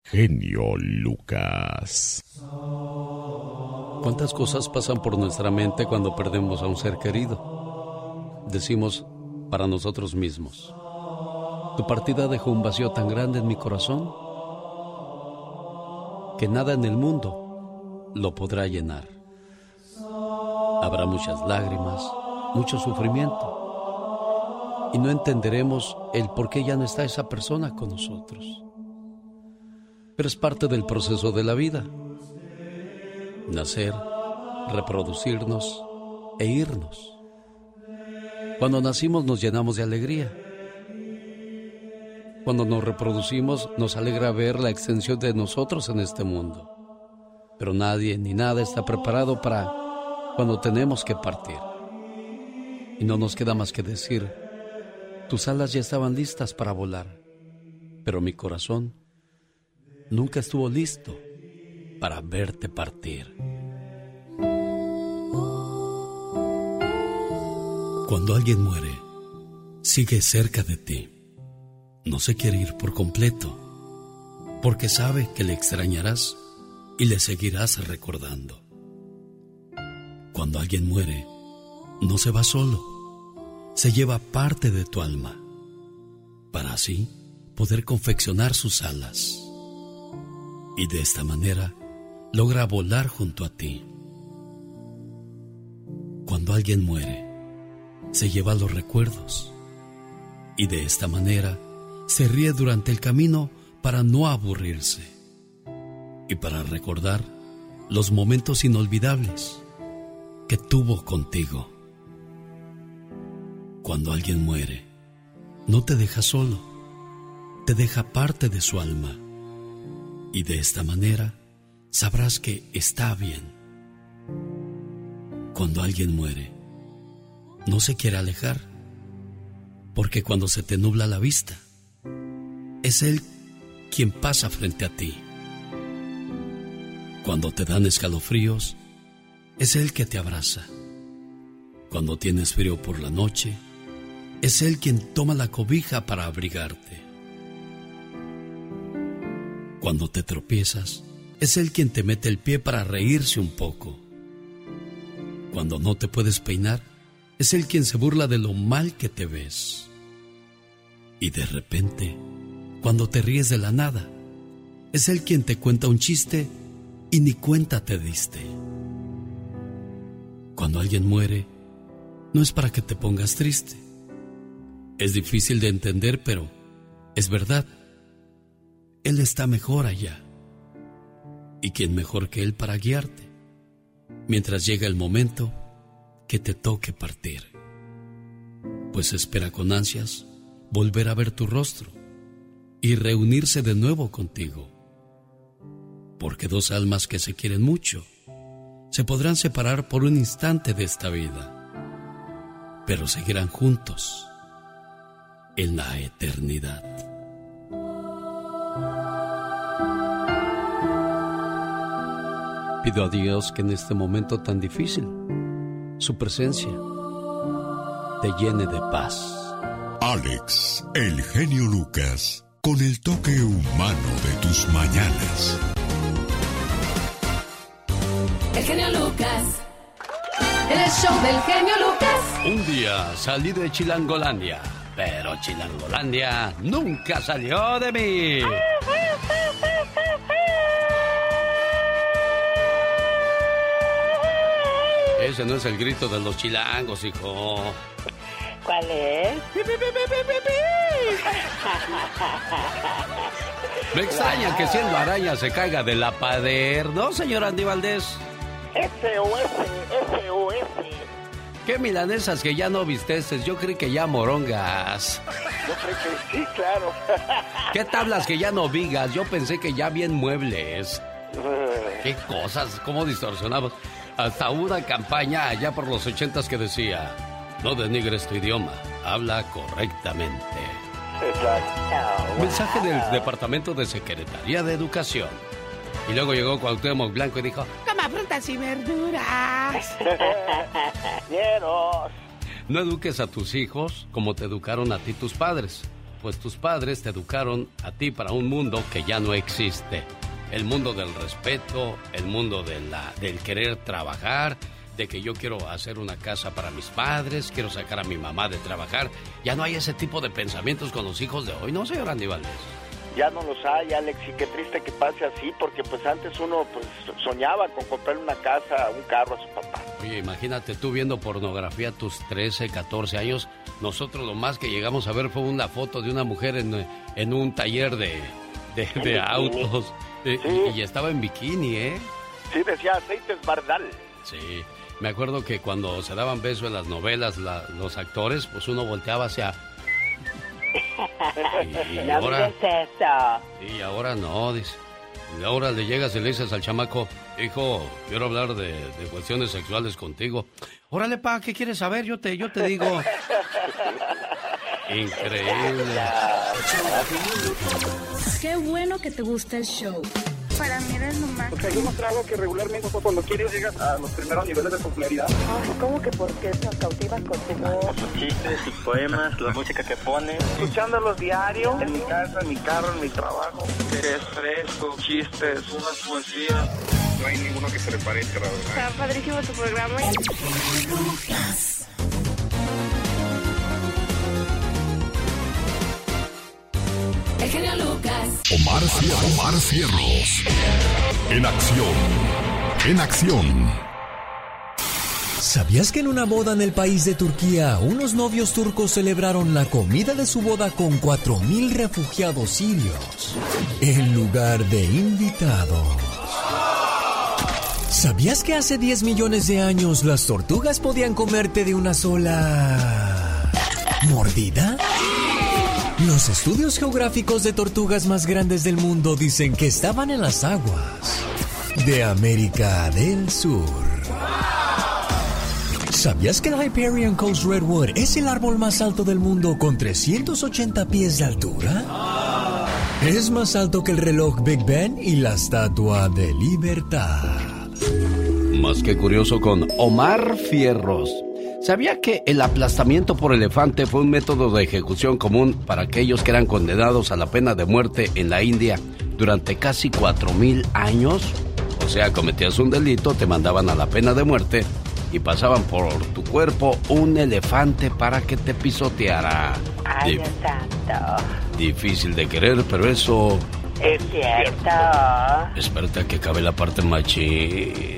genio Lucas. ¿Cuántas cosas pasan por nuestra mente cuando perdemos a un ser querido? Decimos para nosotros mismos: tu partida dejó un vacío tan grande en mi corazón que nada en el mundo lo podrá llenar. Habrá muchas lágrimas, mucho sufrimiento, y no entenderemos el por qué ya no está esa persona con nosotros. Pero es parte del proceso de la vida: nacer, reproducirnos e irnos. Cuando nacimos nos llenamos de alegría. Cuando nos reproducimos nos alegra ver la extensión de nosotros en este mundo. Pero nadie ni nada está preparado para cuando tenemos que partir. Y no nos queda más que decir: tus alas ya estaban listas para volar, pero mi corazón nunca estuvo listo para verte partir. Cuando alguien muere, sigue cerca de ti. No se quiere ir por completo, porque sabe que le extrañarás y le seguirás recordando. Cuando alguien muere, no se va solo, se lleva parte de tu alma, para así poder confeccionar sus alas. Y de esta manera logra volar junto a ti. Cuando alguien muere, se lleva los recuerdos, y de esta manera se ríe durante el camino para no aburrirse y para recordar los momentos inolvidables que tuvo contigo. Cuando alguien muere, no te deja solo, te deja parte de su alma, y de esta manera sabrás que está bien. Cuando alguien muere, no se quiere alejar, porque cuando se te nubla la vista, es Él quien pasa frente a ti. Cuando te dan escalofríos, es Él que te abraza. Cuando tienes frío por la noche, es Él quien toma la cobija para abrigarte. Cuando te tropiezas, es Él quien te mete el pie para reírse un poco. Cuando no te puedes peinar, es Él quien se burla de lo mal que te ves. Y de repente, cuando te ríes de la nada, es Él quien te cuenta un chiste y ni cuenta te diste. Cuando alguien muere, no es para que te pongas triste. Es difícil de entender, pero es verdad. Él está mejor allá. ¿Y quién mejor que Él para guiarte mientras llega el momento que te toque partir? Pues espera con ansias volver a ver tu rostro y reunirse de nuevo contigo. Porque dos almas que se quieren mucho se podrán separar por un instante de esta vida, pero seguirán juntos en la eternidad. Pido a Dios que en este momento tan difícil, su presencia te llene de paz. Alex, el genio Lucas, con el toque humano de tus mañanas. El genio Lucas. El show del genio Lucas. Un día salí de Chilangolandia, pero Chilangolandia nunca salió de mí. Ese no es el grito de los chilangos, hijo. ¿Cuál es? Me extraña que siendo araña se caiga de la pader, ¿no, señor Andy Valdés? SOS. ¿Qué milanesas que ya no visteces? Yo creí que ya morongas. Yo creo que sí, claro. ¿Qué tablas que ya no vigas? Yo pensé que ya bien muebles. ¿Qué cosas? ¿Cómo distorsionamos? Hasta una campaña allá por los 80s que decía: no denigres tu idioma, habla correctamente. Exacto. Mensaje del Departamento de Secretaría de Educación. Y luego llegó Cuauhtémoc Blanco y dijo: coma frutas y verduras. Quiero. No eduques a tus hijos como te educaron a ti tus padres. pues tus padres te educaron a ti para un mundo que ya no existe. El mundo del respeto, el mundo del querer trabajar, de que yo quiero hacer una casa para mis padres, quiero sacar a mi mamá de trabajar. Ya no hay ese tipo de pensamientos con los hijos de hoy, ¿no, señor Andy Valdés? Ya no los hay, Alex, y qué triste que pase así, porque pues antes uno pues soñaba con comprar una casa, un carro a su papá. Oye, imagínate tú viendo pornografía a tus 13, 14 años. Nosotros lo más que llegamos a ver fue una foto de una mujer en un taller de autos. Sí. Y estaba en bikini, ¿eh? Sí, decía Aceites Bardal. Sí, me acuerdo que cuando se daban besos en las novelas los actores, pues uno volteaba hacia... Y ahora... Y ahora no, dice. Y ahora le llegas y le dices al chamaco, hijo, quiero hablar de cuestiones sexuales contigo. Órale, pa, ¿qué quieres saber? Yo te digo. Increíble. Qué bueno que te gusta el show. Para mí eres nomás. Porque hay un trago que regularmente cuando quieres llegas a los primeros niveles de popularidad. Ay, ¿cómo que por qué nos cautivas con tu voz? Sus chistes, sus poemas, la música que pone. Escuchándolos diario, en mi casa, en mi carro, en mi trabajo. Que es fresco, chistes, unas poesías. No hay ninguno que se le parezca, la verdad. Está padrísimo tu programa. El genio Lucas. Omar Fierros. En acción. En acción. ¿Sabías que en una boda en el país de Turquía, unos novios turcos celebraron la comida de su boda con 4,000 refugiados sirios en lugar de invitados? ¿Sabías que hace 10 millones de años las tortugas podían comerte de una sola mordida? Los estudios geográficos de tortugas más grandes del mundo dicen que estaban en las aguas de América del Sur. ¿Sabías que el Hyperion Coast Redwood es el árbol más alto del mundo con 380 pies de altura? Es más alto que el reloj Big Ben y la Estatua de Libertad. Más que curioso con Omar Fierros. ¿Sabía que el aplastamiento por elefante fue un método de ejecución común para aquellos que eran condenados a la pena de muerte en la India durante casi 4,000 años? O sea, cometías un delito, te mandaban a la pena de muerte y pasaban por tu cuerpo un elefante para que te pisoteara. Ay, Dios santo. Difícil de querer, pero eso... Es cierto. Espérate a que acabe la parte machín.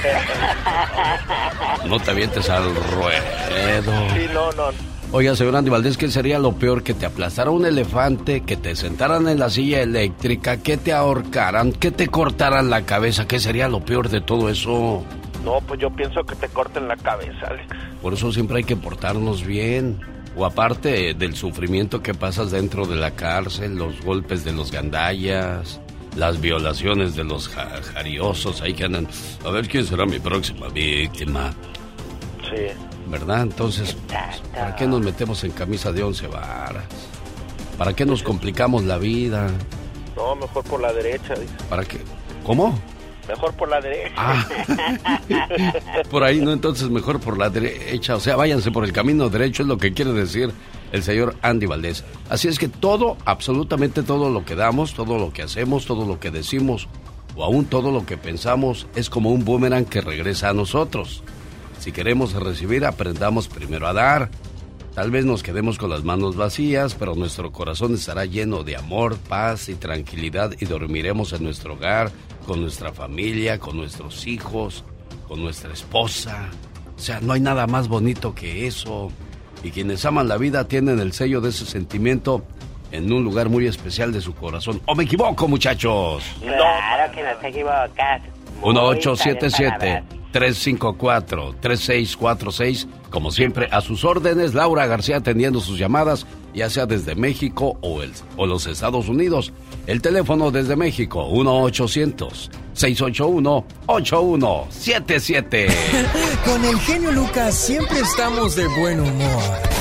No te avientes al ruedo. Sí, no. Oiga, señor Andy Valdés, ¿qué sería lo peor? ¿Que te aplastara un elefante, que te sentaran en la silla eléctrica, que te ahorcaran, que te cortaran la cabeza? ¿Qué sería lo peor de todo eso? No, pues yo pienso que te corten la cabeza, Alex. Por eso siempre hay que portarnos bien. O aparte del sufrimiento que pasas dentro de la cárcel, los golpes de los gandallas, las violaciones de los jariosos, ahí que andan, a ver quién será mi próxima víctima. Sí. ¿Verdad? Entonces, ¿para qué nos metemos en camisa de 11 varas? ¿Para qué nos complicamos la vida? No, mejor por la derecha, dice. ¿Para qué? ¿Cómo? Mejor por la derecha. Ah, por ahí no, entonces mejor por la derecha. O sea, váyanse por el camino derecho, es lo que quiere decir el señor Andy Valdés. Así es que todo, absolutamente todo lo que damos, todo lo que hacemos, todo lo que decimos, o aún todo lo que pensamos, es como un boomerang que regresa a nosotros. Si queremos recibir, aprendamos primero a dar. Tal vez nos quedemos con las manos vacías, pero nuestro corazón estará lleno de amor, paz y tranquilidad y dormiremos en nuestro hogar, con nuestra familia, con nuestros hijos, con nuestra esposa. O sea, no hay nada más bonito que eso. Y quienes aman la vida tienen el sello de ese sentimiento en un lugar muy especial de su corazón. ¿O me equivoco, muchachos? Claro que no te equivocas. 1877-354-3646. Como siempre, a sus órdenes, Laura García atendiendo sus llamadas, ya sea desde México o los Estados Unidos. El teléfono desde México, 1-800-681-8177. Con el genio Lucas siempre estamos de buen humor.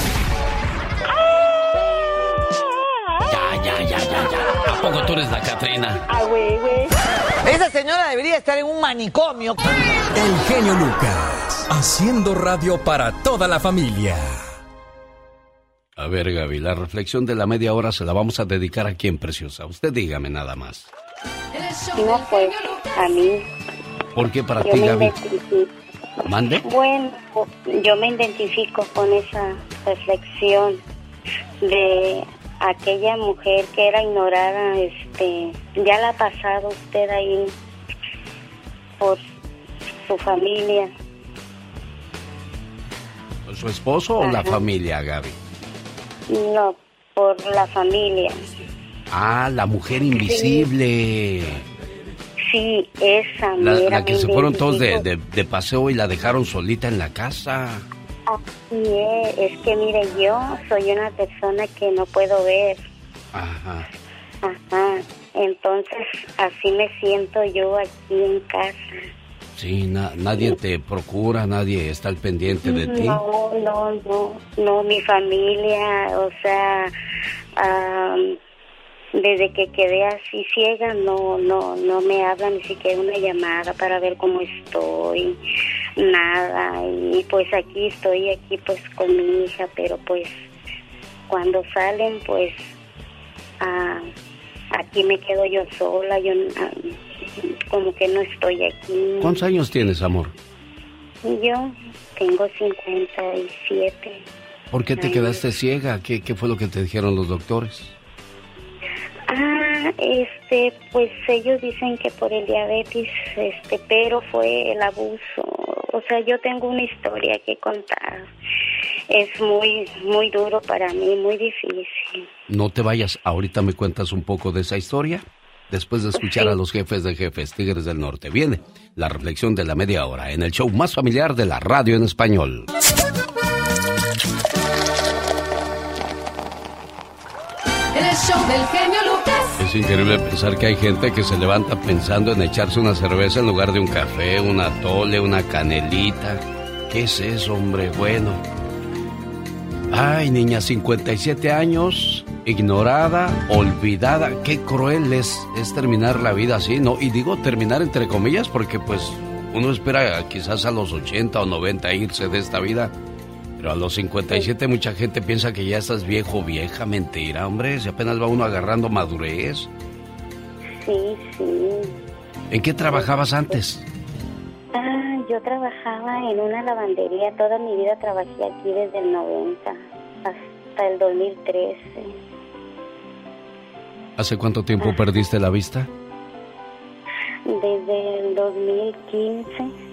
Ya. ¿A poco tú eres la Catrina? Ah, güey. Esa señora debería estar en un manicomio. El genio Lucas, haciendo radio para toda la familia. A ver, Gaby, la reflexión de la media hora se la vamos a dedicar a quién, preciosa. Usted dígame nada más. No, pues, a mí. ¿Por qué para ti, Gaby? ¿Mande? Bueno, yo me identifico con esa reflexión de aquella mujer que era ignorada, ya la ha pasado usted ahí por su familia. ¿Por su esposo o la familia, Gaby? No, por la familia. Ah, la mujer invisible. Sí, esa. La que se fueron todos de paseo y la dejaron solita en la casa. Así es que mire, yo soy una persona que no puedo ver. Ajá. Entonces, así me siento yo aquí en casa. Sí, nadie te procura, nadie está al pendiente de ti. No, mi familia, o sea, desde que quedé así ciega, no me hablan ni siquiera una llamada para ver cómo estoy, nada. Y pues aquí estoy, pues con mi hija, pero pues cuando salen, pues aquí me quedo yo sola, yo como que no estoy aquí. ¿Cuántos años tienes, amor? Yo tengo 57. ¿Por qué te quedaste ciega? ¿Qué fue lo que te dijeron los doctores? Pues ellos dicen que por el diabetes, pero fue el abuso. O sea, yo tengo una historia que contar. Es muy, muy duro para mí, muy difícil. No te vayas, ahorita me cuentas un poco de esa historia. Después de escuchar a los jefes de jefes, Tigres del Norte, viene la reflexión de la media hora en el show más familiar de la radio en español. El show del genio Lucas. Es increíble pensar que hay gente que se levanta pensando en echarse una cerveza en lugar de un café, un atole, una canelita. ¿Qué es eso, hombre? Bueno. Ay, niña, 57 años, ignorada, olvidada. Qué cruel es terminar la vida así, ¿no? Y digo terminar entre comillas porque pues uno espera quizás a los 80 o 90 irse de esta vida. Pero a los 57 mucha gente piensa que ya estás viejo, vieja. Mentira, hombre, si apenas va uno agarrando madurez. Sí. ¿En qué trabajabas antes? Yo trabajaba en una lavandería. Toda mi vida trabajé aquí desde el 90 hasta el 2013. ¿Hace cuánto tiempo perdiste la vista? Desde el 2015,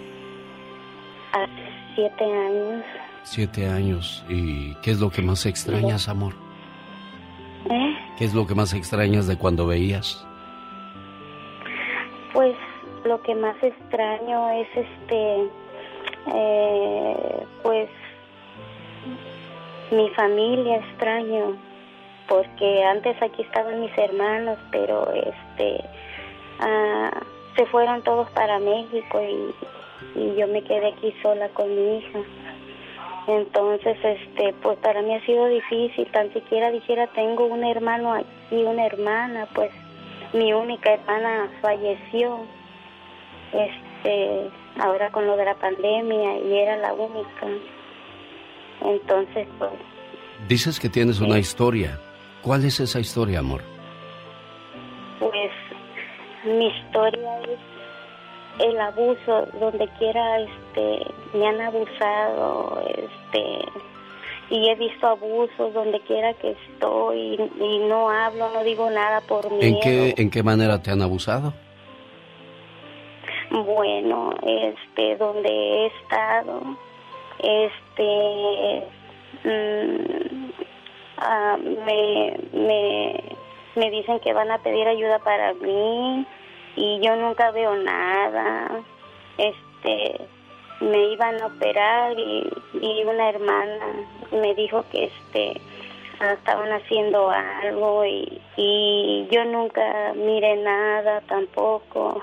hace 7 años. 7 años. ¿Y qué es lo que más extrañas, amor? ¿Qué es lo que más extrañas de cuando veías? Pues lo que más extraño es pues mi familia extraño, porque antes aquí estaban mis hermanos, pero se fueron todos para México y yo me quedé aquí sola con mi hija. Entonces, pues para mí ha sido difícil. Tan siquiera dijera, tengo un hermano aquí, una hermana, pues mi única hermana falleció, ahora con lo de la pandemia, y era la única. Entonces, pues... Dices que tienes una historia. ¿Cuál es esa historia, amor? Pues mi historia es el abuso. Donde quiera me han abusado, y he visto abusos donde quiera que estoy, y no hablo, no digo nada por miedo. ¿En qué manera te han abusado? Bueno, donde he estado, me dicen que van a pedir ayuda para mí y yo nunca veo nada. Me iban a operar y una hermana me dijo que estaban haciendo algo y yo nunca miré nada tampoco.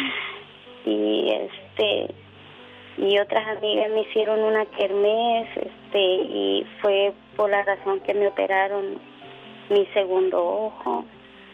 Y otras amigas me hicieron una kermés, y fue por la razón que me operaron mi segundo ojo.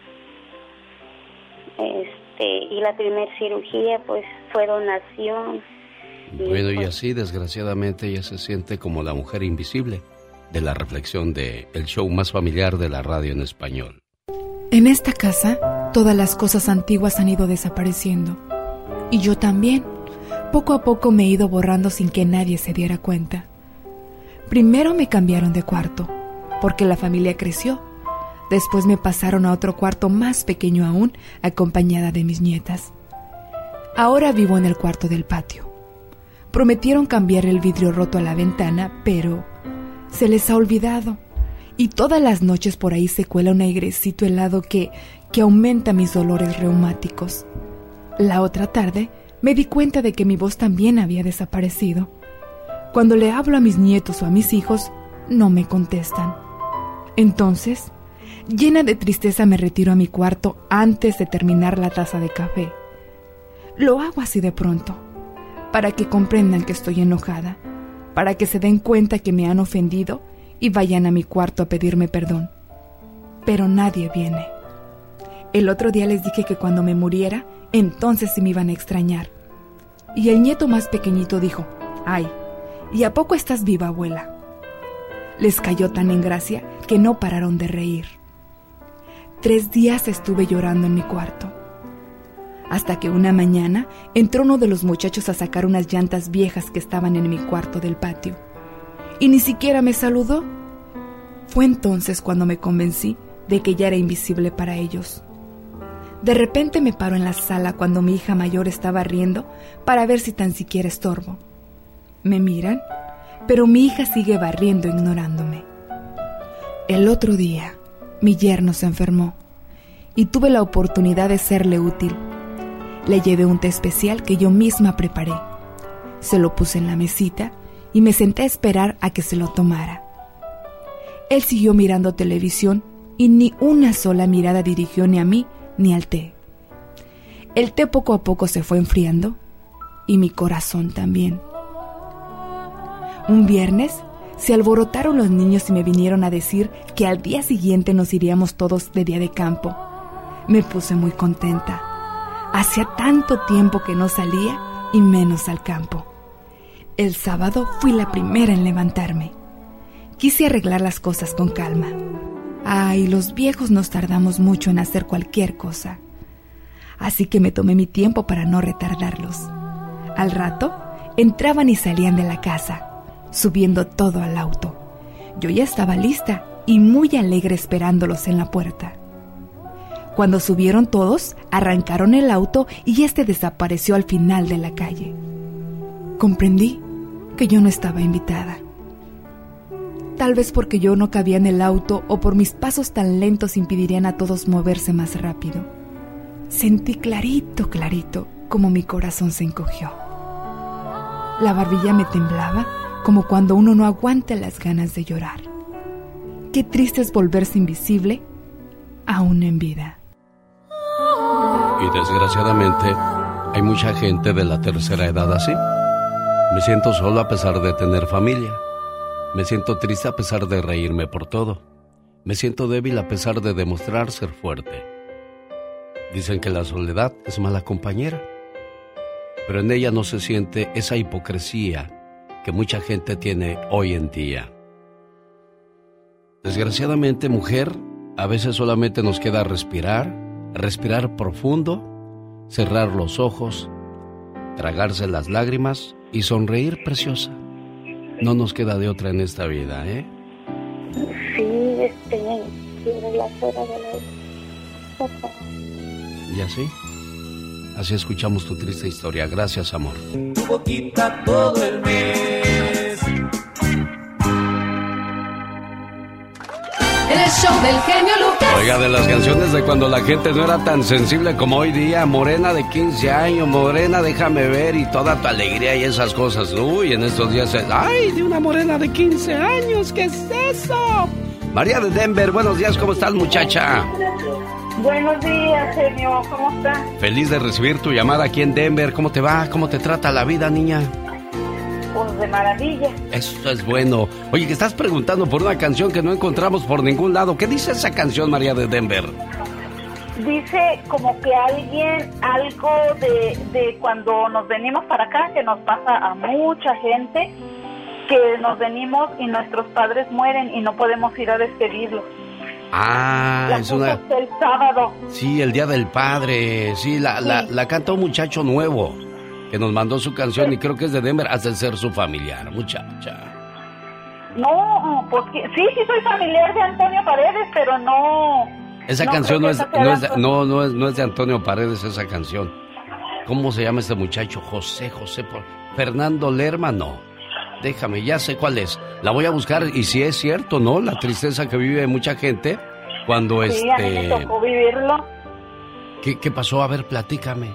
Y la primera cirugía pues fue donación. Bueno, y así desgraciadamente ella se siente como la mujer invisible, de la reflexión de el show más familiar de la radio en español. En esta casa, todas las cosas antiguas han ido desapareciendo. Y yo también. Poco a poco me he ido borrando sin que nadie se diera cuenta. Primero me cambiaron de cuarto, porque la familia creció. Después me pasaron a otro cuarto más pequeño aún, acompañada de mis nietas. Ahora vivo en el cuarto del patio. Prometieron cambiar el vidrio roto a la ventana, pero se les ha olvidado. Y todas las noches por ahí se cuela un airecito helado que aumenta mis dolores reumáticos. La otra tarde me di cuenta de que mi voz también había desaparecido. Cuando le hablo a mis nietos o a mis hijos, no me contestan. Entonces, llena de tristeza me retiro a mi cuarto antes de terminar la taza de café. Lo hago así de pronto, para que comprendan que estoy enojada, para que se den cuenta que me han ofendido y vayan a mi cuarto a pedirme perdón. Pero nadie viene. El otro día les dije que cuando me muriera, entonces sí me iban a extrañar. Y el nieto más pequeñito dijo: «Ay, ¿y a poco estás viva, abuela?». Les cayó tan en gracia que no pararon de reír. 3 días estuve llorando en mi cuarto. Hasta que una mañana entró uno de los muchachos a sacar unas llantas viejas que estaban en mi cuarto del patio. Y ni siquiera me saludó. Fue entonces cuando me convencí de que ya era invisible para ellos. De repente me paro en la sala cuando mi hija mayor estaba riendo para ver si tan siquiera estorbo. Me miran, pero mi hija sigue barriendo ignorándome. El otro día, mi yerno se enfermó y tuve la oportunidad de serle útil. Le llevé un té especial que yo misma preparé. Se lo puse en la mesita y me senté a esperar a que se lo tomara. Él siguió mirando televisión y ni una sola mirada dirigió ni a mí ni al té. El té poco a poco se fue enfriando y mi corazón también. Un viernes se alborotaron los niños y me vinieron a decir que al día siguiente nos iríamos todos de día de campo. Me puse muy contenta. Hacía tanto tiempo que no salía y menos al campo. El sábado fui la primera en levantarme. Quise arreglar las cosas con calma. Ay, los viejos nos tardamos mucho en hacer cualquier cosa. Así que me tomé mi tiempo para no retardarlos. Al rato, entraban y salían de la casa, subiendo todo al auto. Yo ya estaba lista y muy alegre esperándolos en la puerta. Cuando subieron todos, arrancaron el auto y este desapareció al final de la calle. Comprendí que yo no estaba invitada. Tal vez porque yo no cabía en el auto o por mis pasos tan lentos impedirían a todos moverse más rápido. Sentí clarito como mi corazón se encogió. La barbilla me temblaba como cuando uno no aguanta las ganas de llorar. Qué triste es volverse invisible aún en vida. Y desgraciadamente hay mucha gente de la tercera edad así. Me siento solo a pesar de tener familia. Me siento triste a pesar de reírme por todo. Me siento débil a pesar de demostrar ser fuerte. Dicen que la soledad es mala compañera, pero en ella no se siente esa hipocresía que mucha gente tiene hoy en día. Desgraciadamente, mujer, a veces solamente nos queda respirar profundo, cerrar los ojos, tragarse las lágrimas y sonreír, preciosa. No nos queda de otra en esta vida, ¿eh? Sí, quiero la fuera de la... ¿Y así? Así escuchamos tu triste historia. Gracias, amor. Tu boquita todo el mes. El show del genio Lucas. Oiga, de las canciones de cuando la gente no era tan sensible como hoy día. Morena de 15 años, morena, déjame ver, y toda tu alegría y esas cosas. Uy, en estos días, ¡ay, de una morena de 15 años! ¿Qué es eso? María de Denver, buenos días, ¿cómo estás, muchacha? Buenos días, genio, ¿cómo estás? Feliz de recibir tu llamada aquí en Denver. ¿Cómo te va? ¿Cómo te trata la vida, niña? Pues de maravilla. Eso es bueno. Oye, que estás preguntando por una canción que no encontramos por ningún lado. ¿Qué dice esa canción, María de Denver? Dice como que algo de cuando nos venimos para acá, que nos pasa a mucha gente, que nos venimos y nuestros padres mueren y no podemos ir a despedirlos. Es una... el sábado. Sí, el Día del Padre. Sí, la canta un muchacho nuevo que nos mandó su canción y creo que es de Denver. Has de ser su familiar, muchacha. No, pues sí soy familiar de Antonio Paredes, pero no... Esa canción no es de Antonio Paredes, esa canción. ¿Cómo se llama este muchacho? José, Fernando Lerma, no. Déjame, ya sé cuál es. La voy a buscar y si es cierto, ¿no? La tristeza que vive mucha gente cuando sí, a mí me tocó vivirlo. ¿Qué pasó? A ver, platícame.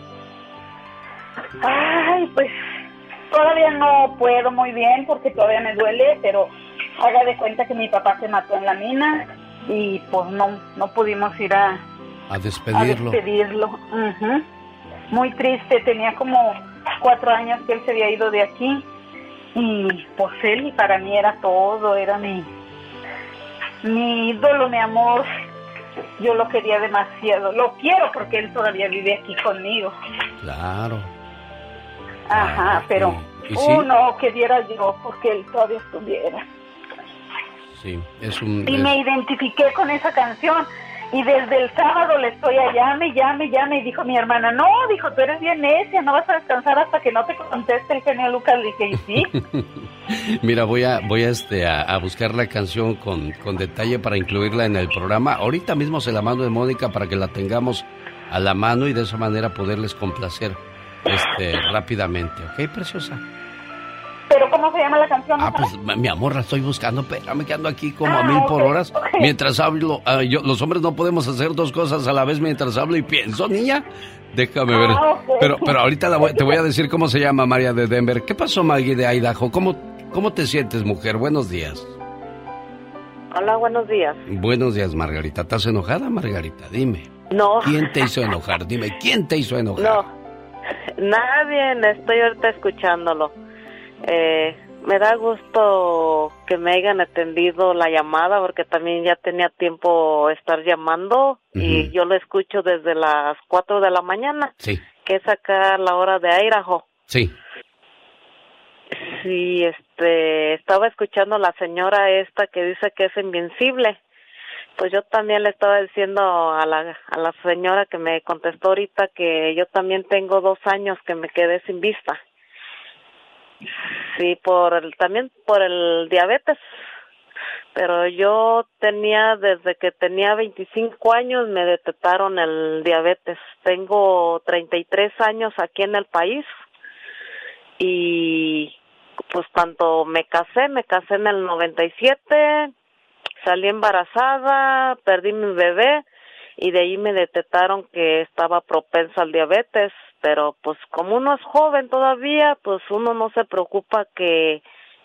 Ay, pues todavía no puedo muy bien porque todavía me duele, pero haga de cuenta que mi papá se mató en la mina y pues no pudimos ir a despedirlo. Uh-huh. Muy triste, tenía como 4 años que él se había ido de aquí y pues él para mí era todo, era mi ídolo, mi amor. Yo lo quería demasiado, lo quiero porque él todavía vive aquí conmigo. Claro. Ajá, pero ¿Y sí? No quisiera yo porque él todavía estuviera. Sí, Y me identifiqué con esa canción y desde el sábado le estoy a llame y dijo mi hermana, no, dijo, tú eres bien necia, no vas a descansar hasta que no te conteste el genio Lucas. Le dije, ¿y sí? Mira, voy a buscar la canción con detalle para incluirla en el programa. Ahorita mismo se la mando de Mónica para que la tengamos a la mano y de esa manera poderles complacer rápidamente. ¿Ok, preciosa? ¿Pero cómo se llama la canción? Pues mi amor, la estoy buscando, espérame que ando aquí como a 1000 por horas. Mientras hablo, los hombres no podemos hacer 2 cosas a la vez mientras hablo y pienso, niña. Déjame ver. Pero ahorita te voy a decir cómo se llama María de Denver. ¿Qué pasó, Maggie de Idaho? ¿Cómo te sientes, mujer? Buenos días. Hola, buenos días. Buenos días, Margarita. ¿Estás enojada, Margarita? Dime. No. ¿Quién te hizo enojar? Dime, ¿quién te hizo enojar? No, nadie, estoy ahorita escuchándolo. Me da gusto que me hayan atendido la llamada porque también ya tenía tiempo estar llamando y yo lo escucho desde las 4 de la mañana, sí, que es acá la hora de Idaho. Sí. Sí, estaba escuchando a la señora esta que dice que es invencible. Pues yo también le estaba diciendo a la señora que me contestó ahorita que yo también tengo 2 años que me quedé sin vista. Sí, también por el diabetes. Pero yo desde que tenía 25 años me detectaron el diabetes. Tengo 33 años aquí en el país y pues cuando me casé en el 97, salí embarazada, perdí mi bebé y de ahí me detectaron que estaba propensa al diabetes. Pero pues como uno es joven todavía, pues uno no se preocupa que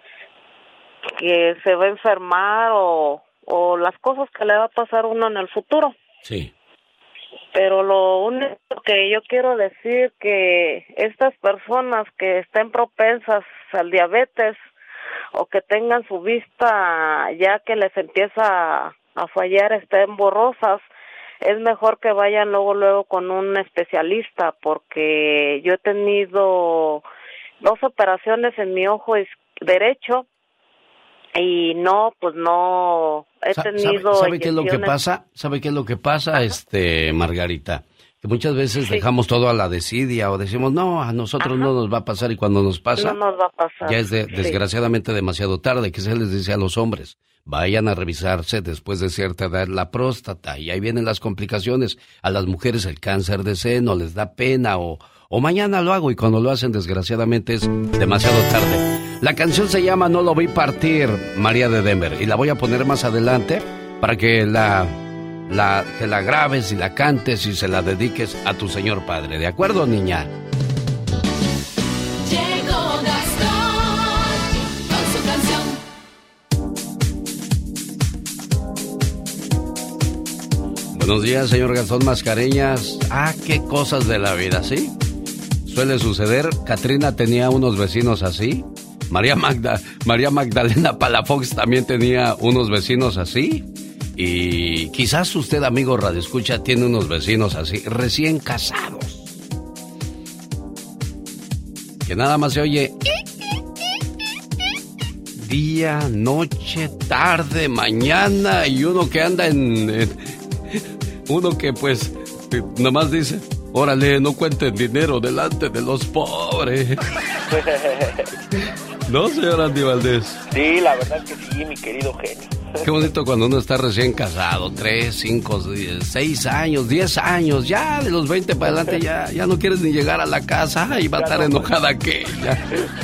se va a enfermar o las cosas que le va a pasar a uno en el futuro. Sí. Pero lo único que yo quiero decir que estas personas que estén propensas al diabetes o que tengan su vista ya que les empieza a fallar, estén borrosas, es mejor que vayan luego con un especialista porque yo he tenido 2 operaciones en mi ojo derecho y no he tenido... ¿Sabe qué es lo que pasa? ¿Sabe qué es lo que pasa, Margarita? Que muchas veces dejamos todo a la desidia o decimos, no, a nosotros no nos va a pasar y cuando nos pasa, no nos va a pasar. Ya es desgraciadamente demasiado tarde. ¿Qué se les dice a los hombres? Vayan a revisarse después de cierta edad la próstata y ahí vienen las complicaciones. A las mujeres el cáncer de seno les da pena o mañana lo hago y cuando lo hacen desgraciadamente es demasiado tarde. La canción se llama No lo vi partir, María de Denver, y la voy a poner más adelante para que te la grabes y la cantes y se la dediques a tu señor padre. ¿De acuerdo, niña? Llegó Gastón con su canción. Buenos días, señor Gastón Mascareñas. Qué cosas de la vida, ¿sí? Suele suceder. Catrina tenía unos vecinos así. María Magdalena Palafox también tenía unos vecinos así. Y quizás usted, amigo radioescucha, tiene unos vecinos así, recién casados. Que nada más se oye día, noche, tarde, mañana, y uno que anda uno que pues nomás dice, órale, no cuenten dinero delante de los pobres. ¿No, señor Andy Valdés? Sí, la verdad que sí, mi querido genio. Qué bonito cuando uno está recién casado, 3, 5, 6 años, 10 años, ya de los 20 para adelante ya no quieres ni llegar a la casa y va a estar enojada aquella.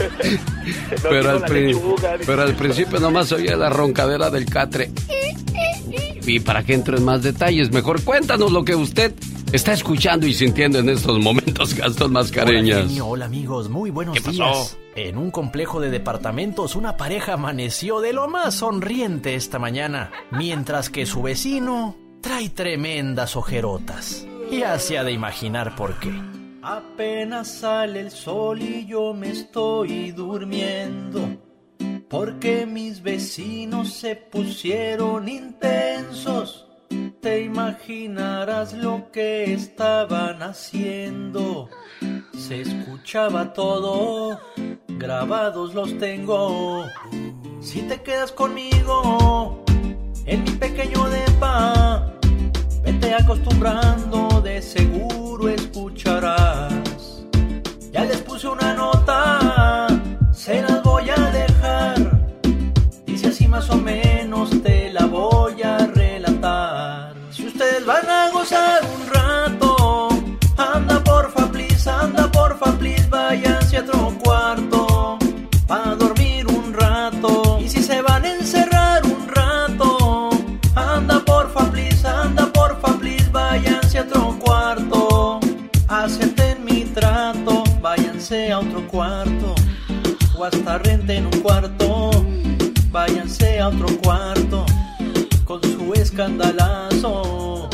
Pero al principio nomás se oye la roncadera del catre. Y para que entren más detalles, mejor cuéntanos lo que usted está escuchando y sintiendo en estos momentos, Gastón Mascareñas. Hola, genio. Hola, amigos, muy buenos días. En un complejo de departamentos, una pareja amaneció de lo más sonriente esta mañana, mientras que su vecino trae tremendas ojerotas. Ya se ha de imaginar por qué. Apenas sale el sol y yo me estoy durmiendo, porque mis vecinos se pusieron intensos. Te imaginarás lo que estaban haciendo. Se escuchaba todo, grabados los tengo. Si te quedas conmigo en mi pequeño depa, vete acostumbrando, de seguro escucharás. Ya les puse una nota, se las voy a dejar. Dice así más o menos, te la voy a relatar. Si ustedes van a gozar un rato, anda porfa please, váyanse a otro cuarto pa' dormir un rato. Y si se van a encerrar un rato, anda porfa please, váyanse a otro cuarto. Acepten mi trato, váyanse a otro cuarto, o hasta renten un cuarto. Váyanse a otro cuarto con su escandalazo.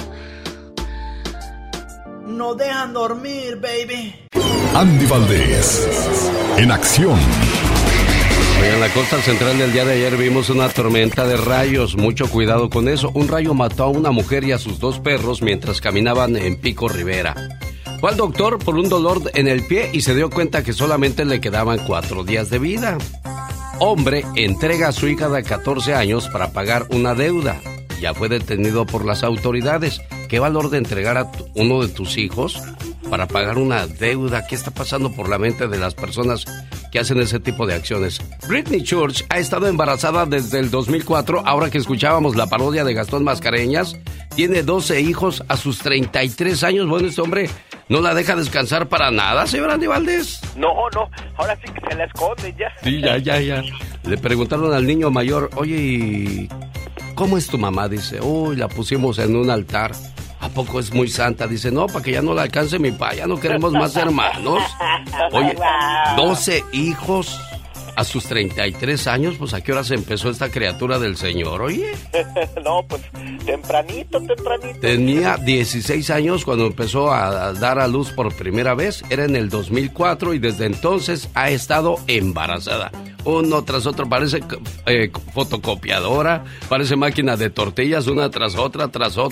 No dejan dormir, baby. Andy Valdés, en acción. En la costa central del día de ayer vimos una tormenta de rayos. Mucho cuidado con eso. Un rayo mató a una mujer y a sus 2 perros mientras caminaban en Pico Rivera. Fue al doctor por un dolor en el pie y se dio cuenta que solamente le quedaban 4 días de vida. Hombre entrega a su hija de 14 años para pagar una deuda. Ya fue detenido por las autoridades. ¿Qué valor de entregar a uno de tus hijos para pagar una deuda? ¿Qué está pasando por la mente de las personas que hacen ese tipo de acciones? Britney Church ha estado embarazada desde el 2004. Ahora que escuchábamos la parodia de Gastón Mascareñas, tiene 12 hijos a sus 33 años. Bueno, este hombre no la deja descansar para nada, señor Andy Valdés. No, ahora sí que se la esconde ya. Sí, ya. Le preguntaron al niño mayor, oye, ¿y cómo es tu mamá? Dice, uy, la pusimos en un altar. ¿A poco es muy santa? Dice, no, para que ya no la alcance mi pa, ya no queremos más hermanos. Oye, 12 hijos a sus 33 años, pues ¿a qué hora se empezó esta criatura del Señor, oye? No, pues tempranito. Tenía 16 años cuando empezó a dar a luz por primera vez, era en el 2004 y desde entonces ha estado embarazada. Uno tras otro, parece fotocopiadora, parece máquina de tortillas, una tras otra.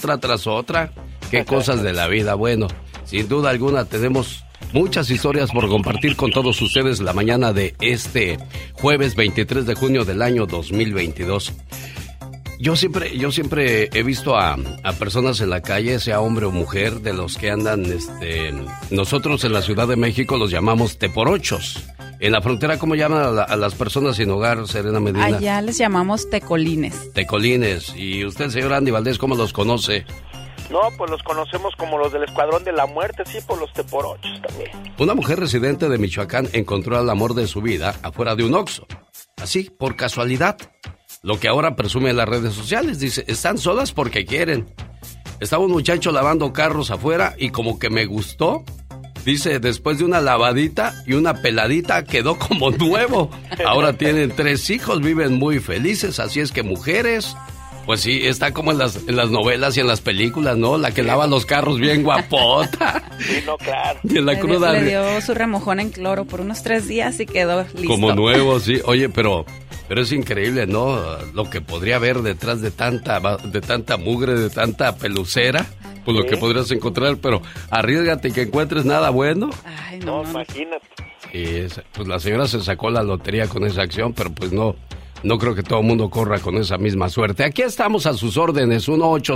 Qué cosas de la vida. Bueno, sin duda alguna tenemos muchas historias por compartir con todos ustedes la mañana de este jueves 23 de junio del año 2022. Yo siempre he visto a personas en la calle, sea hombre o mujer, de los que andan, nosotros en la Ciudad de México los llamamos teporochos. En la frontera, ¿cómo llaman a las personas sin hogar, Serena Medina? Allá les llamamos tecolines. Tecolines. ¿Y usted, señor Andy Valdés, cómo los conoce? No, pues los conocemos como los del Escuadrón de la Muerte, sí, por los teporochos también. Una mujer residente de Michoacán encontró al amor de su vida afuera de un Oxxo. Así, por casualidad. Lo que ahora presume en las redes sociales. Dice, están solas porque quieren. Estaba un muchacho lavando carros afuera y como que me gustó. Dice, después de una lavadita y una peladita quedó como nuevo. Ahora tienen 3 hijos, viven muy felices. Así es que mujeres, pues sí, está como en las novelas y en las películas, ¿no? La que lava los carros bien guapota. Sí, no, claro. Y en la cruda le dio su remojón en cloro por unos 3 días y quedó listo. Como nuevo, sí. Oye, pero es increíble, ¿no? Lo que podría haber detrás de tanta mugre, de tanta pelucera. Pues lo que podrías encontrar, pero arriésgate que encuentres nada bueno. Ay, no, imagínate. Sí, pues la señora se sacó la lotería con esa acción, pero pues no no creo que todo el mundo corra con esa misma suerte. Aquí estamos a sus órdenes,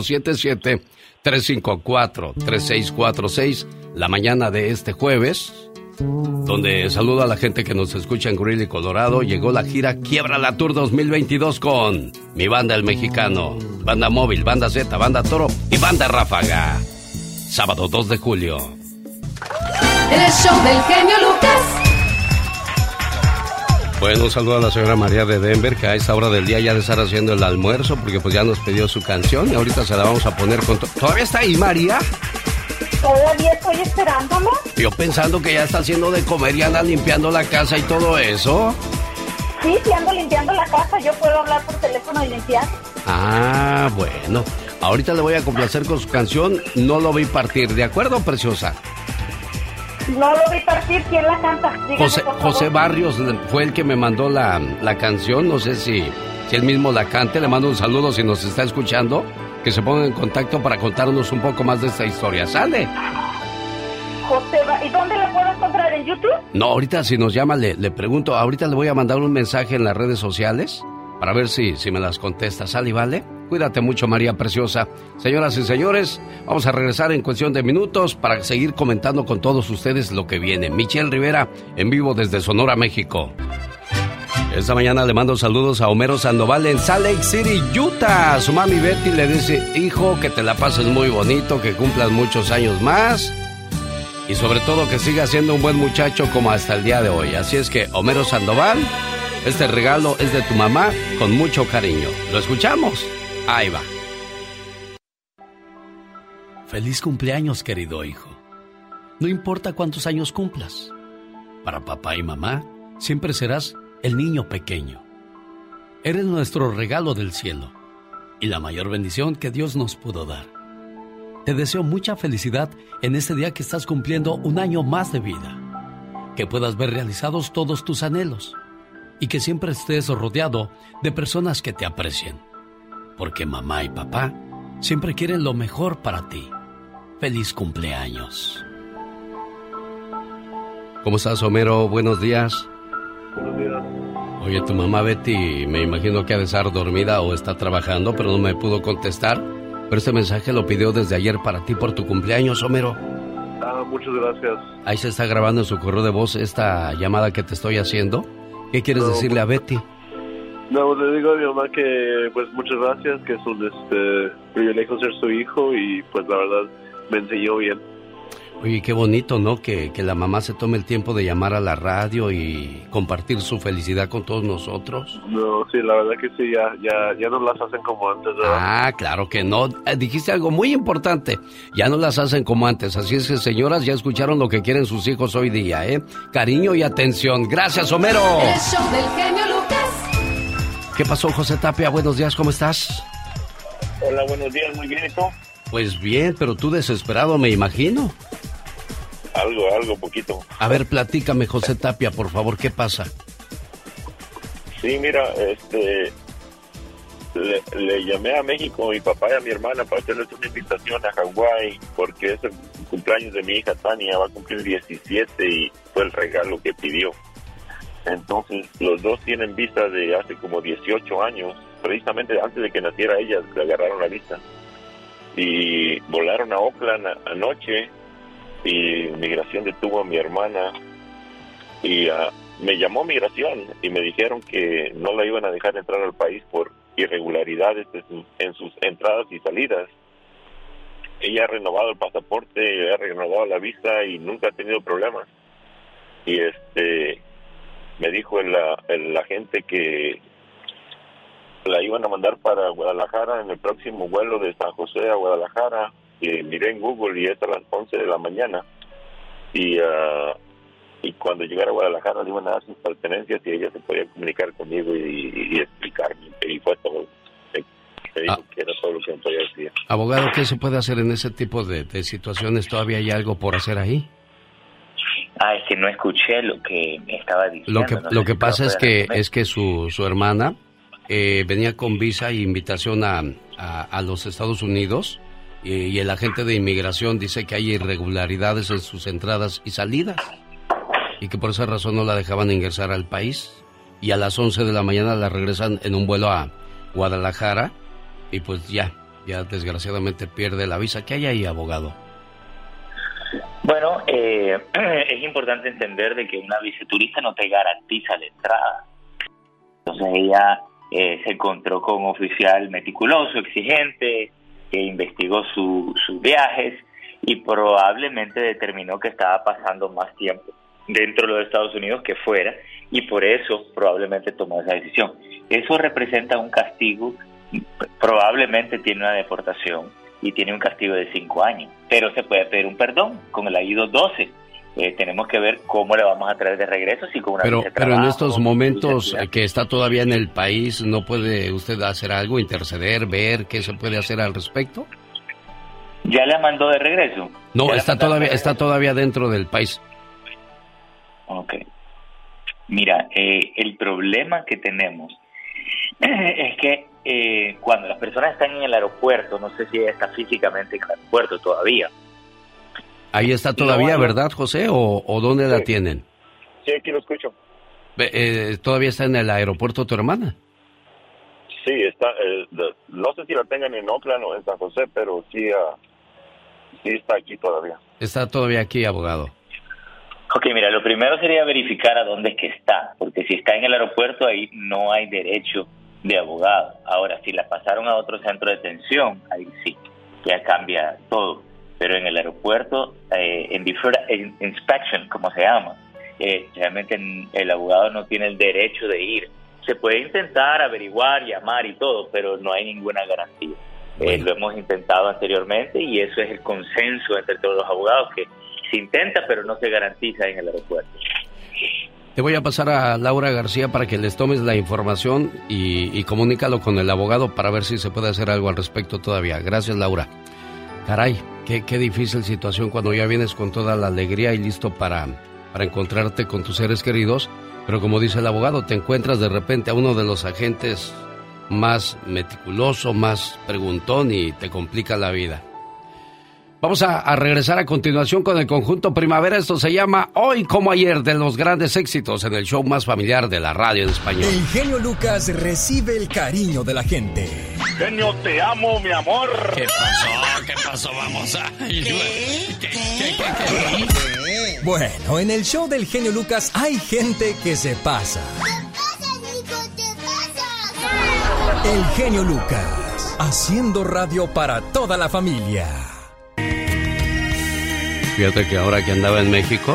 1877-354-3646, la mañana de este jueves, donde saludo a la gente que nos escucha en Greeley, Colorado. Llegó la gira Quiebra la Tour 2022 con mi banda El Mexicano, Banda Móvil, Banda Z, Banda Toro y Banda Ráfaga. Sábado 2 de julio. El show del genio Lucas. Bueno, un saludo a la señora María de Denver, que a esta hora del día ya de estar haciendo el almuerzo, porque pues ya nos pidió su canción y ahorita se la vamos a poner con... ¿Todavía está ahí, María? Todavía estoy esperándolo. Yo pensando que ya está haciendo de comer y anda limpiando la casa y todo eso. Sí, ando limpiando la casa, yo puedo hablar por teléfono y limpiar. Ah, bueno. Ahorita le voy a complacer con su canción, No lo vi partir, ¿de acuerdo, preciosa? No lo vi partir, ¿quién la canta? Dígame, José Barrios fue el que me mandó la canción, no sé si él mismo la cante, le mando un saludo si nos está escuchando, que se ponga en contacto para contarnos un poco más de esta historia, ¿sale? ¿Y dónde la puedo encontrar, en YouTube? No, ahorita si nos llama le pregunto, ahorita le voy a mandar un mensaje en las redes sociales para ver si me las contesta, ¿sale y vale? Cuídate mucho, María Preciosa. Señoras y señores, vamos a regresar en cuestión de minutos para seguir comentando con todos ustedes lo que viene. Michelle Rivera, en vivo desde Sonora, México. Esta mañana le mando saludos a Homero Sandoval en Salt Lake City, Utah. Su mami Betty le dice, hijo, que te la pases muy bonito, que cumplas muchos años más y sobre todo que sigas siendo un buen muchacho como hasta el día de hoy. Así es que, Homero Sandoval, este regalo es de tu mamá con mucho cariño. ¿Lo escuchamos? Ahí va. Feliz cumpleaños, querido hijo. No importa cuántos años cumplas. Para papá y mamá, siempre serás el niño pequeño. Eres nuestro regalo del cielo y la mayor bendición que Dios nos pudo dar. Te deseo mucha felicidad en este día que estás cumpliendo un año más de vida. Que puedas ver realizados todos tus anhelos y que siempre estés rodeado de personas que te aprecien. Porque mamá y papá siempre quieren lo mejor para ti. ¡Feliz cumpleaños! ¿Cómo estás, Homero? Buenos días. Buenos días. Oye, tu mamá Betty, me imagino que ha de estar dormida o está trabajando, pero no me pudo contestar. Pero este mensaje lo pidió desde ayer para ti por tu cumpleaños, Homero. Muchas gracias. Ahí se está grabando en su correo de voz esta llamada que te estoy haciendo. ¿Qué quieres decirle a Betty? No, le digo a mi mamá que pues muchas gracias, que es un privilegio ser su hijo y pues la verdad me enseñó bien. Oye, qué bonito, ¿no? Que la mamá se tome el tiempo de llamar a la radio y compartir su felicidad con todos nosotros. No, sí, la verdad que sí, ya no las hacen como antes, ¿verdad? Ah, claro que no. Dijiste algo muy importante. Ya no las hacen como antes. Así es que, señoras, ya escucharon lo que quieren sus hijos hoy día, ¿eh? Cariño y atención. Gracias, Homero. El show del genio Lucas. ¿Qué pasó, José Tapia? Buenos días, ¿cómo estás? Hola, buenos días, muy bien, ¿y tú? Pues bien, pero tú desesperado, me imagino. Algo, poquito. A ver, platícame, José Tapia, por favor, ¿qué pasa? Sí, mira, le llamé a México a mi papá y a mi hermana para hacerles una invitación a Hawái, porque es el cumpleaños de mi hija Tania, va a cumplir 17 y fue el regalo que pidió. Entonces, los dos tienen visa de hace como 18 años, precisamente antes de que naciera ella, le agarraron la visa. Y volaron a Oakland anoche, y Migración detuvo a mi hermana y me llamó Migración y me dijeron que no la iban a dejar entrar al país por irregularidades en sus entradas y salidas. Ella ha renovado el pasaporte, ha renovado la visa y nunca ha tenido problemas. Y me dijo el agente que la iban a mandar para Guadalajara en el próximo vuelo de San José a Guadalajara. Que miré en Google y es a las 11 de la mañana y cuando llegara a Guadalajara le iban a dar sus pertenencias y ella se podía comunicar conmigo y explicarme y fue todo. Me dijo que era todo lo que me podía decir. Abogado, ¿qué se puede hacer en ese tipo de situaciones? ¿Todavía hay algo por hacer ahí? Es que no escuché lo que me estaba diciendo. Lo que pasa es que su hermana venía con visa e invitación a los Estados Unidos. Y el agente de inmigración dice que hay irregularidades en sus entradas y salidas y que por esa razón no la dejaban ingresar al país. y a las 11 de la mañana la regresan en un vuelo a Guadalajara y pues ya desgraciadamente pierde la visa. ¿Qué hay ahí, abogado? Bueno, es importante entender de que una viceturista no te garantiza la entrada. Entonces ella se encontró con un oficial meticuloso, exigente, que investigó sus viajes y probablemente determinó que estaba pasando más tiempo dentro de los Estados Unidos que fuera, y por eso probablemente tomó esa decisión. Eso representa un castigo, probablemente tiene una deportación y tiene un castigo de 5 años, pero se puede pedir un perdón con el I-212. Tenemos que ver cómo le vamos a traer de regreso, si con una visa de trabajo. Pero en estos momentos que está todavía en el país, ¿no puede usted hacer algo, interceder, ver qué se puede hacer al respecto? ¿Ya la mandó de regreso? No, está todavía dentro del país. Ok. Mira, el problema que tenemos es que cuando las personas están en el aeropuerto, no sé si ella está físicamente en el aeropuerto todavía. Ahí está todavía, ¿verdad, José? ¿O dónde la tienen? Sí, aquí lo escucho. ¿Todavía está en el aeropuerto tu hermana? Sí, está. No sé si la tengan en Oakland o en San José, pero sí está aquí todavía. Está todavía aquí, abogado. Ok, mira, lo primero sería verificar a dónde es que está, porque si está en el aeropuerto, ahí no hay derecho de abogado. Ahora, si la pasaron a otro centro de detención, ahí sí, ya cambia todo. Pero en el aeropuerto, en deferred inspection, como se llama, realmente el abogado no tiene el derecho de ir. Se puede intentar averiguar, llamar y todo, pero no hay ninguna garantía. Lo hemos intentado anteriormente y eso es el consenso entre todos los abogados, que se intenta pero no se garantiza en el aeropuerto. Te voy a pasar a Laura García para que les tomes la información y comunícalo con el abogado para ver si se puede hacer algo al respecto todavía. Gracias, Laura. Caray, qué difícil situación cuando ya vienes con toda la alegría y listo para encontrarte con tus seres queridos, pero como dice el abogado, te encuentras de repente a uno de los agentes más meticuloso, más preguntón y te complica la vida. Vamos a regresar a continuación con el conjunto Primavera. Esto se llama Hoy como Ayer, de los grandes éxitos en el show más familiar de la radio en español. El genio Lucas recibe el cariño de la gente. Genio, te amo, mi amor. ¿Qué pasó? Vamos a... ¿Qué? Bueno, en el show del genio Lucas hay gente que se pasa. El genio Lucas, haciendo radio para toda la familia. Fíjate que ahora que andaba en México,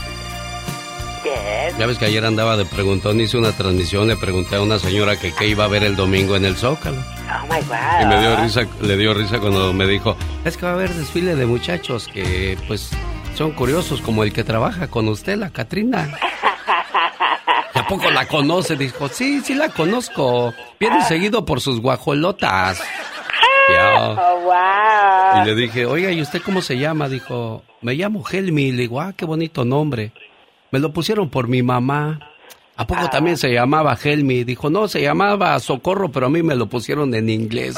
¿qué? Ya ves que ayer andaba de preguntón, hice una transmisión, le pregunté a una señora que qué iba a ver el domingo en el Zócalo. Oh my God. Y le dio risa cuando me dijo, es que va a haber desfile de muchachos que pues son curiosos, como el que trabaja con usted, la Catrina. ¿A poco la conoce? Dijo, sí la conozco. Viene seguido por sus guajolotas. Oh, wow. Y le dije, oiga, ¿y usted cómo se llama? Dijo, me llamo Helmi. Le digo, qué bonito nombre. Me lo pusieron por mi mamá. ¿A poco también se llamaba Helmi? Dijo, no, se llamaba Socorro, pero a mí me lo pusieron en inglés.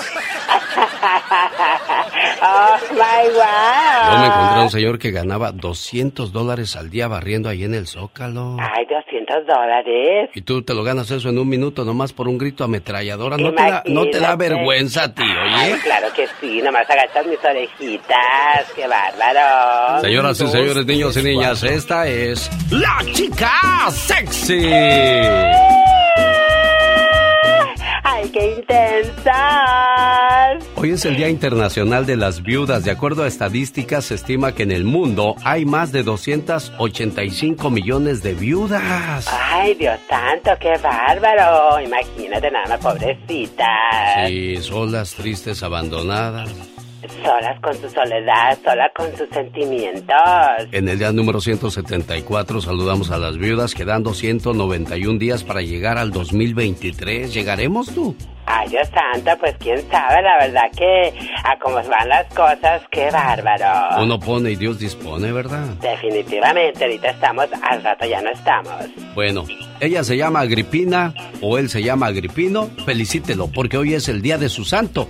Oh, my wow. Yo me encontré a un señor que ganaba $200 al día barriendo ahí en el Zócalo. Ay, $200. Y tú te lo ganas eso en un minuto nomás por un grito ametralladora. ¿No te da vergüenza a ti, oye? Ay, claro que sí, nomás agachas mis orejitas. ¡Qué bárbaro! Señoras y señores, niños y niñas, esta es La Chica Sexy. ¡Ay, qué intensas! Hoy es el Día Internacional de las Viudas. De acuerdo a estadísticas, se estima que en el mundo hay más de 285 millones de viudas. ¡Ay, Dios santo, qué bárbaro! Imagínate nada más, pobrecitas. Sí, solas, tristes, abandonadas. Solas con su soledad, solas con sus sentimientos. En el día número 174 saludamos a las viudas, quedando 191 días para llegar al 2023. ¿Llegaremos tú? Ay, Dios santo, pues quién sabe, la verdad que a cómo van las cosas, qué bárbaro. Uno pone y Dios dispone, ¿verdad? Definitivamente, ahorita estamos, al rato ya no estamos. Bueno, ella se llama Agripina o él se llama Agripino, felicítelo porque hoy es el día de su santo.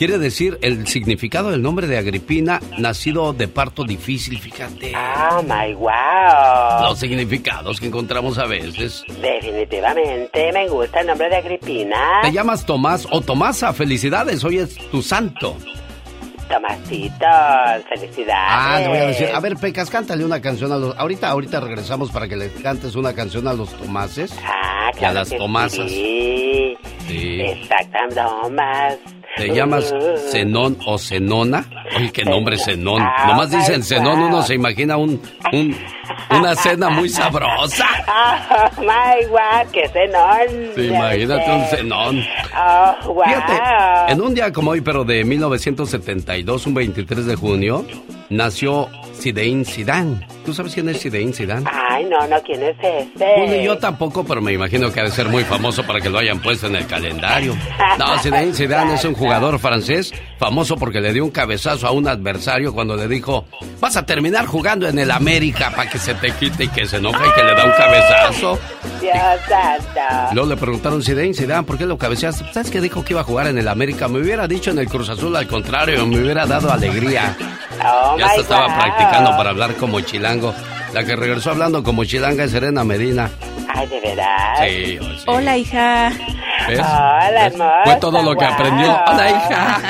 quiere decir el significado del nombre de Agripina, nacido de parto difícil, fíjate. Oh, my wow. Los significados que encontramos a veces. Definitivamente me gusta el nombre de Agripina. Te llamas Tomás o Tomasa, felicidades, hoy es tu santo. Tomasito, felicidades. Ah, le voy a decir, a ver, Pecas, cántale una canción a los... Ahorita regresamos para que le cantes una canción a los Tomases. Ah, claro, y a las Tomasas. Sí. Exactamente, Tomás. ¿Te llamas Zenón o Zenona? Oye, qué nombre Zenón. Nomás dicen Zenón, uno se imagina una cena muy sabrosa. Oh, my God, qué Zenón. Sí, imagínate un Zenón. Oh, wow. Fíjate, en un día como hoy, pero de 1972, un 23 de junio, nació Zinedine Zidane. ¿Tú sabes quién es Zinedine Zidane? Ay, no, ¿quién es ese? Bueno, yo tampoco, pero me imagino que ha de ser muy famoso para que lo hayan puesto en el calendario. No, Zinedine Zidane es un jugador francés famoso porque le dio un cabezazo a un adversario cuando le dijo, vas a terminar jugando en el América para que se te quite y que se enoja y que le da un cabezazo. Dios santo. Luego le preguntaron, Zidane, ¿por qué lo cabeceaste? ¿Sabes que dijo que iba a jugar en el América? Me hubiera dicho en el Cruz Azul, al contrario, me hubiera dado alegría. Oh, ya se estaba practicando para hablar como chilango. La que regresó hablando como chilanga es Serena Medina. Ay, ¿de verdad? Sí. Hola, hija. ¿Ves? Hola, hermosa. Fue todo lo que aprendió. Hola, hija.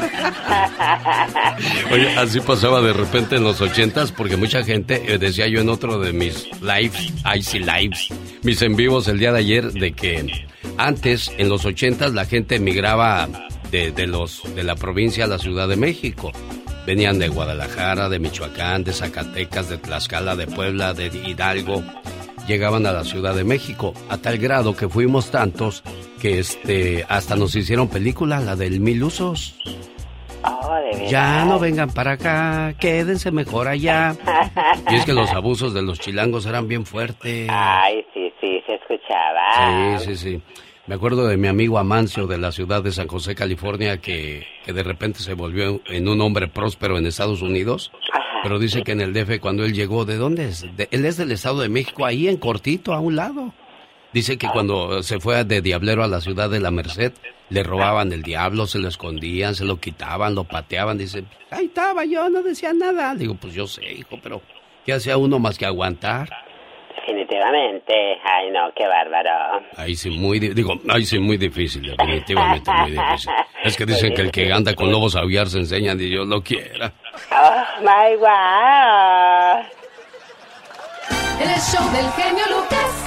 Oye, así pasaba de repente en los 80s, porque mucha gente, decía yo en otro de mis lives, Icy Lives, mis en vivos el día de ayer, de que antes, en los 80s, la gente emigraba de la provincia a la Ciudad de México. Venían de Guadalajara, de Michoacán, de Zacatecas, de Tlaxcala, de Puebla, de Hidalgo. Llegaban a la Ciudad de México, a tal grado que fuimos tantos que hasta nos hicieron película, la del 1000 usos. Oh, de verdad. Ya no vengan para acá, quédense mejor allá. Y es que los abusos de los chilangos eran bien fuertes. Ay, sí, se escuchaba. Sí. Me acuerdo de mi amigo Amancio de la ciudad de San José, California, que de repente se volvió en un hombre próspero en Estados Unidos. Pero dice que en el DF, cuando él llegó, ¿de dónde es? Él es del Estado de México, ahí en cortito, a un lado. Dice que cuando se fue de diablero a la ciudad de La Merced, le robaban el diablo, se lo escondían, se lo quitaban, lo pateaban. Dice, ahí estaba yo, no decía nada. Digo, pues yo sé, hijo, pero ¿qué hacía uno más que aguantar? Definitivamente. Ay, no, qué bárbaro. Ahí sí, muy difícil, definitivamente muy difícil. Es que dicen que el que anda con lobos a aullar se enseña, ni Dios lo quiera. Oh, my God. El show del genio Lucas.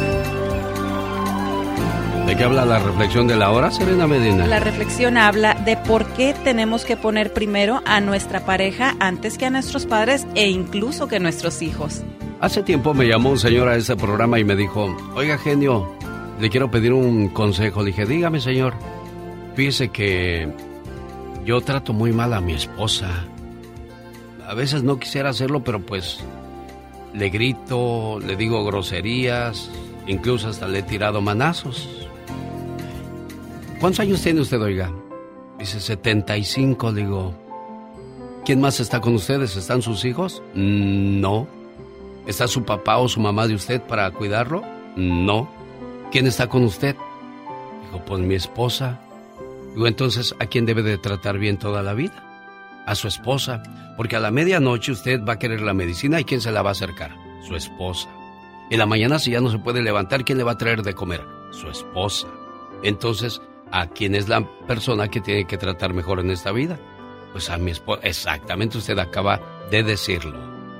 ¿De qué habla la reflexión de la hora, Serena Medina? La reflexión habla de por qué tenemos que poner primero a nuestra pareja antes que a nuestros padres e incluso que nuestros hijos. Hace tiempo me llamó un señor a ese programa y me dijo, oiga, genio, le quiero pedir un consejo. Le dije, dígame, señor. Fíjese que yo trato muy mal a mi esposa. A veces no quisiera hacerlo, pero pues le grito, le digo groserías, incluso hasta le he tirado manazos. ¿Cuántos años tiene usted, oiga? Dice, 75, le digo. ¿Quién más está con ustedes? ¿Están sus hijos? No. ¿Está su papá o su mamá de usted para cuidarlo? No. ¿Quién está con usted? Digo, pues mi esposa. Digo, entonces, ¿a quién debe de tratar bien toda la vida? A su esposa. Porque a la medianoche usted va a querer la medicina y ¿quién se la va a acercar? Su esposa. En la mañana, si ya no se puede levantar, ¿quién le va a traer de comer? Su esposa. Entonces, ¿a quién es la persona que tiene que tratar mejor en esta vida? Pues a mi esposa. Exactamente, usted acaba de decirlo.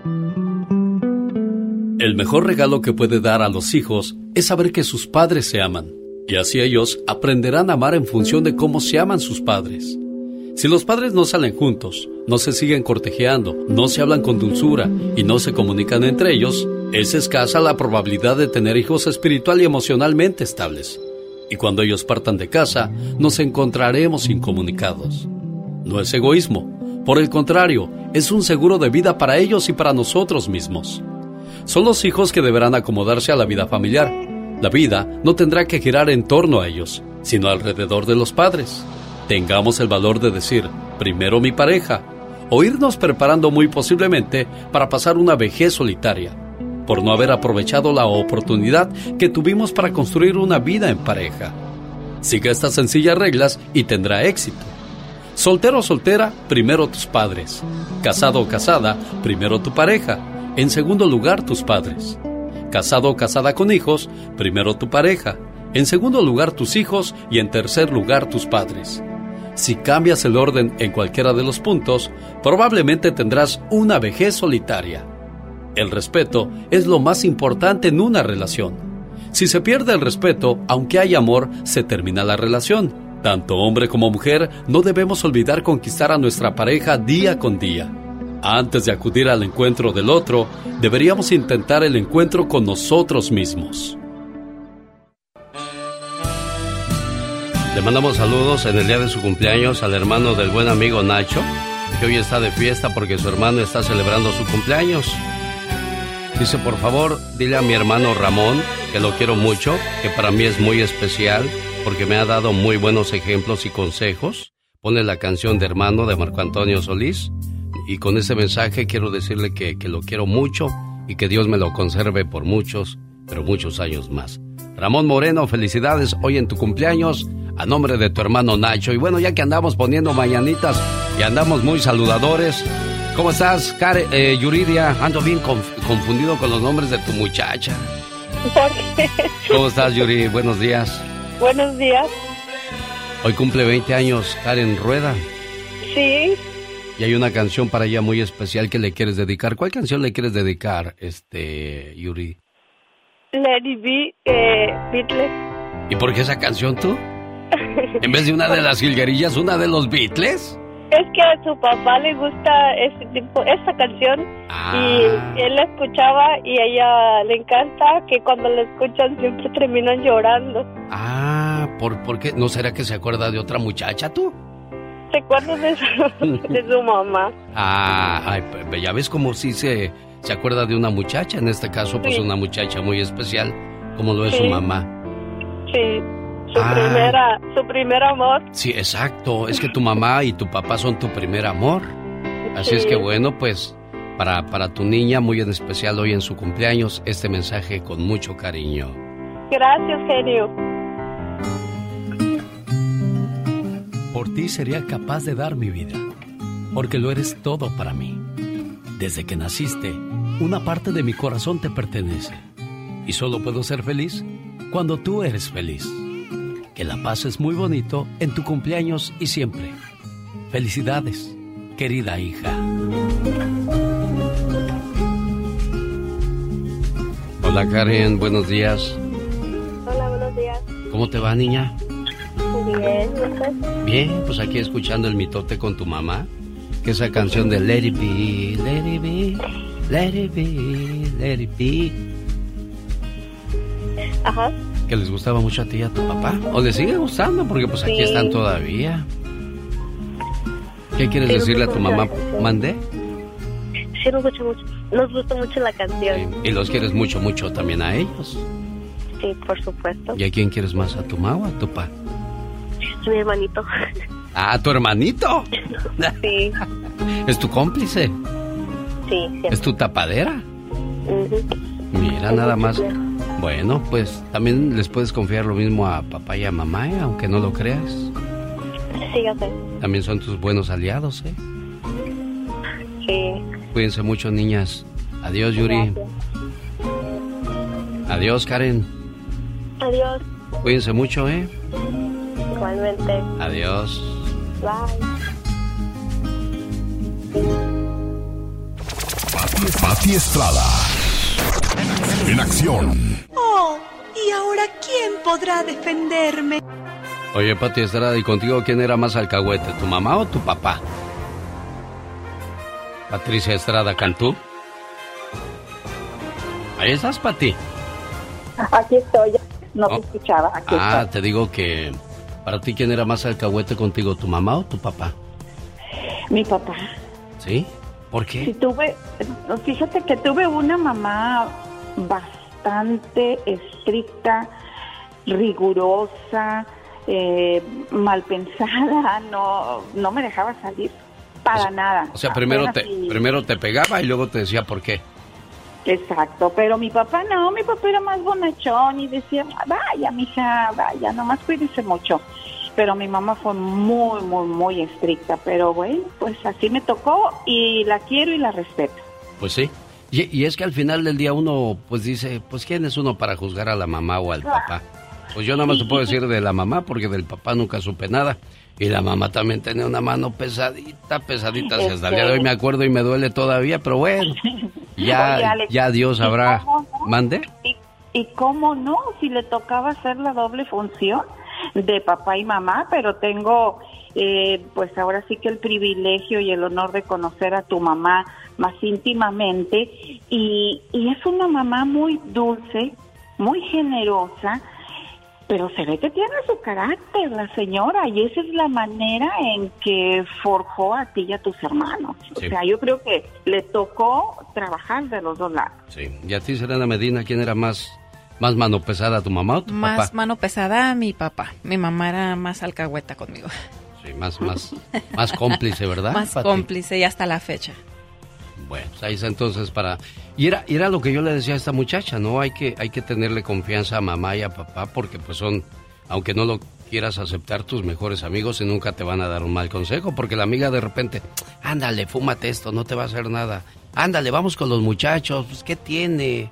El mejor regalo que puede dar a los hijos es saber que sus padres se aman. Y así ellos aprenderán a amar en función de cómo se aman sus padres. Si los padres no salen juntos, no se siguen cortejeando, no se hablan con dulzura y no se comunican entre ellos, es escasa la probabilidad de tener hijos espiritual y emocionalmente estables. Y cuando ellos partan de casa, nos encontraremos incomunicados. No es egoísmo, por el contrario, es un seguro de vida para ellos y para nosotros mismos. Son los hijos que deberán acomodarse a la vida familiar. La vida no tendrá que girar en torno a ellos, sino alrededor de los padres. Tengamos el valor de decir, primero mi pareja, o irnos preparando muy posiblemente para pasar una vejez solitaria, por no haber aprovechado la oportunidad que tuvimos para construir una vida en pareja. Siga estas sencillas reglas y tendrá éxito. Soltero o soltera, primero tus padres. Casado o casada, primero tu pareja. En segundo lugar, tus padres. Casado o casada con hijos, primero tu pareja. En segundo lugar, tus hijos. Y en tercer lugar, tus padres. Si cambias el orden en cualquiera de los puntos, probablemente tendrás una vejez solitaria. El respeto es lo más importante en una relación. Si se pierde el respeto, aunque hay amor, se termina la relación. Tanto hombre como mujer, no debemos olvidar conquistar a nuestra pareja día con día. Antes de acudir al encuentro del otro, deberíamos intentar el encuentro con nosotros mismos. Le mandamos saludos en el día de su cumpleaños al hermano del buen amigo Nacho, que hoy está de fiesta porque su hermano está celebrando su cumpleaños. Dice, por favor, dile a mi hermano Ramón que lo quiero mucho, que para mí es muy especial porque me ha dado muy buenos ejemplos y consejos. Pone la canción de Hermano de Marco Antonio Solís y con ese mensaje quiero decirle que lo quiero mucho y que Dios me lo conserve por muchos, pero muchos años más. Ramón Moreno, felicidades hoy en tu cumpleaños a nombre de tu hermano Nacho. Y bueno, ya que andamos poniendo mañanitas y andamos muy saludadores, ¿cómo estás, Yuridia? Ando bien confundido con los nombres de tu muchacha. ¿Por qué? ¿Cómo estás, Yuri? Buenos días. Buenos días. Hoy cumple 20 años Karen Rueda. Sí. Y hay una canción para ella muy especial que le quieres dedicar. ¿Cuál canción le quieres dedicar, Yuri? Let It Be, Beatles. ¿Y por qué esa canción tú? En vez de una de las jilguerillas, ¿una de los Beatles? Es que a su papá le gusta esta canción y él la escuchaba y a ella le encanta que cuando la escuchan siempre terminan llorando. ¿Por qué? ¿No será que se acuerda de otra muchacha tú? Se acuerda de su mamá. Ya ves como si se acuerda de una muchacha, en este caso pues una muchacha muy especial, como lo es su mamá. Sí. Su primer amor. Sí, exacto. Es que tu mamá y tu papá son tu primer amor. Así es que bueno, pues para tu niña, muy en especial hoy en su cumpleaños, este mensaje con mucho cariño. Gracias, genio. Por ti sería capaz de dar mi vida, porque lo eres todo para mí. Desde que naciste, una parte de mi corazón te pertenece. Y solo puedo ser feliz cuando tú eres feliz. Que la pases muy bonito en tu cumpleaños y siempre. Felicidades, querida hija. Hola Karen, buenos días. Hola, buenos días. ¿Cómo te va, niña? Bien, ¿usted? Bien, pues aquí escuchando el mitote con tu mamá. Que esa canción de Let It Be, Let It Be, Let It Be, Let It Be. Ajá. Que les gustaba mucho a ti y a tu papá. ¿O les sigue gustando? Porque pues aquí están todavía. ¿Qué quieres decirle a tu mamá? ¿Mandé? Sí, nos gusta mucho la canción. Sí. ¿Y los quieres mucho, mucho también a ellos? Sí, por supuesto. ¿Y a quién quieres más? ¿A tu mamá o a tu papá? A mi hermanito. ¿A tu hermanito? Sí. ¿Es tu cómplice? Sí, sí. ¿Es tu tapadera? Mira, nada más. Bueno, pues también les puedes confiar lo mismo a papá y a mamá, aunque no lo creas. Sí, ya sé. También son tus buenos aliados, ¿eh? Sí. Cuídense mucho, niñas. Adiós, Yuri. Gracias. Adiós, Karen. Adiós. Cuídense mucho, ¿eh? Igualmente. Adiós. Bye. Pati Estrada. En acción. Oh, ¿y ahora quién podrá defenderme? Oye, Pati Estrada, ¿y contigo quién era más alcahuete, tu mamá o tu papá? Patricia Estrada Cantú. Ahí estás, Pati. Aquí estoy, no te escuchaba. Aquí estoy. Te digo que para ti, ¿quién era más alcahuete contigo, tu mamá o tu papá? Mi papá. ¿Sí? ¿Por qué? Sí, fíjate que tuve una mamá bastante estricta, rigurosa, mal pensada, no me dejaba salir para nada. O sea, primero te pegaba y luego te decía por qué. Exacto, pero mi papá no, mi papá era más bonachón y decía, vaya, mija, vaya, nomás cuídese mucho. pero mi mamá fue muy, muy, muy estricta, pero bueno, pues así me tocó y la quiero y la respeto. Pues sí, y es que al final del día uno pues dice, pues ¿quién es uno para juzgar a la mamá o al papá? Pues yo nada más te puedo decir de la mamá, porque del papá nunca supe nada. Y la mamá también tenía una mano pesadita, pesadita. Hasta el día de hoy me acuerdo y me duele todavía, pero bueno, ya, oye, Alex, ya Dios sabrá. No? ¿Mande? ¿Y cómo no? Si le tocaba hacer la doble función de papá y mamá, pero tengo, pues ahora sí que el privilegio y el honor de conocer a tu mamá más íntimamente. Y es una mamá muy dulce, muy generosa, pero se ve que tiene su carácter la señora, y esa es la manera en que forjó a ti y a tus hermanos. Sí. O sea, yo creo que le tocó trabajar de los dos lados. Sí. ¿Y a ti, Selena Medina, quién era más mano pesada, tu mamá o tu papá? Más mano pesada, mi papá. Mi mamá era más alcahueta conmigo. Sí, más cómplice, ¿verdad? Más cómplice y hasta la fecha. Bueno, pues ahí está entonces para... Y era lo que yo le decía a esta muchacha, ¿no? Hay que tenerle confianza a mamá y a papá, porque pues son, aunque no lo quieras aceptar, tus mejores amigos, y nunca te van a dar un mal consejo, porque la amiga de repente, ándale, fúmate esto, no te va a hacer nada. Ándale, vamos con los muchachos, pues ¿qué tiene?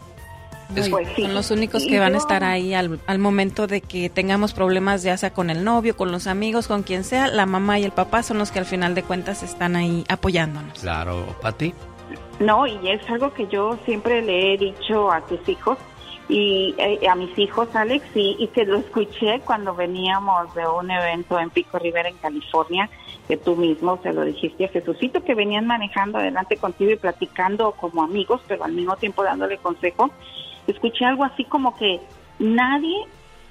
Son los únicos que van a estar ahí al momento de que tengamos problemas, ya sea con el novio, con los amigos, con quien sea. La mamá y el papá son los que al final de cuentas están ahí apoyándonos. Claro, Pati. No, y es algo que yo siempre le he dicho a tus hijos y a mis hijos, Alex, y que lo escuché cuando veníamos de un evento en Pico Rivera, en California, que tú mismo se lo dijiste a Jesucito, que venían manejando adelante contigo y platicando como amigos, pero al mismo tiempo dándole consejo. Escuché algo así como que nadie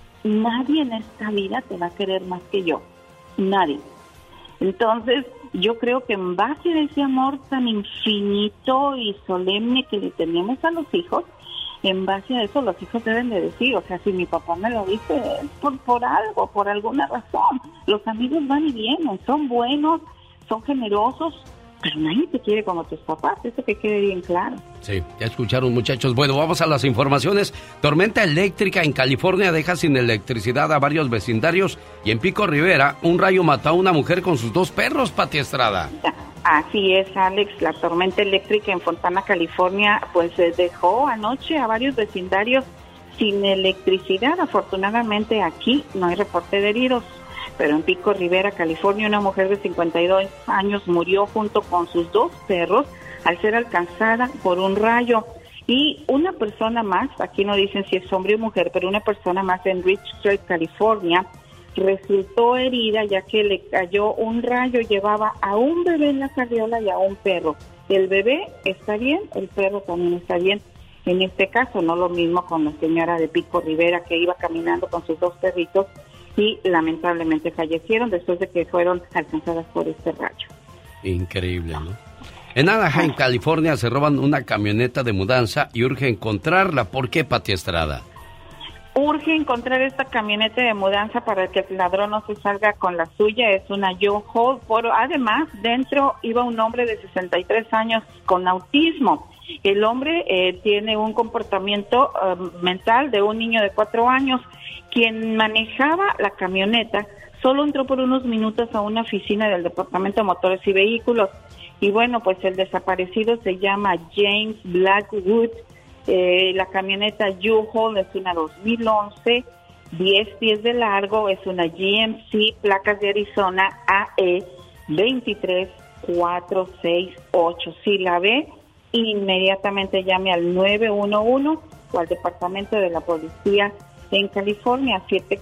en esta vida te va a querer más que yo, nadie. Entonces, yo creo que en base a ese amor tan infinito y solemne que le tenemos a los hijos, en base a eso los hijos deben de decir, o sea, si mi papá me lo dice es por algo, por alguna razón. Los amigos van y vienen, son buenos, son generosos, pero nadie te quiere como tus papás, eso que quede bien claro. Sí, ya escucharon, muchachos. Bueno, vamos a las informaciones. Tormenta eléctrica en California deja sin electricidad a varios vecindarios, y en Pico Rivera un rayo mató a una mujer con sus 2 perros, Pati Estrada. Así es, Alex, la tormenta eléctrica en Fontana, California, pues dejó anoche a varios vecindarios sin electricidad. Afortunadamente aquí no hay reporte de heridos. Pero en Pico Rivera, California, una mujer de 52 años murió junto con sus 2 perros al ser alcanzada por un rayo. Y una persona más, aquí no dicen si es hombre o mujer, pero una persona más en Richfield, California, resultó herida ya que le cayó un rayo. Llevaba a un bebé en la carriola y a un perro. El bebé está bien, el perro también está bien. En este caso, no lo mismo con la señora de Pico Rivera, que iba caminando con sus 2 perritos y lamentablemente fallecieron después de que fueron alcanzadas por este rayo. Increíble, ¿no? En Anaheim, California, se roban una camioneta de mudanza y urge encontrarla. ¿Por qué, Pati Estrada? Urge encontrar esta camioneta de mudanza para que el ladrón no se salga con la suya. Es una U-Haul. Además, dentro iba un hombre de 63 años con autismo. El hombre tiene un comportamiento mental de un niño de 4 años. Quien manejaba la camioneta solo entró por unos minutos a una oficina del Departamento de Motores y Vehículos. Y bueno, pues el desaparecido se llama James Blackwood. La camioneta U-Haul es una 2011, 10 pies de largo, es una GMC, placas de Arizona, AE 23468. Si la ve, inmediatamente llame al 911 o al Departamento de la Policía en California,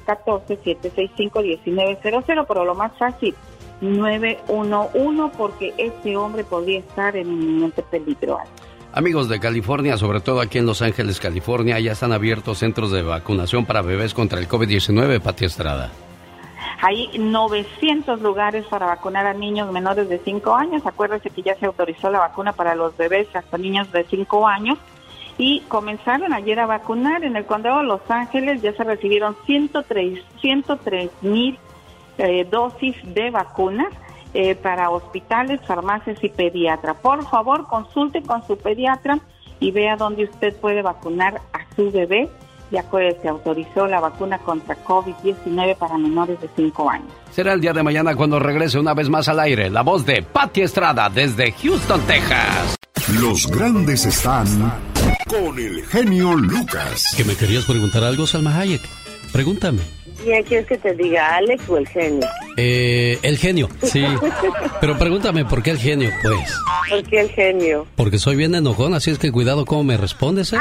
714-765-1900, pero lo más fácil, 911, porque este hombre podría estar en inminente peligro. Amigos de California, sobre todo aquí en Los Ángeles, California, ya están abiertos centros de vacunación para bebés contra el COVID-19, Pati Estrada. Hay 900 lugares para vacunar a niños menores de 5 años. Acuérdense que ya se autorizó la vacuna para los bebés hasta niños de 5 años. Y comenzaron ayer a vacunar. En el condado de Los Ángeles ya se recibieron 103,000 dosis de vacunas para hospitales, farmacias y pediatra. Por favor, consulte con su pediatra y vea dónde usted puede vacunar a su bebé ya se autorizó la vacuna contra COVID-19 para menores de 5 años. Será el día de mañana cuando regrese una vez más al aire la voz de Pati Estrada desde Houston, Texas. Los grandes están con el genio Lucas. ¿Que me querías preguntar algo, Salma Hayek? Pregúntame. ¿Y quieres que te diga Alex o el genio? El genio, sí. Pero pregúntame, ¿por qué el genio, pues? ¿Por qué el genio? Porque soy bien enojón, así es que cuidado cómo me respondes, ¿eh?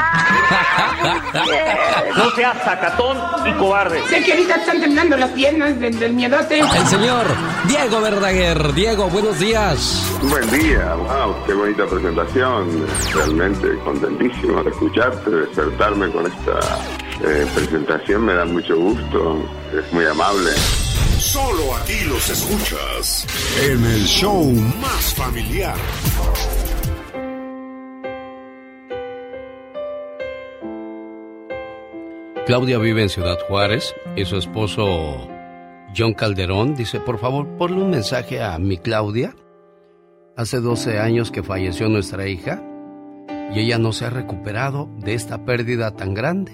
No seas sacatón y cobarde. Sé que ahorita están temblando las piernas del miedote. El señor Diego Verdaguer. Diego, buenos días. Buen día, wow, qué bonita presentación. Realmente contentísimo de escucharte, de despertarme con esta presentación, me da mucho gusto, es muy amable. Solo aquí los escuchas en el show más familiar. Claudia vive en Ciudad Juárez y su esposo John Calderón dice, por favor, ponle un mensaje a mi Claudia. Hace 12 años que falleció nuestra hija y ella no se ha recuperado de esta pérdida tan grande.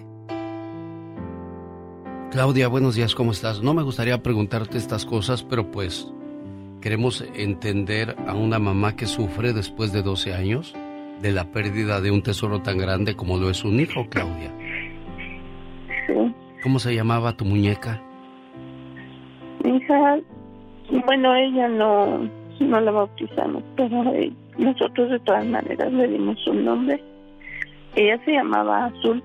Claudia, buenos días, ¿cómo estás? No me gustaría preguntarte estas cosas, pero pues queremos entender a una mamá que sufre después de 12 años de la pérdida de un tesoro tan grande como lo es un hijo, Claudia. Sí. ¿Cómo se llamaba tu muñeca? Mi hija, bueno, ella no la bautizamos, pero nosotros de todas maneras le dimos un nombre. Ella se llamaba Azul.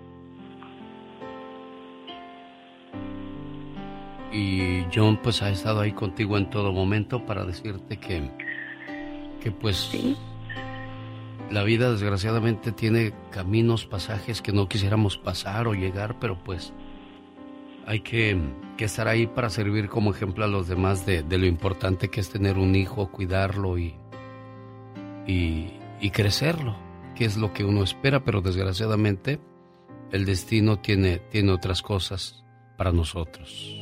Y John pues ha estado ahí contigo en todo momento para decirte que pues sí, la vida desgraciadamente tiene caminos, pasajes que no quisiéramos pasar o llegar, pero pues hay que estar ahí para servir como ejemplo a los demás de lo importante que es tener un hijo, cuidarlo y crecerlo, que es lo que uno espera, pero desgraciadamente el destino tiene otras cosas para nosotros.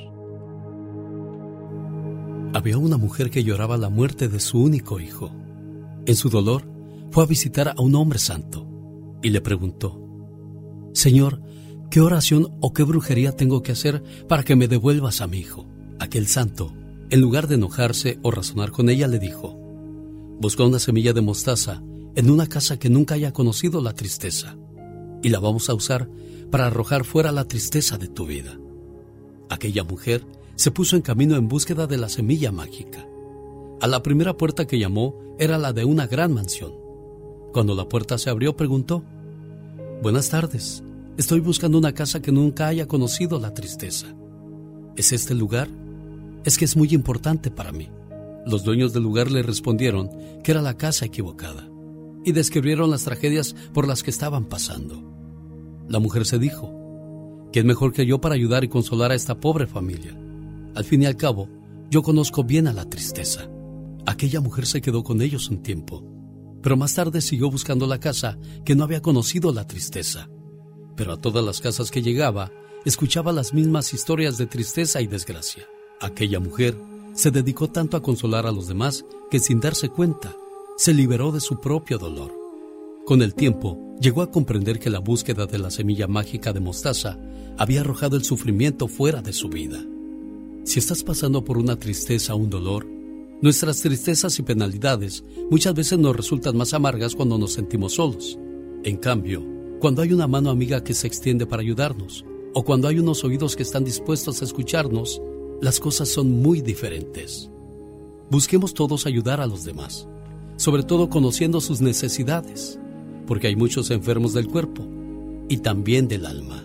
Había una mujer que lloraba la muerte de su único hijo. En su dolor, fue a visitar a un hombre santo y le preguntó, Señor, ¿qué oración o qué brujería tengo que hacer para que me devuelvas a mi hijo? Aquel santo, en lugar de enojarse o razonar con ella, le dijo, busca una semilla de mostaza en una casa que nunca haya conocido la tristeza y la vamos a usar para arrojar fuera la tristeza de tu vida. Aquella mujer se puso en camino en búsqueda de la semilla mágica. A la primera puerta que llamó era la de una gran mansión. Cuando la puerta se abrió, preguntó, buenas tardes, estoy buscando una casa que nunca haya conocido la tristeza. ¿Es este el lugar? Es que es muy importante para mí. Los dueños del lugar le respondieron que era la casa equivocada y describieron las tragedias por las que estaban pasando. La mujer se dijo, ¿quién mejor que yo para ayudar y consolar a esta pobre familia? Al fin y al cabo, yo conozco bien a la tristeza. Aquella mujer se quedó con ellos un tiempo, pero más tarde siguió buscando la casa que no había conocido la tristeza. Pero a todas las casas que llegaba, escuchaba las mismas historias de tristeza y desgracia. Aquella mujer se dedicó tanto a consolar a los demás que sin darse cuenta, se liberó de su propio dolor. Con el tiempo, llegó a comprender que la búsqueda de la semilla mágica de mostaza había arrojado el sufrimiento fuera de su vida. Si estás pasando por una tristeza o un dolor, nuestras tristezas y penalidades muchas veces nos resultan más amargas cuando nos sentimos solos. En cambio, cuando hay una mano amiga que se extiende para ayudarnos, o cuando hay unos oídos que están dispuestos a escucharnos, las cosas son muy diferentes. Busquemos todos ayudar a los demás, sobre todo conociendo sus necesidades, porque hay muchos enfermos del cuerpo y también del alma.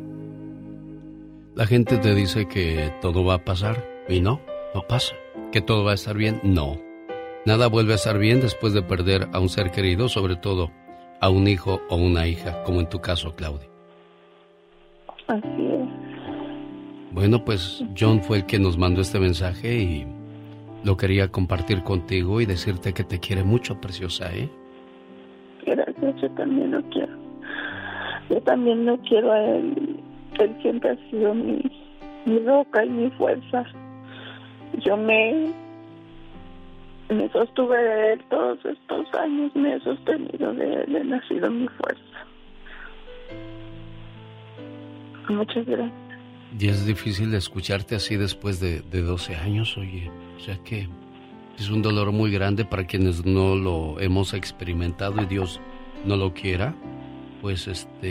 La gente te dice que todo va a pasar y no pasa. Que todo va a estar bien, no. Nada vuelve a estar bien después de perder a un ser querido, sobre todo a un hijo o una hija, como en tu caso, Claudia. Así es. Bueno, pues John fue el que nos mandó este mensaje y lo quería compartir contigo y decirte que te quiere mucho, preciosa, ¿eh? Gracias, yo también lo quiero. Yo también lo quiero a él. Él siempre ha sido mi roca y mi fuerza. Yo me sostuve de él todos estos años, me he sostenido de él, él ha sido mi fuerza. Muchas gracias. Y es difícil escucharte así después de 12 años, oye. O sea que es un dolor muy grande para quienes no lo hemos experimentado y Dios no lo quiera. Pues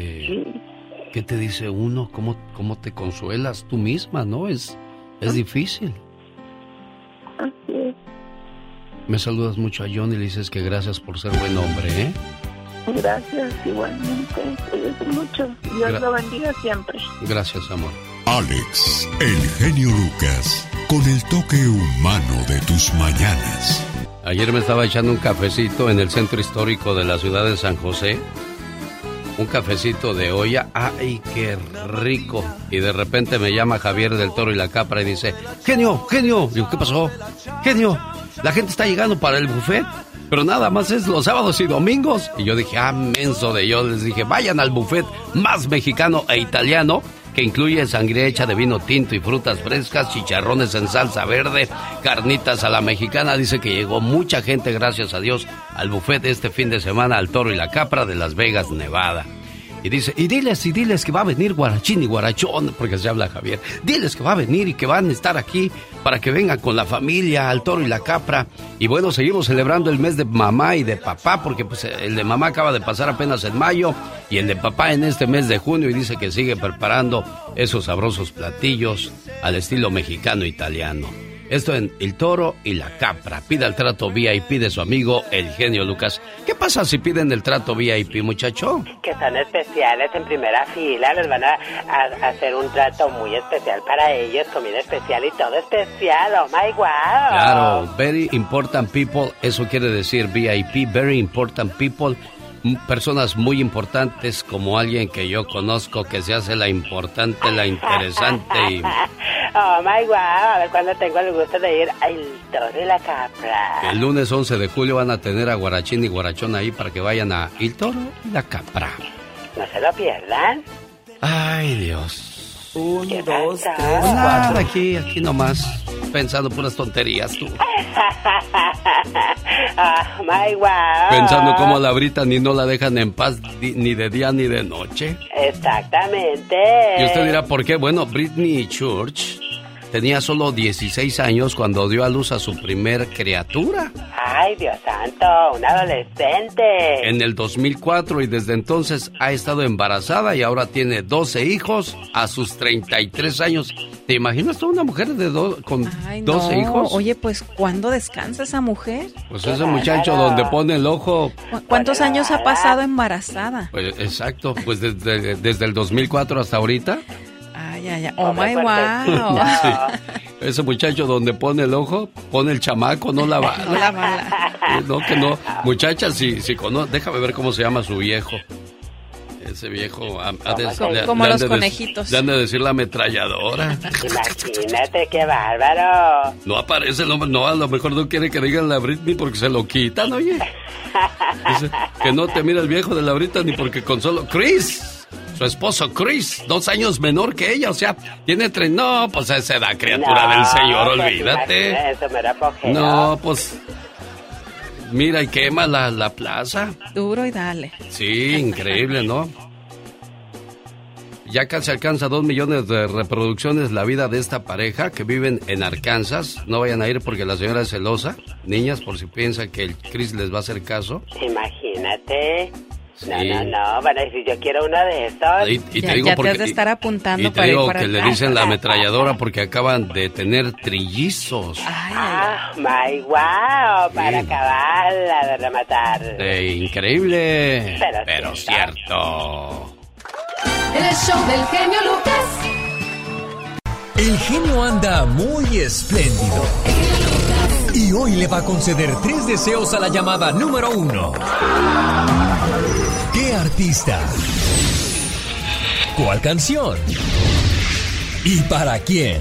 ¿qué te dice uno? ¿Cómo te consuelas tú misma, no? Es difícil. Así es. Me saludas mucho a John y le dices que gracias por ser buen hombre, ¿eh? Gracias, igualmente. Cuídate mucho. Dios lo bendiga siempre. Gracias, amor. Alex, el genio Lucas, con el toque humano de tus mañanas. Ayer me estaba echando un cafecito en el centro histórico de la ciudad de San José. Un cafecito de olla. ¡Ay, qué rico! Y de repente me llama Javier del Toro y la Capra y dice: ¡Genio, genio! Digo, ¿qué pasó? ¡Genio! La gente está llegando para el buffet, pero nada más es los sábados y domingos. Y yo dije, menso de yo. Les dije, vayan al buffet más mexicano e italiano, que incluye sangría hecha de vino tinto y frutas frescas, chicharrones en salsa verde, carnitas a la mexicana. Dice que llegó mucha gente, gracias a Dios, al buffet de este fin de semana al Toro y la Capra de Las Vegas, Nevada. Y dice, y diles que va a venir Guarachín y Guarachón, porque se habla Javier. Diles que va a venir y que van a estar aquí para que vengan con la familia al Toro y la Capra. Y bueno, seguimos celebrando el mes de mamá y de papá, porque pues el de mamá acaba de pasar apenas en mayo y el de papá en este mes de junio, y dice que sigue preparando esos sabrosos platillos al estilo mexicano-italiano. Esto en El Toro y la Capra. Pida el trato VIP de su amigo el genio Lucas. ¿Qué pasa si piden el trato VIP, muchacho? Que son especiales en primera fila. Les van a hacer un trato muy especial para ellos. Comida especial y todo especial. Oh my wow. Claro, very important people. Eso quiere decir VIP, very important people. Personas muy importantes, como alguien que yo conozco que se hace la importante, la interesante y... Oh my wow, a ver cuándo tengo el gusto de ir al Toro y la Capra. El lunes 11 de julio van a tener a Guarachín y Guarachón ahí para que vayan a El Toro y la Capra. No se lo pierdan. Ay, Dios. 1, 2, 3, 4. Aquí nomás, pensando puras tonterías tú. Oh my wow. Pensando cómo la Brittany no la dejan en paz ni de día ni de noche. Exactamente. Y usted dirá, ¿por qué? Bueno, Britney Church tenía solo 16 años cuando dio a luz a su primer criatura. Ay, Dios santo, un adolescente. En el 2004, y desde entonces ha estado embarazada y ahora tiene 12 hijos a sus 33 años. ¿Te imaginas tú una mujer con 12 hijos? Oye, pues, ¿cuándo descansa esa mujer? Pues ese muchacho donde pone el ojo... ¿Cuántos años ha pasado embarazada? Pues exacto, pues desde el 2004 hasta ahorita. Ay. Oh my wow. Sí. Ese muchacho donde pone el ojo, pone el chamaco, no la bala. No la bala. No, que no. Muchacha, si conoce, déjame ver cómo se llama su viejo. Ese viejo... como los conejitos. Le han de decir la ametralladora. Imagínate, qué bárbaro. No aparece el nombre, no, a lo mejor no quiere que digan la Britney porque se lo quitan, oye. Dice, que no te mira el viejo de la Britney porque con solo... ¡Chris! Su esposo Chris, 2 años menor que ella, o sea, tiene 3... No, pues esa edad, criatura del Señor, olvídate. Eso me era pojero. No, pues... Mira, y quema la plaza. Duro y dale. Sí, increíble, ¿no? Ya casi alcanza 2 millones de reproducciones la vida de esta pareja que viven en Arkansas. No vayan a ir porque la señora es celosa. Niñas, por si piensan que el Chris les va a hacer caso. Imagínate. Sí. No, van a decir, yo quiero uno de estos. Y te digo porque, te has de estar apuntando. Y te digo que le dicen la ametralladora porque acaban de tener trillizos. My wow, para acabarla de rematar. Increíble, pero cierto. El show del genio Lucas. El genio anda muy espléndido. Y hoy le va a conceder 3 deseos a la llamada número 1. ¿Qué artista? ¿Cuál canción? ¿Y para quién?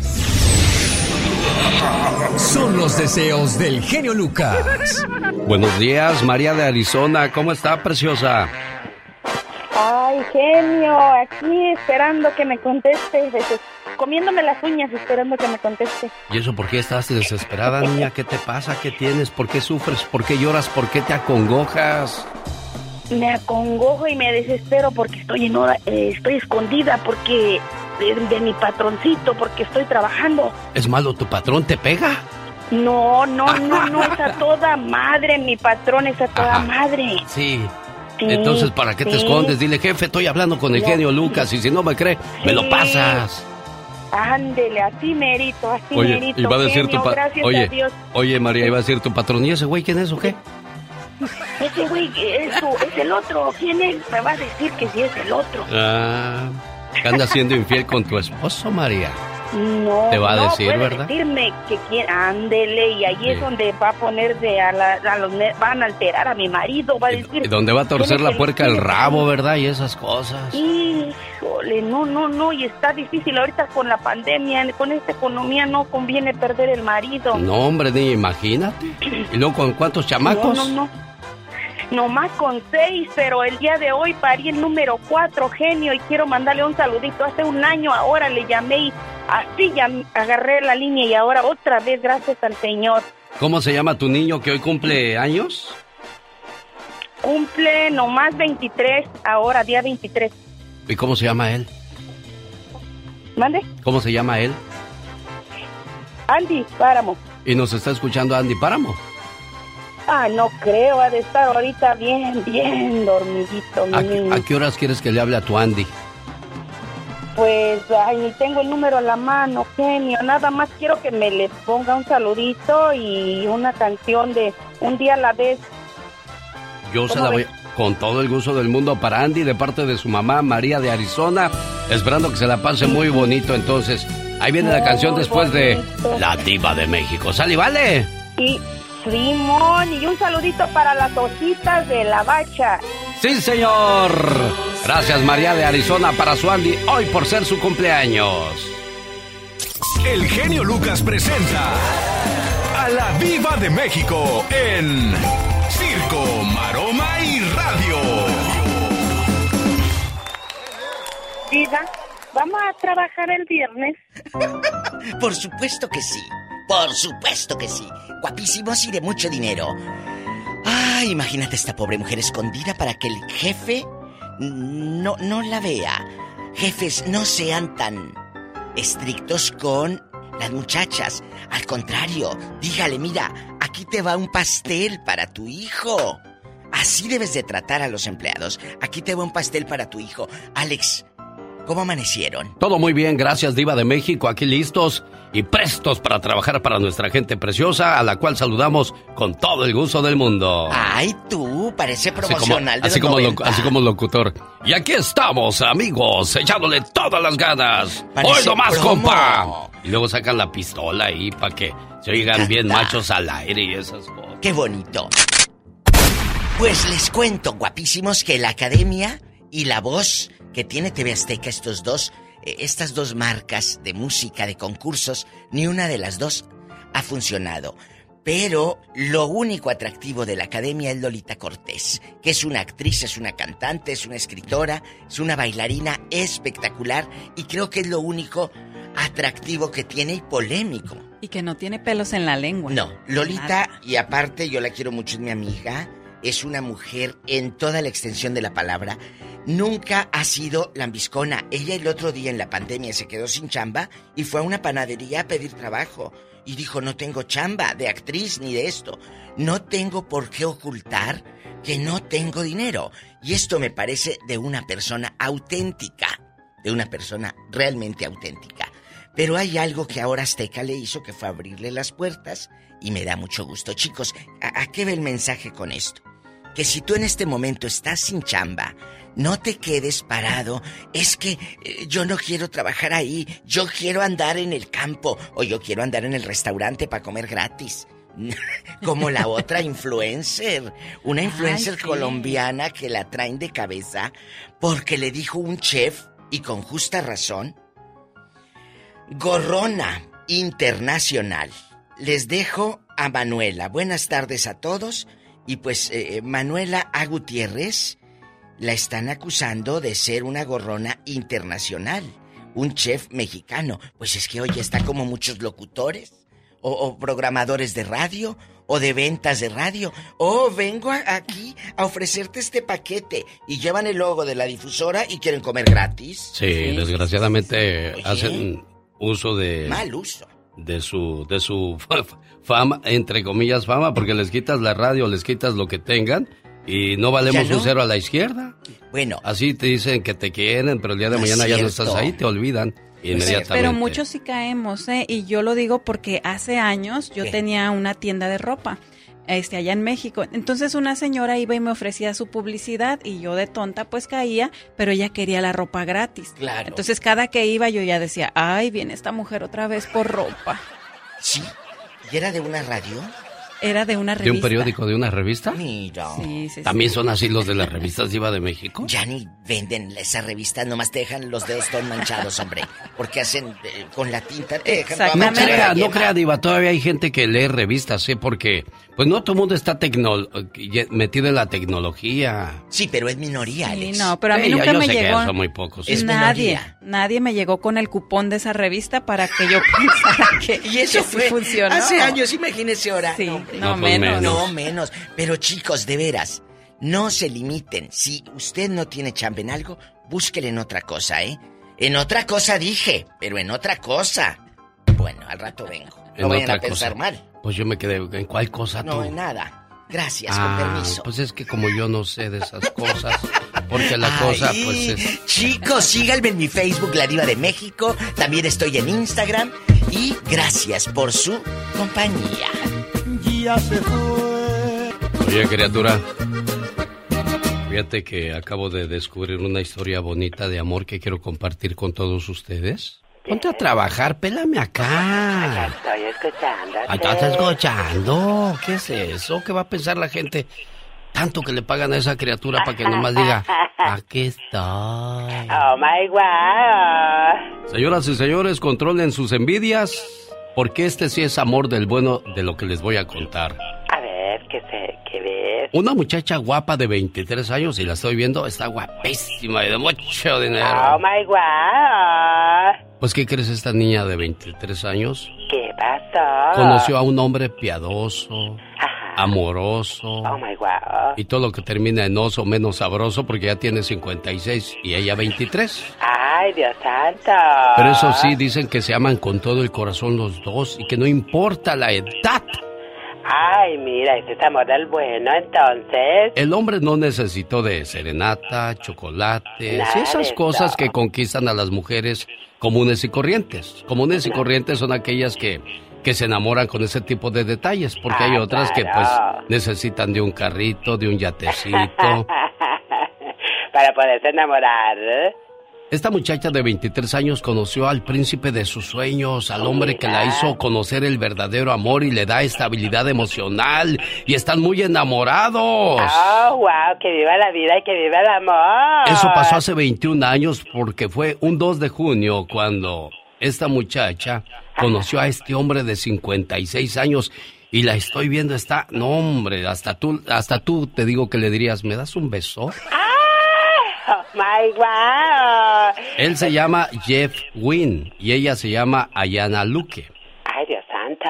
Son los deseos del genio Lucas. Buenos días, María de Arizona. ¿Cómo está, preciosa? Ay, genio, aquí esperando que me conteste, comiéndome las uñas esperando que me conteste. ¿Y eso por qué estás desesperada, niña? ¿Qué te pasa? ¿Qué tienes? ¿Por qué sufres? ¿Por qué lloras? ¿Por qué te acongojas? Me acongojo y me desespero porque estoy escondida, porque de mi patroncito porque estoy trabajando. ¿Es malo tu patrón? ¿Te pega? No, es a toda madre, mi patrón es a toda madre. Sí. Entonces, ¿para qué te escondes? Dile, jefe, estoy hablando con el genio Lucas y si no me cree, me lo pasas. Ándele, así merito, Oye, iba a decir genio, gracias a Dios. Oye, María, iba a decir tu patrón, ¿y ese güey quién es o qué? Ese güey es el otro. ¿Quién es? Me va a decir que sí es el otro. ¿Qué anda siendo infiel con tu esposo, María? No, te va a decir, puede ¿verdad? Decirme que quién, ándele, y ahí es donde va a ponerse van a alterar a mi marido, va a decir. Donde va a torcer la puerca el rabo, ¿verdad? Y esas cosas. Híjole, no, y está difícil ahorita con la pandemia, con esta economía no conviene perder el marido. No, hombre, ni imagínate. ¿Y luego con cuántos chamacos? No. Nomás con 6, pero el día de hoy parí el número 4, genio, y quiero mandarle un saludito. Hace un año ahora le llamé y así ya agarré la línea y ahora otra vez, gracias al Señor. ¿Cómo se llama tu niño que hoy cumple años? Cumple nomás 23, ahora día 23. ¿Y cómo se llama él? ¿Mande? ¿Cómo se llama él? Andy Páramo. ¿Y nos está escuchando Andy Páramo? No creo, ha de estar ahorita bien dormidito, mi niño. ¿A qué horas quieres que le hable a tu Andy? Pues, ni tengo el número a la mano, genio. Nada más quiero que me le ponga un saludito y una canción de Un día a la vez. Yo se la voy con todo el gusto del mundo para Andy de parte de su mamá María de Arizona, esperando que se la pase muy bonito. Entonces, ahí viene la canción después de La Diva de México. ¿Sale y vale? Sí. Simón, y un saludito para las hojitas de la bacha. ¡Sí, señor! Gracias, María de Arizona, para su Andy, hoy por ser su cumpleaños. El genio Lucas presenta a la Diva de México en Circo, Maroma y Radio. Diva, ¿vamos a trabajar el viernes? Por supuesto que sí. Por supuesto que sí. Guapísimos y de mucho dinero. Imagínate esta pobre mujer escondida para que el jefe no la vea. Jefes, no sean tan estrictos con las muchachas. Al contrario, dígale, mira, aquí te va un pastel para tu hijo. Así debes de tratar a los empleados. Aquí te va un pastel para tu hijo. Alex, ¿cómo amanecieron? Todo muy bien, gracias, Diva de México. Aquí listos y prestos para trabajar para nuestra gente preciosa, a la cual saludamos con todo el gusto del mundo. Ay, tú, parece promocional así como locutor. Y aquí estamos, amigos, echándole todas las ganas. ¡Hoy nomás, compa! Y luego sacan la pistola ahí para que se oigan bien machos al aire y esas cosas. ¡Qué bonito! Pues les cuento, guapísimos, que la Academia y La Voz que tiene TV Azteca, estas dos marcas de música, de concursos, ni una de las dos ha funcionado. Pero lo único atractivo de la Academia es Lolita Cortés, que es una actriz, es una cantante, es una escritora, es una bailarina espectacular y creo que es lo único atractivo que tiene y polémico. Y que no tiene pelos en la lengua. No, Lolita, y aparte yo la quiero mucho, es mi amiga, es una mujer en toda la extensión de la palabra. Nunca ha sido lambiscona. Ella el otro día en la pandemia se quedó sin chamba y fue a una panadería a pedir trabajo. Y dijo, no tengo chamba de actriz ni de esto. No tengo por qué ocultar que no tengo dinero. Y esto me parece de una persona auténtica. De una persona realmente auténtica. Pero hay algo que ahora Azteca le hizo, que fue abrirle las puertas. Y me da mucho gusto. Chicos, ¿a qué va el mensaje con esto? Que si tú en este momento estás sin chamba, no te quedes parado. Es que yo no quiero trabajar ahí. Yo quiero andar en el campo. O yo quiero andar en el restaurante para comer gratis. Como la otra influencer. Una influencer colombiana que la traen de cabeza porque le dijo un chef, y con justa razón, gorrona internacional. Les dejo a Manuela. Buenas tardes a todos. Y pues Manuela A. Gutiérrez la están acusando de ser una gorrona internacional, un chef mexicano. Pues es que hoy está como muchos locutores o programadores de radio o de ventas de radio. Vengo aquí a ofrecerte este paquete. Y llevan el logo de la difusora y quieren comer gratis. Sí, desgraciadamente hacen uso de... Mal uso. De su fama, entre comillas fama, porque les quitas la radio, les quitas lo que tengan y no valemos un cero a la izquierda. Bueno. Así te dicen que te quieren, pero el día de mañana ya no estás ahí, te olvidan inmediatamente. Pero muchos sí caemos, y yo lo digo porque hace años yo tenía una tienda de ropa. Allá en México. Entonces una señora iba y me ofrecía su publicidad y yo de tonta pues caía, pero ella quería la ropa gratis. Claro. Entonces cada que iba yo ya decía, ay, viene esta mujer otra vez por ropa. Sí. ¿Y era de una radio? Era de una revista. ¿De un periódico, de una revista? Mira. Sí. ¿También son así los de las revistas Diva de México? Ya ni venden esa revista, nomás te dejan los dedos todos manchados, hombre. Porque hacen con la tinta, te dejan toda manchada. No crea, Diva, todavía hay gente que lee revistas, porque pues no todo el mundo está metido en la tecnología. Sí, pero es minoría, Alex. Sí, no, pero a mí nunca me llegó. Son muy pocos. Es nadie me llegó con el cupón de esa revista para que yo pensara que y eso fue funcionó. Hace años, imagínese ahora. Sí, no menos. Pero chicos, de veras, no se limiten. Si usted no tiene chamba en algo, búsquele en otra cosa, ¿eh? En otra cosa dije, pero en otra cosa. Bueno, al rato vengo. No vayan a pensar mal. Pues yo me quedé, ¿en cuál cosa tú? No, en nada. Gracias, con permiso. Pues es que como yo no sé de esas cosas, porque la cosa pues es... Chicos, síganme en mi Facebook, La Diva de México. También estoy en Instagram. Y gracias por su compañía. Ya se fue. Oye, criatura, fíjate que acabo de descubrir una historia bonita de amor que quiero compartir con todos ustedes. Ponte a trabajar, pélame acá. Estoy escuchando. ¿Estás escuchando? ¿Qué es eso? ¿Qué va a pensar la gente? Tanto que le pagan a esa criatura para que nomás diga, aquí estoy. Oh my God. Señoras y señores, controlen sus envidias, porque este sí es amor del bueno de lo que les voy a contar. A ver, ¿qué ves? Una muchacha guapa de 23 años, y la estoy viendo, está guapísima y de mucho dinero. Oh my God. Pues, ¿qué crees? Esta niña de 23 años ¿Qué pasó? conoció a un hombre piadoso, amoroso. Oh my God. Y todo lo que termina en oso menos sabroso, porque ya tiene 56 y ella 23. Ay, Dios santo. Pero eso sí, dicen que se aman con todo el corazón los dos y que no importa la edad. Ay, mira, ese es amor del bueno, entonces. El hombre no necesitó de serenata, chocolates Nada y esas de cosas eso. que conquistan a las mujeres comunes y corrientes. Comunes y corrientes son aquellas que se enamoran con ese tipo de detalles, porque hay otras que pues necesitan de un carrito, de un yatecito. Para poderse enamorar. Esta muchacha de 23 años conoció al príncipe de sus sueños, al hombre que la hizo conocer el verdadero amor y le da estabilidad emocional, y están muy enamorados. Oh, wow, que viva la vida y que viva el amor. Eso pasó hace 21 años porque fue un 2 de junio cuando esta muchacha conoció a este hombre de 56 años y la estoy viendo, está, no hombre, hasta tú te digo que le dirías, ¿me das un beso? Oh my God. Él se llama Jeff Wynne y ella se llama Ayana Luque. Ay, Dios santo.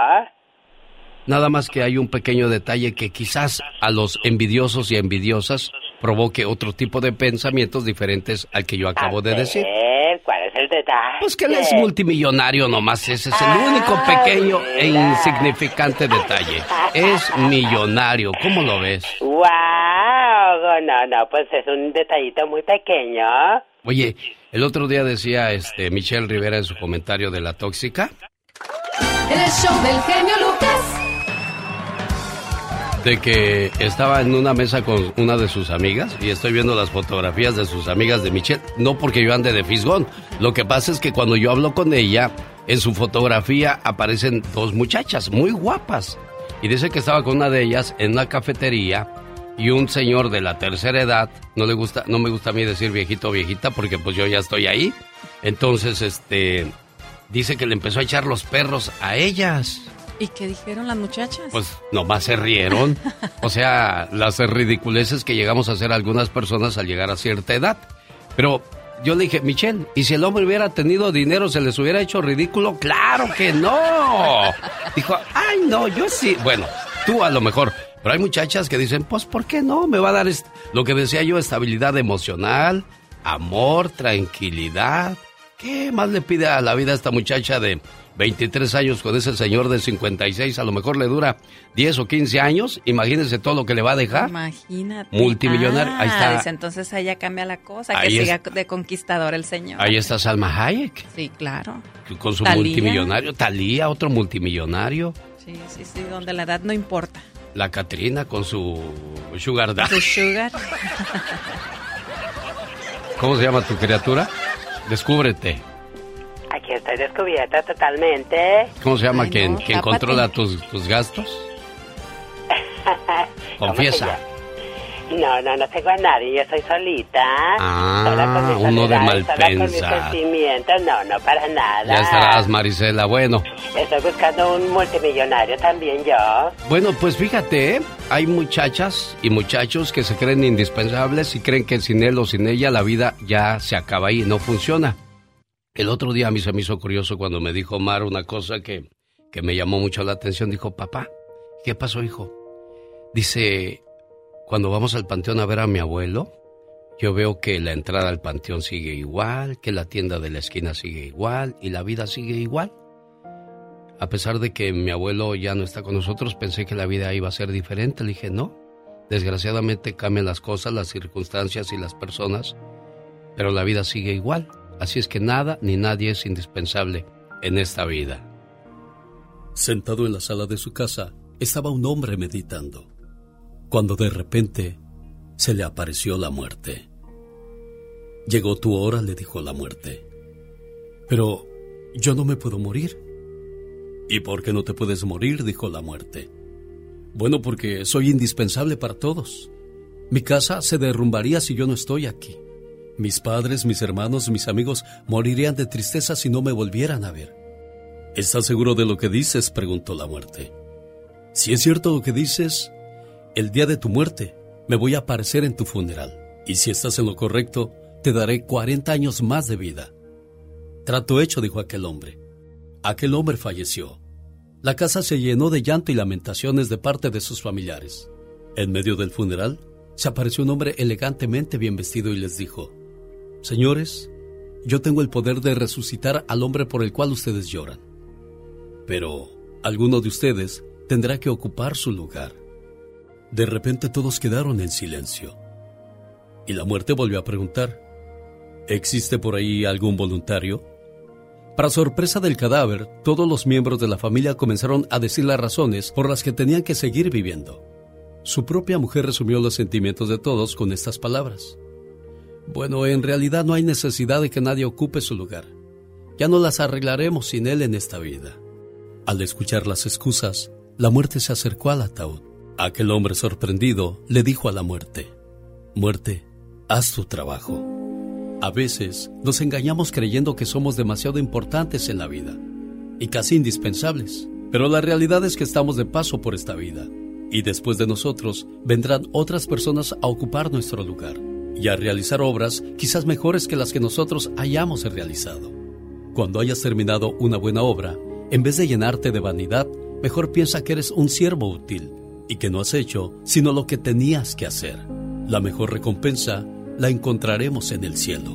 Nada más que hay un pequeño detalle que quizás a los envidiosos y envidiosas provoque otro tipo de pensamientos diferentes al que yo acabo de decir. ¿Cuál es el detalle? Pues que él es multimillonario nomás, ese es el único pequeño e insignificante detalle. Es millonario, ¿cómo lo ves? Wow, no, pues es un detallito muy pequeño. Oye, el otro día decía Michelle Rivera en su comentario de la tóxica. En el show del genio Lucas. De que estaba en una mesa con una de sus amigas y estoy viendo las fotografías de sus amigas de Michelle. No porque yo ande de fisgón. Lo que pasa es que cuando yo hablo con ella, en su fotografía aparecen dos muchachas muy guapas. Y dice que estaba con una de ellas en una cafetería y un señor de la tercera edad, no me gusta a mí decir viejito o viejita porque pues yo ya estoy ahí. Entonces, dice que le empezó a echar los perros a ellas. ¿Y qué dijeron las muchachas? Pues nomás se rieron. O sea, las ridiculeces que llegamos a hacer algunas personas al llegar a cierta edad. Pero yo le dije, Michelle, ¿y si el hombre hubiera tenido dinero, se les hubiera hecho ridículo? ¡Claro que no! Dijo, ay, no, yo sí. Bueno, Tú a lo mejor. Pero hay muchachas que dicen, pues, ¿por qué no? Me va a dar lo que decía yo, estabilidad emocional, amor, tranquilidad. ¿Qué más le pide a la vida a esta muchacha de 23 años con ese señor de 56? A lo mejor le dura 10 o 15 años. Imagínense todo lo que le va a dejar. Imagínate. Multimillonario. Ahí está. Dice, entonces ahí ya cambia la cosa, que Ahí siga de conquistador el señor. Ahí está Salma Hayek. Sí, claro. Con su Thalía. multimillonario. Thalía, otro multimillonario. Sí, donde la edad no importa. La Catrina con su sugar daddy. Su sugar. ¿Cómo se llama tu criatura? Descúbrete. Aquí estoy descubierta totalmente. ¿Cómo se llama quien controla tus gastos? Confiesa. No tengo a nadie, yo soy solita. Uno de mal pensar. No, para nada. Ya estarás, Marisela, bueno. Estoy buscando un multimillonario también yo. Bueno, pues fíjate, hay muchachas y muchachos que se creen indispensables y creen que sin él o sin ella la vida ya se acaba ahí y no funciona. El otro día a mí se me hizo curioso cuando me dijo Mar una cosa que me llamó mucho la atención. Dijo, papá, ¿qué pasó, hijo? Dice, cuando vamos al panteón a ver a mi abuelo, yo veo que la entrada al panteón sigue igual, que la tienda de la esquina sigue igual y la vida sigue igual. A pesar de que mi abuelo ya no está con nosotros, pensé que la vida iba a ser diferente. Le dije, no, desgraciadamente cambian las cosas, las circunstancias y las personas, pero la vida sigue igual. Así es que nada ni nadie es indispensable en esta vida. Sentado en la sala de su casa, estaba un hombre meditando, cuando de repente se le apareció la muerte. Llegó tu hora, le dijo la muerte. Pero yo no me puedo morir. ¿Y por qué no te puedes morir?, dijo la muerte. Bueno, porque soy indispensable para todos. Mi casa se derrumbaría si yo no estoy aquí. Mis padres, mis hermanos, mis amigos morirían de tristeza si no me volvieran a ver. ¿Estás seguro de lo que dices?, preguntó la muerte. Si es cierto lo que dices, el día de tu muerte me voy a aparecer en tu funeral. Y si estás en lo correcto, te daré 40 años más de vida. Trato hecho, dijo aquel hombre. Aquel hombre falleció. La casa se llenó de llanto y lamentaciones de parte de sus familiares. En medio del funeral, se apareció un hombre elegantemente bien vestido y les dijo, señores, yo tengo el poder de resucitar al hombre por el cual ustedes lloran. Pero alguno de ustedes tendrá que ocupar su lugar. De repente todos quedaron en silencio. Y la muerte volvió a preguntar, ¿existe por ahí algún voluntario? Para sorpresa del cadáver, todos los miembros de la familia comenzaron a decir las razones por las que tenían que seguir viviendo. Su propia mujer resumió los sentimientos de todos con estas palabras. Bueno, en realidad no hay necesidad de que nadie ocupe su lugar. Ya no las arreglaremos sin él en esta vida. Al escuchar las excusas, la muerte se acercó al ataúd. Aquel hombre sorprendido le dijo a la muerte, muerte, haz tu trabajo. A veces nos engañamos creyendo que somos demasiado importantes en la vida y casi indispensables, pero la realidad es que estamos de paso por esta vida y después de nosotros vendrán otras personas a ocupar nuestro lugar y a realizar obras quizás mejores que las que nosotros hayamos realizado. Cuando hayas terminado una buena obra, en vez de llenarte de vanidad, mejor piensa que eres un siervo útil y que no has hecho sino lo que tenías que hacer. La mejor recompensa la encontraremos en el cielo.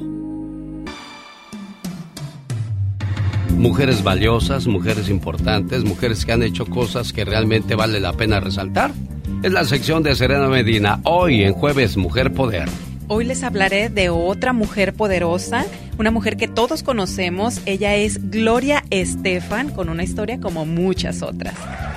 Mujeres valiosas, mujeres importantes, mujeres que han hecho cosas que realmente vale la pena resaltar. Es la sección de Serena Medina, hoy en Jueves Mujer Poder. Hoy les hablaré de otra mujer poderosa, una mujer que todos conocemos. Ella es Gloria Estefan, con una historia como muchas otras.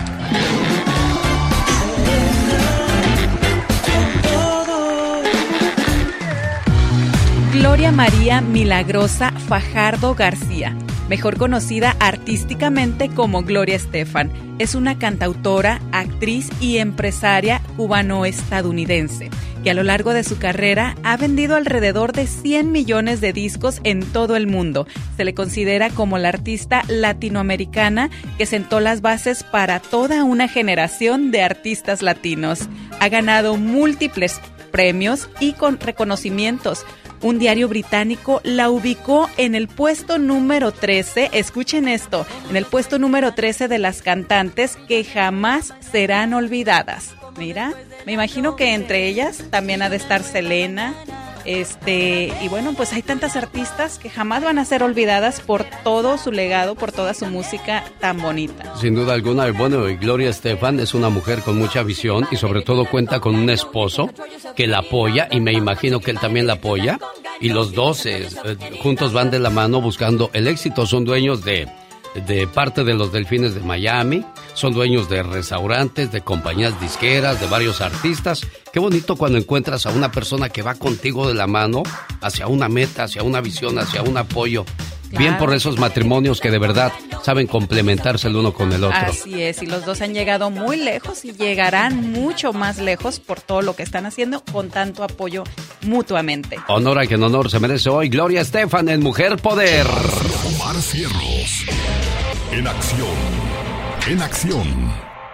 Gloria María Milagrosa Fajardo García, mejor conocida artísticamente como Gloria Estefan, es una cantautora, actriz y empresaria cubano-estadounidense que a lo largo de su carrera ha vendido alrededor de 100 millones de discos en todo el mundo. Se le considera como la artista latinoamericana que sentó las bases para toda una generación de artistas latinos. Ha ganado múltiples premios y con reconocimientos, un diario británico la ubicó en el puesto número 13, escuchen esto, en el puesto número 13 de las cantantes que jamás serán olvidadas. Mira, me imagino que entre ellas también ha de estar Selena, y bueno, pues hay tantas artistas que jamás van a ser olvidadas por todo su legado, por toda su música tan bonita. Sin duda alguna, bueno, y Gloria Estefan es una mujer con mucha visión y sobre todo cuenta con un esposo que la apoya y me imagino que él también la apoya y los dos juntos van de la mano buscando el éxito, son dueños de parte de los Delfines de Miami, son dueños de restaurantes, de compañías disqueras, de varios artistas. Qué bonito cuando encuentras a una persona que va contigo de la mano hacia una meta, hacia una visión, hacia un apoyo. Claro. Bien por esos matrimonios que de verdad saben complementarse el uno con el otro. Así es, y los dos han llegado muy lejos y llegarán mucho más lejos por todo lo que están haciendo con tanto apoyo mutuamente. Honor a quien honor se merece hoy. Gloria Estefan en Mujer Poder. Omar Fierros. En acción. En acción.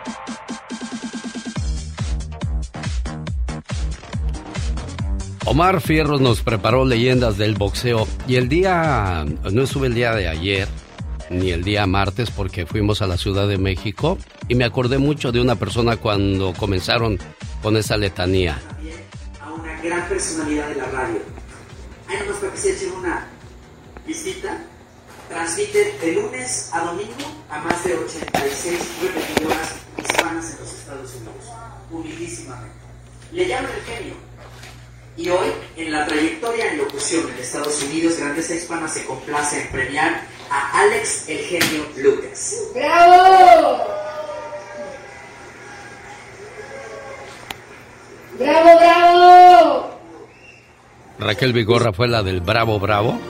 Omar Fierros nos preparó leyendas del boxeo y no estuve el día de ayer ni el día martes porque fuimos a la Ciudad de México y me acordé mucho de una persona cuando comenzaron con esa letanía. A una gran personalidad de la radio. Hay nomás para que se echen una visita. Transmite de lunes a domingo a más de 86 repetidoras hispanas en los Estados Unidos. Humildísimamente. Le llaman el genio. Y hoy, en la trayectoria en locución en Estados Unidos, Grandeza Hispana se complace en premiar a Alex el Genio Lucas. ¡Bravo! ¡Bravo, bravo! Raquel Vigorra fue la del Bravo, Bravo.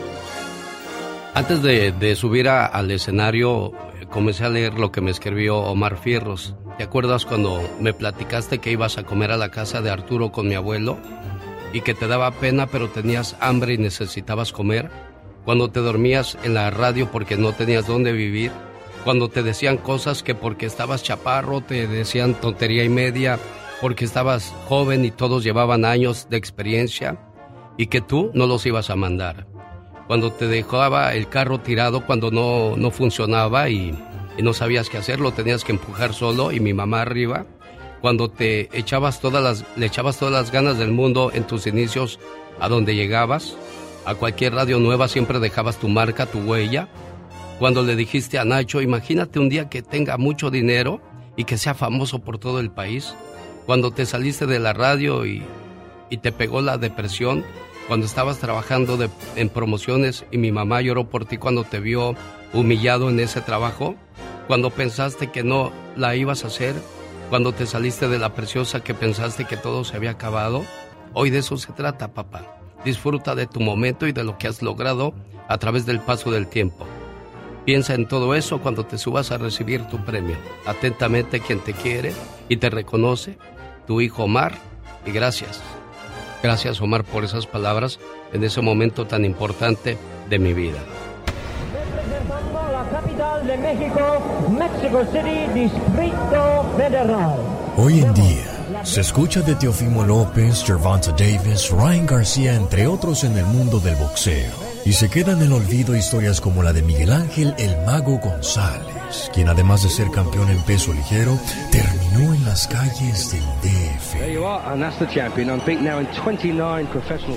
Antes de subir al escenario, comencé a leer lo que me escribió Omar Fierros. ¿Te acuerdas cuando me platicaste que ibas a comer a la casa de Arturo con mi abuelo? Y que te daba pena, pero tenías hambre y necesitabas comer. Cuando te dormías en la radio porque no tenías dónde vivir. Cuando te decían cosas que porque estabas chaparro, te decían tontería y media, porque estabas joven y todos llevaban años de experiencia y que tú no los ibas a mandar. Cuando te dejaba el carro tirado cuando no funcionaba y no sabías qué hacer, lo tenías que empujar solo y mi mamá arriba. Cuando le echabas todas las ganas del mundo en tus inicios a donde llegabas, a cualquier radio nueva siempre dejabas tu marca, tu huella. Cuando le dijiste a Nacho, imagínate un día que tenga mucho dinero y que sea famoso por todo el país. Cuando te saliste de la radio y te pegó la depresión, cuando estabas trabajando en promociones y mi mamá lloró por ti cuando te vio humillado en ese trabajo, cuando pensaste que no la ibas a hacer, cuando te saliste de la preciosa que pensaste que todo se había acabado. Hoy de eso se trata, papá. Disfruta de tu momento y de lo que has logrado a través del paso del tiempo. Piensa en todo eso cuando te subas a recibir tu premio. Atentamente quien te quiere y te reconoce, tu hijo Omar, y gracias. Gracias, Omar, por esas palabras en ese momento tan importante de mi vida. Representando la capital de México, Mexico City, Distrito Federal. Hoy en día se escucha de Teofimo López, Gervonta Davis, Ryan García, entre otros en el mundo del boxeo. Y se quedan en el olvido historias como la de Miguel Ángel El Mago González, quien además de ser campeón en peso ligero, terminó en las calles del DF. There you are, and that's the champion, unbeaten now in 29 professional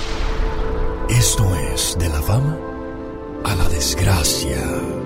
fights. Esto es de la fama a la desgracia.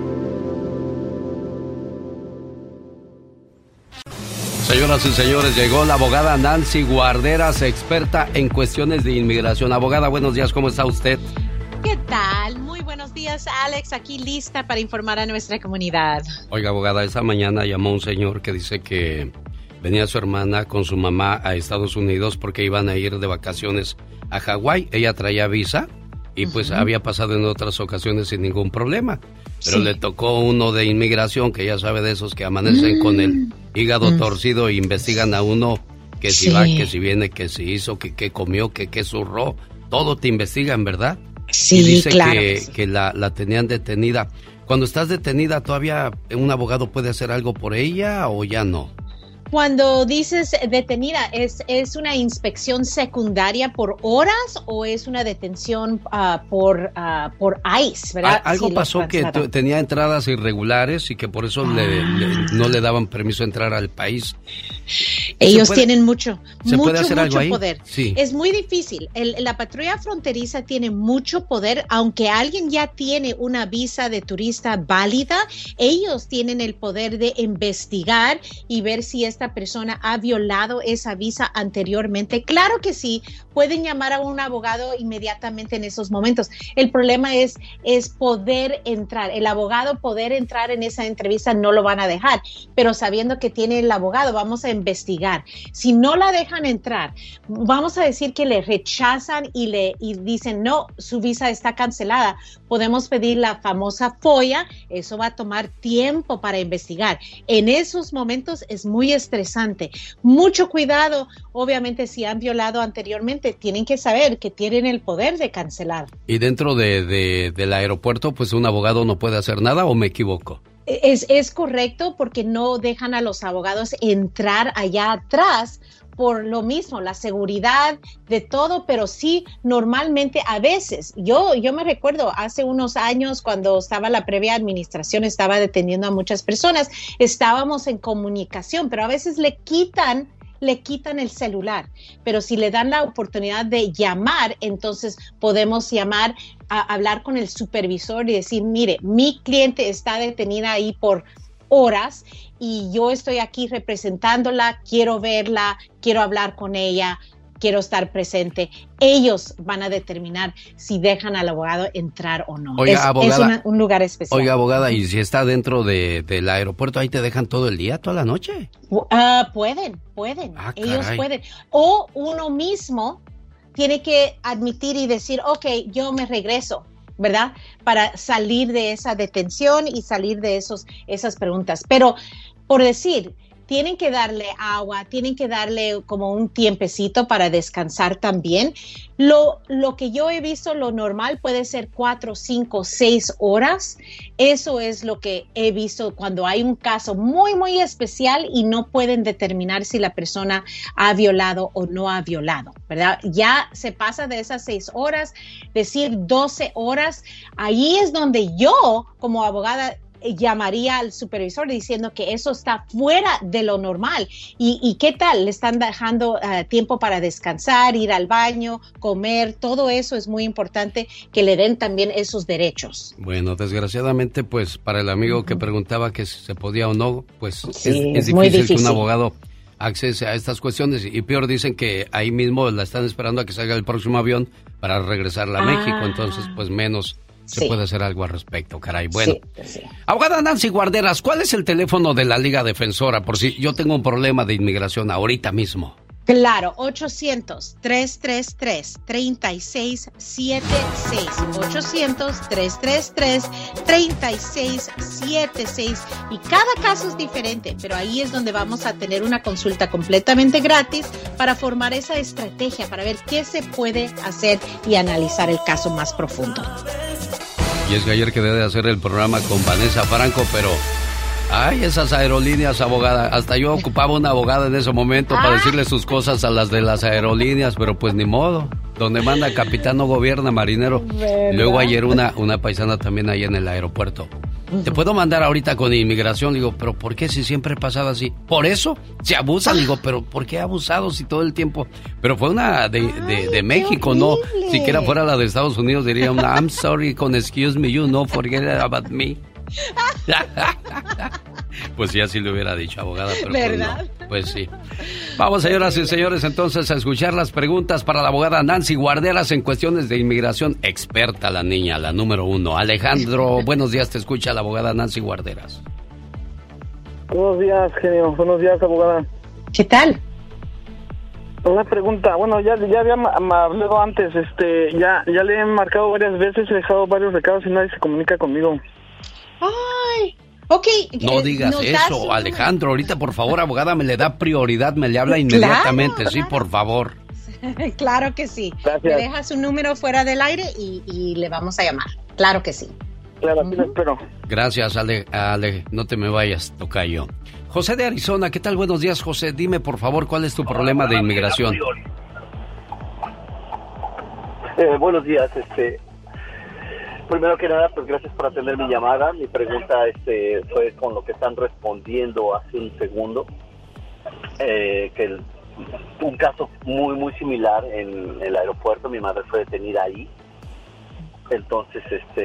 Señoras y señores, llegó la abogada Nancy Guarderas, experta en cuestiones de inmigración. Abogada, buenos días, ¿cómo está usted? ¿Qué tal? Muy buenos días, Alex, aquí lista para informar a nuestra comunidad. Oiga, abogada, esta mañana llamó un señor que dice que venía su hermana con su mamá a Estados Unidos porque iban a ir de vacaciones a Hawái. Ella traía visa y pues había pasado en otras ocasiones sin ningún problema. Pero le tocó uno de inmigración, que ya sabe de esos que amanecen con el hígado torcido e investigan a uno que si va, que si viene, que si hizo, que qué comió, que qué zurró. Todo te investigan, ¿verdad? Sí, y dice claro. que la tenían detenida. Cuando estás detenida, ¿todavía un abogado puede hacer algo por ella o ya no? Cuando dices detenida, ¿es una inspección secundaria por horas o es una detención por ICE, verdad? Algo pasó que tenía entradas irregulares y que por eso no le daban permiso a entrar al país. Ellos tienen mucho poder. Sí. Es muy difícil. La patrulla fronteriza tiene mucho poder, aunque alguien ya tiene una visa de turista válida, ellos tienen el poder de investigar y ver si esta persona ha violado esa visa anteriormente. Claro que sí, pueden llamar a un abogado inmediatamente en esos momentos. El problema es poder entrar. El abogado poder entrar en esa entrevista no lo van a dejar, pero sabiendo que tiene el abogado, vamos a investigar. Si no la dejan entrar, vamos a decir que le rechazan y dicen, no, su visa está cancelada. Podemos pedir la famosa FOIA. Eso va a tomar tiempo para investigar. En esos momentos es muy estresante. Mucho cuidado. Obviamente, si han violado anteriormente, tienen que saber que tienen el poder de cancelar. Y dentro del aeropuerto, pues un abogado no puede hacer nada, ¿o me equivoco? Es correcto, porque no dejan a los abogados entrar allá atrás por lo mismo, la seguridad de todo, pero sí, normalmente a veces, yo me recuerdo hace unos años cuando estaba la previa administración, estaba deteniendo a muchas personas, estábamos en comunicación, pero a veces le quitan el celular, pero si le dan la oportunidad de llamar, entonces podemos llamar a hablar con el supervisor y decir, mire, mi cliente está detenida ahí por horas y yo estoy aquí representándola, quiero verla, quiero hablar con ella, quiero estar presente. Ellos van a determinar si dejan al abogado entrar o no. Oiga, abogada, es un lugar especial. Oiga, abogada, ¿y si está dentro del aeropuerto, ahí te dejan todo el día, toda la noche? Pueden. Ellos caray. pueden. O uno mismo tiene que admitir y decir, ok, yo me regreso, ¿verdad? Para salir de esa detención y salir de esas preguntas. Pero, por decir, tienen que darle agua, tienen que darle como un tiempecito para descansar también. Lo que yo he visto, lo normal puede ser 4, 5, 6 horas. Eso es lo que he visto cuando hay un caso muy, muy especial y no pueden determinar si la persona ha violado o no ha violado, ¿verdad? Ya se pasa de esas 6 horas, decir 12 horas. Ahí es donde yo, como abogada, llamaría al supervisor diciendo que eso está fuera de lo normal. ¿Y qué tal? Le están dejando tiempo para descansar, ir al baño, comer, todo eso es muy importante que le den también esos derechos. Bueno, desgraciadamente, pues para el amigo que preguntaba que si se podía o no, pues sí, es difícil que un abogado accese a estas cuestiones, y peor, dicen que ahí mismo la están esperando a que salga el próximo avión para regresarla a México, entonces pues menos se puede hacer algo al respecto, caray. Bueno, abogada Nancy Guarderas, ¿cuál es el teléfono de la Liga Defensora? Por si yo tengo un problema de inmigración ahorita mismo. Claro, 800-333-3676. 800-333-3676. Y cada caso es diferente, pero ahí es donde vamos a tener una consulta completamente gratis para formar esa estrategia, para ver qué se puede hacer y analizar el caso más profundo. Y es que ayer quedé de hacer el programa con Vanessa Franco, pero... ay, esas aerolíneas, abogada. Hasta yo ocupaba una abogada en ese momento para decirle sus cosas a las de las aerolíneas, pero pues ni modo. Donde manda capitán no gobierna, marinero. ¿Verdad? Luego ayer una paisana también ahí en el aeropuerto. Te puedo mandar ahorita con inmigración. Digo, pero ¿por qué si siempre he pasado así? Por eso se abusan. Digo, pero ¿por qué abusados si todo el tiempo? Pero fue una de México, no. Siquiera fuera la de Estados Unidos diría una I'm sorry con excuse me, you no forget about me. Pues ya sí le hubiera dicho, abogada, pero ¿verdad? Pues sí. Vamos, señoras y señores, entonces a escuchar las preguntas para la abogada Nancy Guarderas en cuestiones de inmigración. Experta la niña, la número 1. Alejandro, buenos días, te escucha la abogada Nancy Guarderas. Buenos días, genio. Buenos días, abogada. ¿Qué tal? Una pregunta. Bueno, ya había hablado antes. Ya le he marcado varias veces, he dejado varios recados y nadie se comunica conmigo. Ay, ok. No digas eso, Alejandro. Ahorita, por favor, abogada, me le da prioridad, me le habla inmediatamente. Claro, sí, por favor. Claro que sí. Gracias. Me deja su número fuera del aire y le vamos a llamar. Claro que sí. Claro, aquí lo espero. Gracias, Ale. No te me vayas, tocayo. José de Arizona, ¿qué tal? Buenos días, José. Dime, por favor, ¿cuál es tu problema de inmigración? Buenos días. Primero que nada, pues gracias por atender mi llamada. Mi pregunta fue con lo que están respondiendo hace un segundo. Un caso muy, muy similar en el aeropuerto. Mi madre fue detenida ahí. Entonces,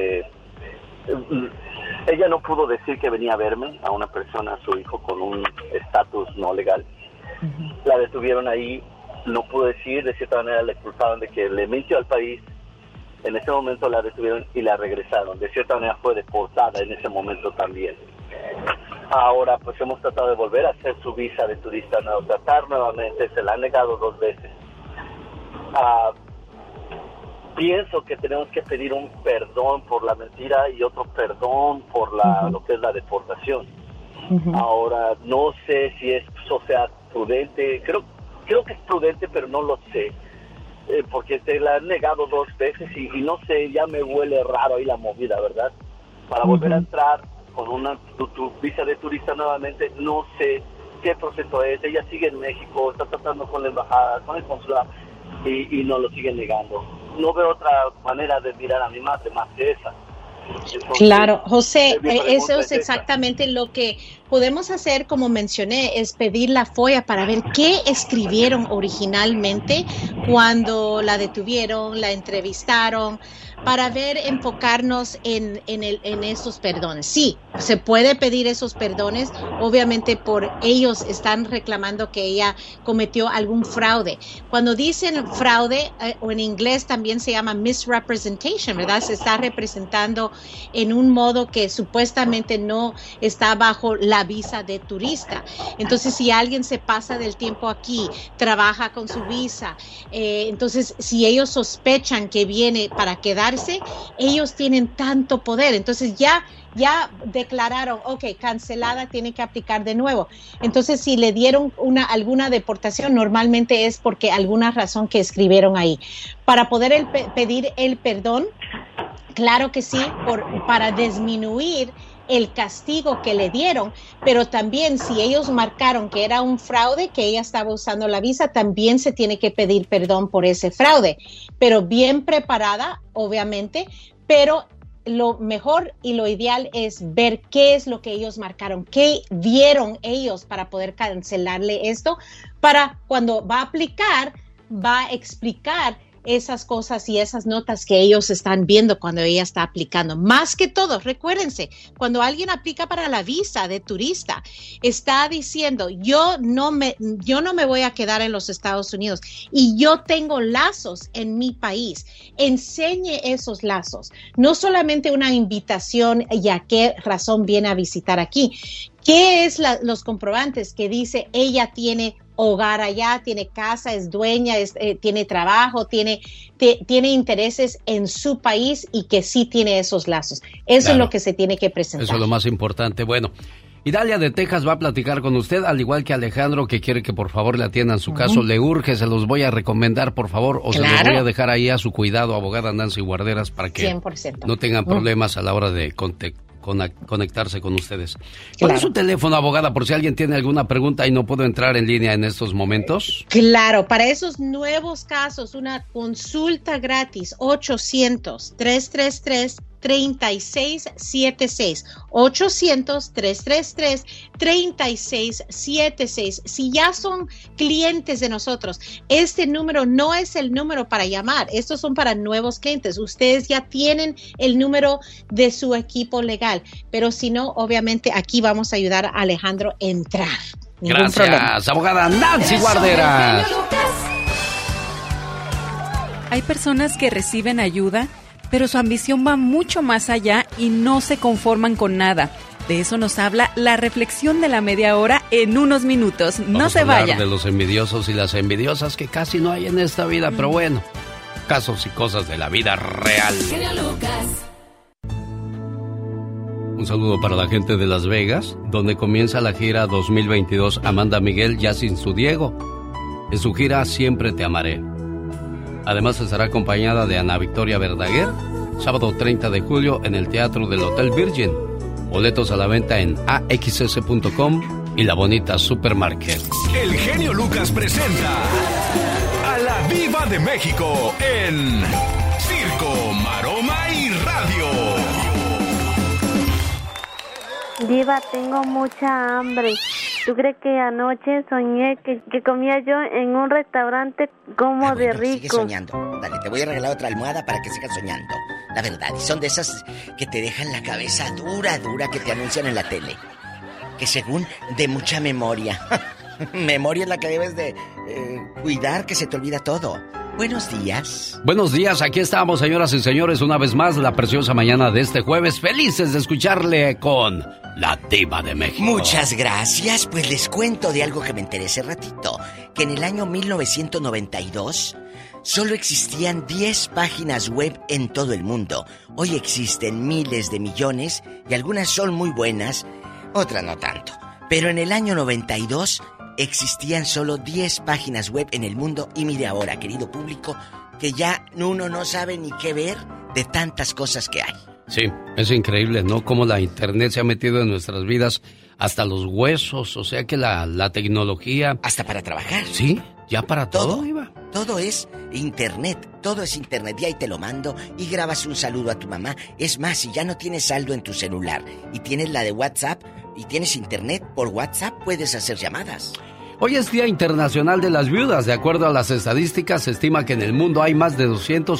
ella no pudo decir que venía a verme a una persona, a su hijo, con un estatus no legal. La detuvieron ahí, no pudo decir, de cierta manera le culpaban de que le mintió al país. En ese momento la detuvieron y la regresaron. De cierta manera fue deportada en ese momento también. Ahora pues hemos tratado de volver a hacer su visa de turista, no, tratar nuevamente, se la han negado 2 veces. Pienso que tenemos que pedir un perdón por la mentira y otro perdón por lo que es la deportación. Ahora, no sé si eso sea prudente. Creo que es prudente, pero no lo sé. Porque te la han negado 2 veces y no sé, ya me huele raro ahí la movida, ¿verdad? Para volver a entrar con tu visa de turista nuevamente, no sé qué proceso es. Ella sigue en México, está tratando con la embajada, con el consulado y no lo siguen negando. No veo otra manera de mirar a mi madre más que esa. Entonces, claro, José, eso es exactamente lo que podemos hacer, como mencioné, es pedir la FOIA para ver qué escribieron originalmente cuando la detuvieron, la entrevistaron, para ver, enfocarnos en esos perdones. Sí, se puede pedir esos perdones, obviamente por ellos están reclamando que ella cometió algún fraude. Cuando dicen fraude, o en inglés también se llama misrepresentation, ¿verdad? Se está representando en un modo que supuestamente no está bajo la visa de turista. Entonces, si alguien se pasa del tiempo aquí, trabaja con su visa, entonces si ellos sospechan que viene para quedarse, ellos tienen tanto poder. Entonces ya declararon, ok, cancelada, tiene que aplicar de nuevo. Entonces, si le dieron alguna deportación, normalmente es porque alguna razón que escribieron ahí. Para poder pedir el perdón, claro que sí, para disminuir el castigo que le dieron, pero también si ellos marcaron que era un fraude, que ella estaba usando la visa, también se tiene que pedir perdón por ese fraude, pero bien preparada, obviamente, pero lo mejor y lo ideal es ver qué es lo que ellos marcaron, qué vieron ellos para poder cancelarle esto, para cuando va a aplicar, va a explicar esas cosas y esas notas que ellos están viendo cuando ella está aplicando. Más que todo, recuérdense, cuando alguien aplica para la visa de turista, está diciendo, yo no me voy a quedar en los Estados Unidos y yo tengo lazos en mi país. Enseñe esos lazos. No solamente una invitación y a qué razón viene a visitar aquí. ¿Qué es los comprobantes que dice ella tiene hogar allá, tiene casa, es dueña, tiene trabajo, tiene intereses en su país y que sí tiene esos lazos? Eso es lo que se tiene que presentar. Eso es lo más importante. Bueno, Idalia de Texas va a platicar con usted, al igual que Alejandro, que quiere que por favor le atiendan su caso. Le urge, se los voy a recomendar, por favor, o se los voy a dejar ahí a su cuidado, abogada Nancy Guarderas, para que 100%. No tengan problemas a la hora de conectarse con ustedes. ¿Cuál es su teléfono, abogada, por si alguien tiene alguna pregunta y no puedo entrar en línea en estos momentos? Claro, para esos nuevos casos, una consulta gratis, 800-333-3676, 800-333-3676. Si ya son clientes de nosotros, este número no es el número para llamar, estos son para nuevos clientes. Ustedes ya tienen el número de su equipo legal, pero si no, obviamente aquí vamos a ayudar a Alejandro a entrar. Gracias, problema. Abogada Nancy Guarderas. Hay personas que reciben ayuda, pero su ambición va mucho más allá y no se conforman con nada. De eso nos habla la reflexión de la media hora en unos minutos. No se vaya. De los envidiosos y las envidiosas que casi no hay en esta vida, pero bueno, casos y cosas de la vida real. Un saludo para la gente de Las Vegas, donde comienza la gira 2022 Amanda Miguel ya sin su Diego. En su gira Siempre te amaré. Además estará acompañada de Ana Victoria Verdaguer sábado 30 de julio en el Teatro del Hotel Virgin. Boletos a la venta en axs.com y La Bonita Supermarket. El genio Lucas presenta a la Diva de México en Circo, Maroma y Radio. Diva, tengo mucha hambre. ¿Tú crees que anoche soñé que comía yo en un restaurante como de rico? Sigue soñando. Dale, te voy a regalar otra almohada para que sigas soñando. La verdad, y son de esas que te dejan la cabeza dura, que te anuncian en la tele. Que según de mucha memoria. Memoria es la que debes de cuidar, que se te olvida todo. Buenos días. Buenos días, aquí estamos, señoras y señores, una vez más, la preciosa mañana de este jueves. Felices de escucharle con la Diva de México. Muchas gracias, pues les cuento de algo que me enteré hace ratito. Que en el año 1992 solo existían 10 páginas web en todo el mundo. Hoy existen miles de millones y algunas son muy buenas, otras no tanto. Pero en el año 92... existían solo 10 páginas web en el mundo y mire ahora, querido público, que ya uno no sabe ni qué ver de tantas cosas que hay. Sí, es increíble, ¿no? Cómo la internet se ha metido en nuestras vidas hasta los huesos, o sea que la tecnología... Hasta para trabajar. Sí, ya para todo, Iba. Todo es internet, todo es internet, y ahí te lo mando y grabas un saludo a tu mamá. Es más, si ya no tienes saldo en tu celular y tienes la de WhatsApp y tienes internet por WhatsApp, puedes hacer llamadas. Hoy es Día Internacional de las Viudas. De acuerdo a las estadísticas, se estima que en el mundo hay más de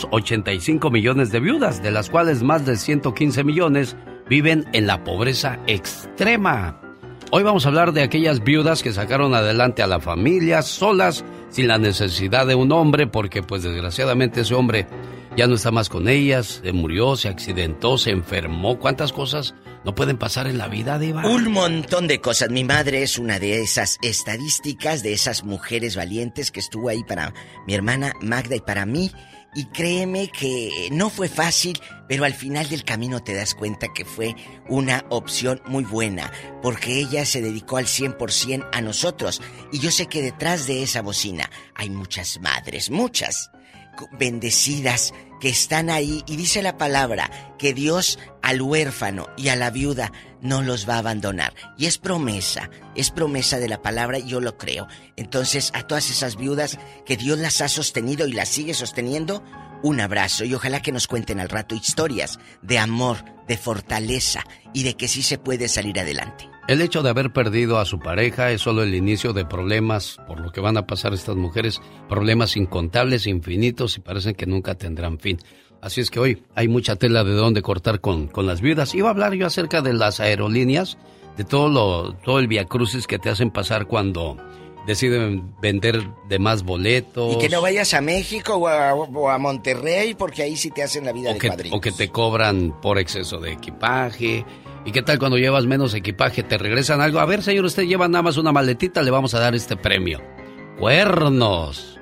285 millones de viudas, de las cuales más de 115 millones viven en la pobreza extrema. Hoy vamos a hablar de aquellas viudas que sacaron adelante a la familia solas, sin la necesidad de un hombre, porque pues desgraciadamente ese hombre ya no está más con ellas, se murió, se accidentó, se enfermó. ¿Cuántas cosas no pueden pasar en la vida, Diva? Un montón de cosas. Mi madre es una de esas estadísticas, de esas mujeres valientes que estuvo ahí para mi hermana Magda y para mí. Y créeme que no fue fácil, pero al final del camino te das cuenta que fue una opción muy buena, porque ella se dedicó al 100% a nosotros. Y yo sé que detrás de esa bocina hay muchas madres, muchas bendecidas que están ahí, y dice la palabra que Dios al huérfano y a la viuda no los va a abandonar, y es promesa de la palabra, y yo lo creo. Entonces, a todas esas viudas que Dios las ha sostenido y las sigue sosteniendo, un abrazo, y ojalá que nos cuenten al rato historias de amor, de fortaleza y de que sí se puede salir adelante. El hecho de haber perdido a su pareja es solo el inicio de problemas por lo que van a pasar estas mujeres, problemas incontables, infinitos, y parecen que nunca tendrán fin. Así es que hoy hay mucha tela de dónde cortar con las viudas. Iba a hablar yo acerca de las aerolíneas, de todo el viacrucis que te hacen pasar cuando deciden vender de más boletos. Y que no vayas a México o a Monterrey, porque ahí sí te hacen la vida de cuadritos. O que te cobran por exceso de equipaje. ¿Y qué tal cuando llevas menos equipaje? ¿Te regresan algo? A ver, señor, usted lleva nada más una maletita, le vamos a dar este premio. ¡Cuernos!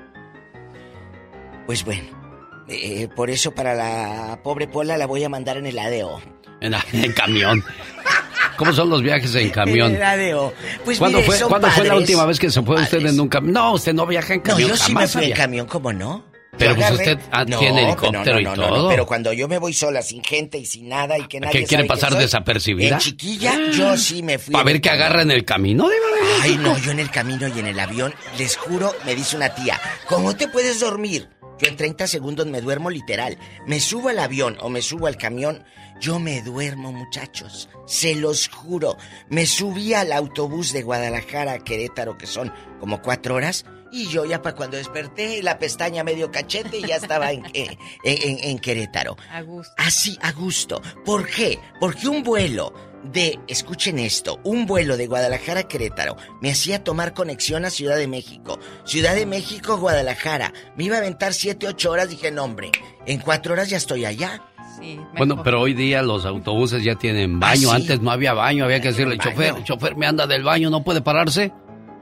Pues bueno, por eso para la pobre Pola la voy a mandar en el ADO. En camión. ¿Cómo son los viajes en camión? En el ADO. Pues ¿Cuándo mire, fue la última vez que se fue usted en un camión? No, usted no viaja en camión. No, yo sí me fui en camión, ¿cómo no? Pero pues usted tiene helicóptero y todo. No, pero cuando yo me voy sola, sin gente y sin nada y que nadie ¿Qué quiere pasar desapercibida? En chiquilla, yo sí me fui. ¿Para ver qué agarra en el camino? Ay, no, yo en el camino y en el avión, les juro, me dice una tía, ¿cómo te puedes dormir? Yo en 30 segundos me duermo literal. Me subo al avión o me subo al camión, yo me duermo, muchachos. Se los juro. Me subí al autobús de Guadalajara a Querétaro, que son como 4 horas... Y yo ya para cuando desperté, la pestaña medio cachete y ya estaba en Querétaro. A gusto. Así, a gusto. ¿Por qué? Porque un vuelo escuchen esto, un vuelo de Guadalajara a Querétaro me hacía tomar conexión a Ciudad de México. Ciudad de México, Guadalajara. Me iba a aventar 7, 8 horas, dije, no hombre, en 4 horas ya estoy allá. Sí, bueno, pero hoy día los autobuses ya tienen baño. ¿Ah, sí? Antes no había baño, había que decirle, chofer, me anda del baño, ¿no puede pararse?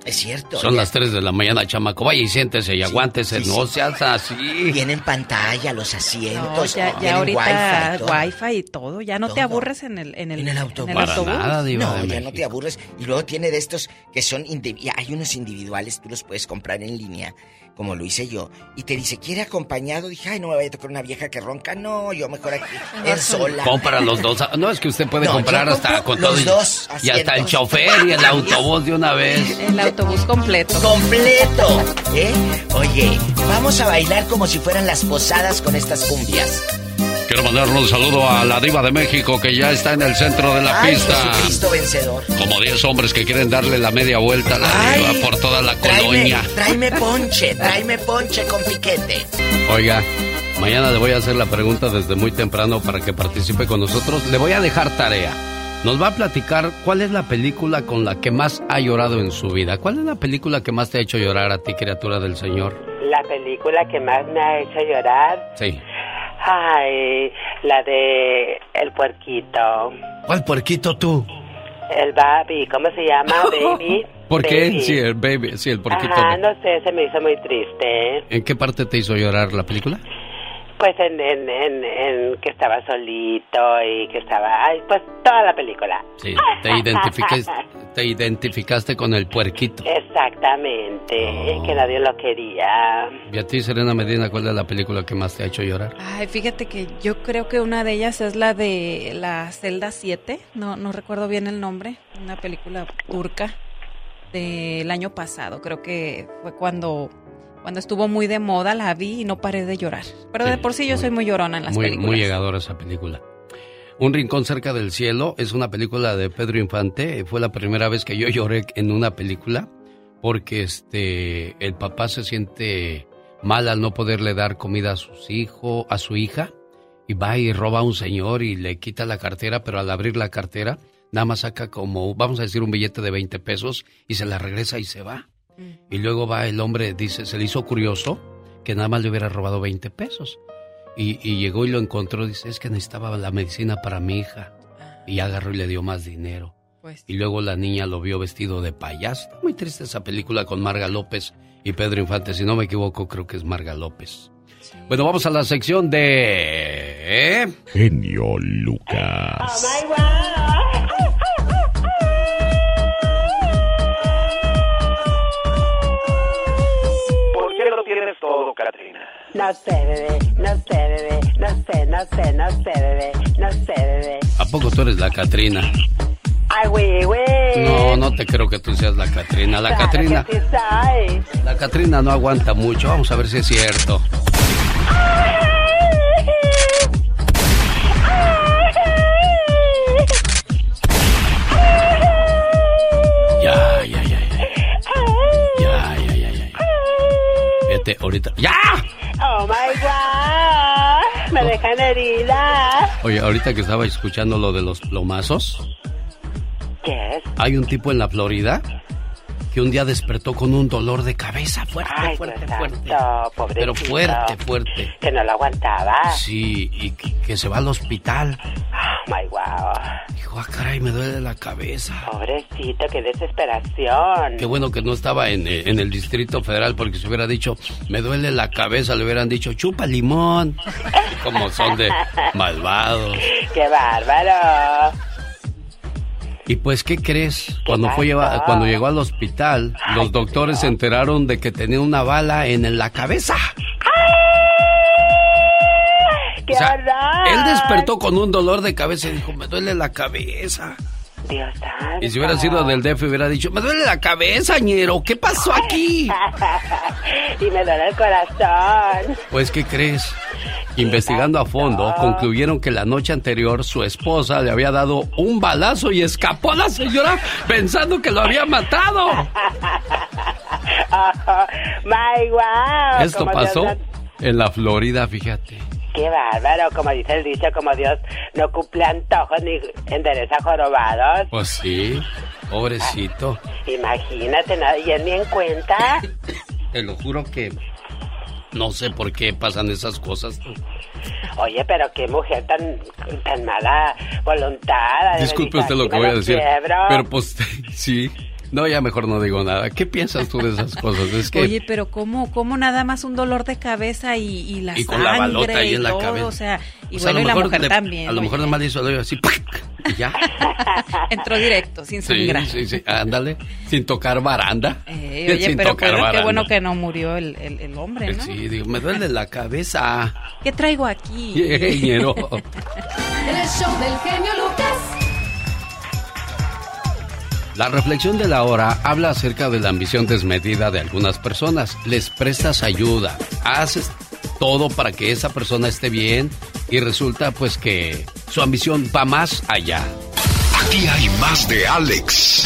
Es cierto. Son las 3 de la mañana, chamaco. Vaya y siéntese y aguántese, no seas así. Tienen pantalla, los asientos. No, ya ahorita wifi y todo. Ya no todo. Te aburres en el autobús. Para nada, Diva no, de ya México. no te aburres. Y luego tiene de estos que son... Hay unos individuales, tú los puedes comprar en línea, como lo hice yo. Y te dice, ¿quiere acompañado? Dije, ay, no me vaya a tocar una vieja que ronca. No, yo mejor aquí, él sola. Compra los dos. No, es que usted puede comprar hasta con los todo. Dos y hasta el chofer y el autobús de una vez. El autobús completo. ¡Completo! Oye, vamos a bailar como si fueran las posadas con estas cumbias. Quiero mandarle un saludo a la Diva de México que ya está en el centro de la pista. Jesucristo vencedor. Como 10 hombres que quieren darle la media vuelta a la Diva por toda la colonia. Tráeme ponche con piquete. Oiga, mañana le voy a hacer la pregunta desde muy temprano para que participe con nosotros. Le voy a dejar tarea. Nos va a platicar cuál es la película con la que más ha llorado en su vida. ¿Cuál es la película que más te ha hecho llorar a ti, criatura del Señor? La película que más me ha hecho llorar. Sí. Ay, la de El Puerquito. ¿Cuál puerquito tú? El Baby, ¿cómo se llama? Baby. ¿Por qué? Baby. Sí, el Baby, sí, el puerquito. Ajá, no sé, se me hizo muy triste. ¿En qué parte te hizo llorar la película? Pues en que estaba solito y que estaba... Ay, pues toda la película. Sí, te identificaste con el puerquito. Exactamente, que nadie lo quería. ¿Y a ti, Serena Medina, cuál es la película que más te ha hecho llorar? Ay, fíjate que yo creo que una de ellas es la de la Celda 7, no recuerdo bien el nombre, una película turca del año pasado, creo que fue cuando estuvo muy de moda, la vi y no paré de llorar. Pero de por sí yo soy muy llorona en las películas. Muy llegadora esa película. Un rincón cerca del cielo es una película de Pedro Infante. Fue la primera vez que yo lloré en una película porque el papá se siente mal al no poderle dar comida a su hija, y va y roba a un señor y le quita la cartera, pero al abrir la cartera nada más saca como, vamos a decir, un billete de 20 pesos y se la regresa y se va. Y luego va el hombre, dice, se le hizo curioso que nada más le hubiera robado 20 pesos. Y llegó y lo encontró, dice, es que necesitaba la medicina para mi hija. Y agarró y le dio más dinero. Pues. Y luego la niña lo vio vestido de payaso. Está muy triste esa película con Marga López y Pedro Infante. Si no me equivoco, creo que es Marga López. Sí. Bueno, vamos a la sección de... Genio Lucas. Oh my God. ¿Por qué lo tienes todo, Catrina? No sé, bebé, no sé, bebé, no sé, bebé, no sé, bebé. ¿A poco tú eres la Catrina? Ay, güey. No te creo que tú seas la Catrina. La Catrina. Que sí soy. La Catrina no aguanta mucho. Vamos a ver si es cierto. Ya. Fíjate, ahorita. ¡Ya! Oh my God. Me dejan herida. Oye, ahorita que estaba escuchando lo de los plomazos. ¿Qué es? Hay un tipo en la Florida que un día despertó con un dolor de cabeza fuerte. Pobrecito. Pero fuerte. Que no lo aguantaba. Sí, y que se va al hospital. Oh my wow. Dijo, caray, me duele la cabeza. Pobrecito, qué desesperación. Qué bueno que no estaba en el Distrito Federal, porque si hubiera dicho, me duele la cabeza, le hubieran dicho, chupa limón. Como son de malvados. ¡Qué bárbaro! Y pues, ¿qué crees? Cuando llegó al hospital, los doctores se enteraron de que tenía una bala en la cabeza. ¡Qué horror! Él despertó con un dolor de cabeza y dijo, me duele la cabeza. Dios santo. Y si hubiera sido del DF hubiera dicho, me duele la cabeza, ñero, ¿qué pasó aquí? Y me duele el corazón. Pues, ¿qué crees? Investigando a fondo, concluyeron que la noche anterior su esposa le había dado un balazo y escapó la señora pensando que lo había matado. My wow. Esto pasó en la Florida, fíjate. Qué bárbaro, como dice el dicho, como Dios no cumple antojos ni endereza jorobados. Pues sí, pobrecito. Imagínate, y él ni en cuenta. Te lo juro que no sé por qué pasan esas cosas. Oye, pero qué mujer tan mala voluntad. Disculpe usted lo que voy a decir, pero pues sí, No, ya mejor no digo nada. ¿Qué piensas tú de esas cosas? Es que... Oye, pero ¿cómo nada más un dolor de cabeza y la y sangre con la balota ahí en la todo? cabeza. O sea, y pues bueno, y la mujer también. A lo mejor nada más le hizo el hoyo así, y ya. Entró directo, sin sangrar. Sí, ándale, sin tocar baranda. Oye, sin pero tocar qué baranda. bueno que no murió el hombre, ¿no? Sí, digo, me duele la cabeza. ¿Qué traigo aquí? Ñero. El show del genio Lucas. La reflexión de la hora habla acerca de la ambición desmedida de algunas personas. Les prestas ayuda, haces todo para que esa persona esté bien y resulta pues que su ambición va más allá. Aquí hay más de Alex.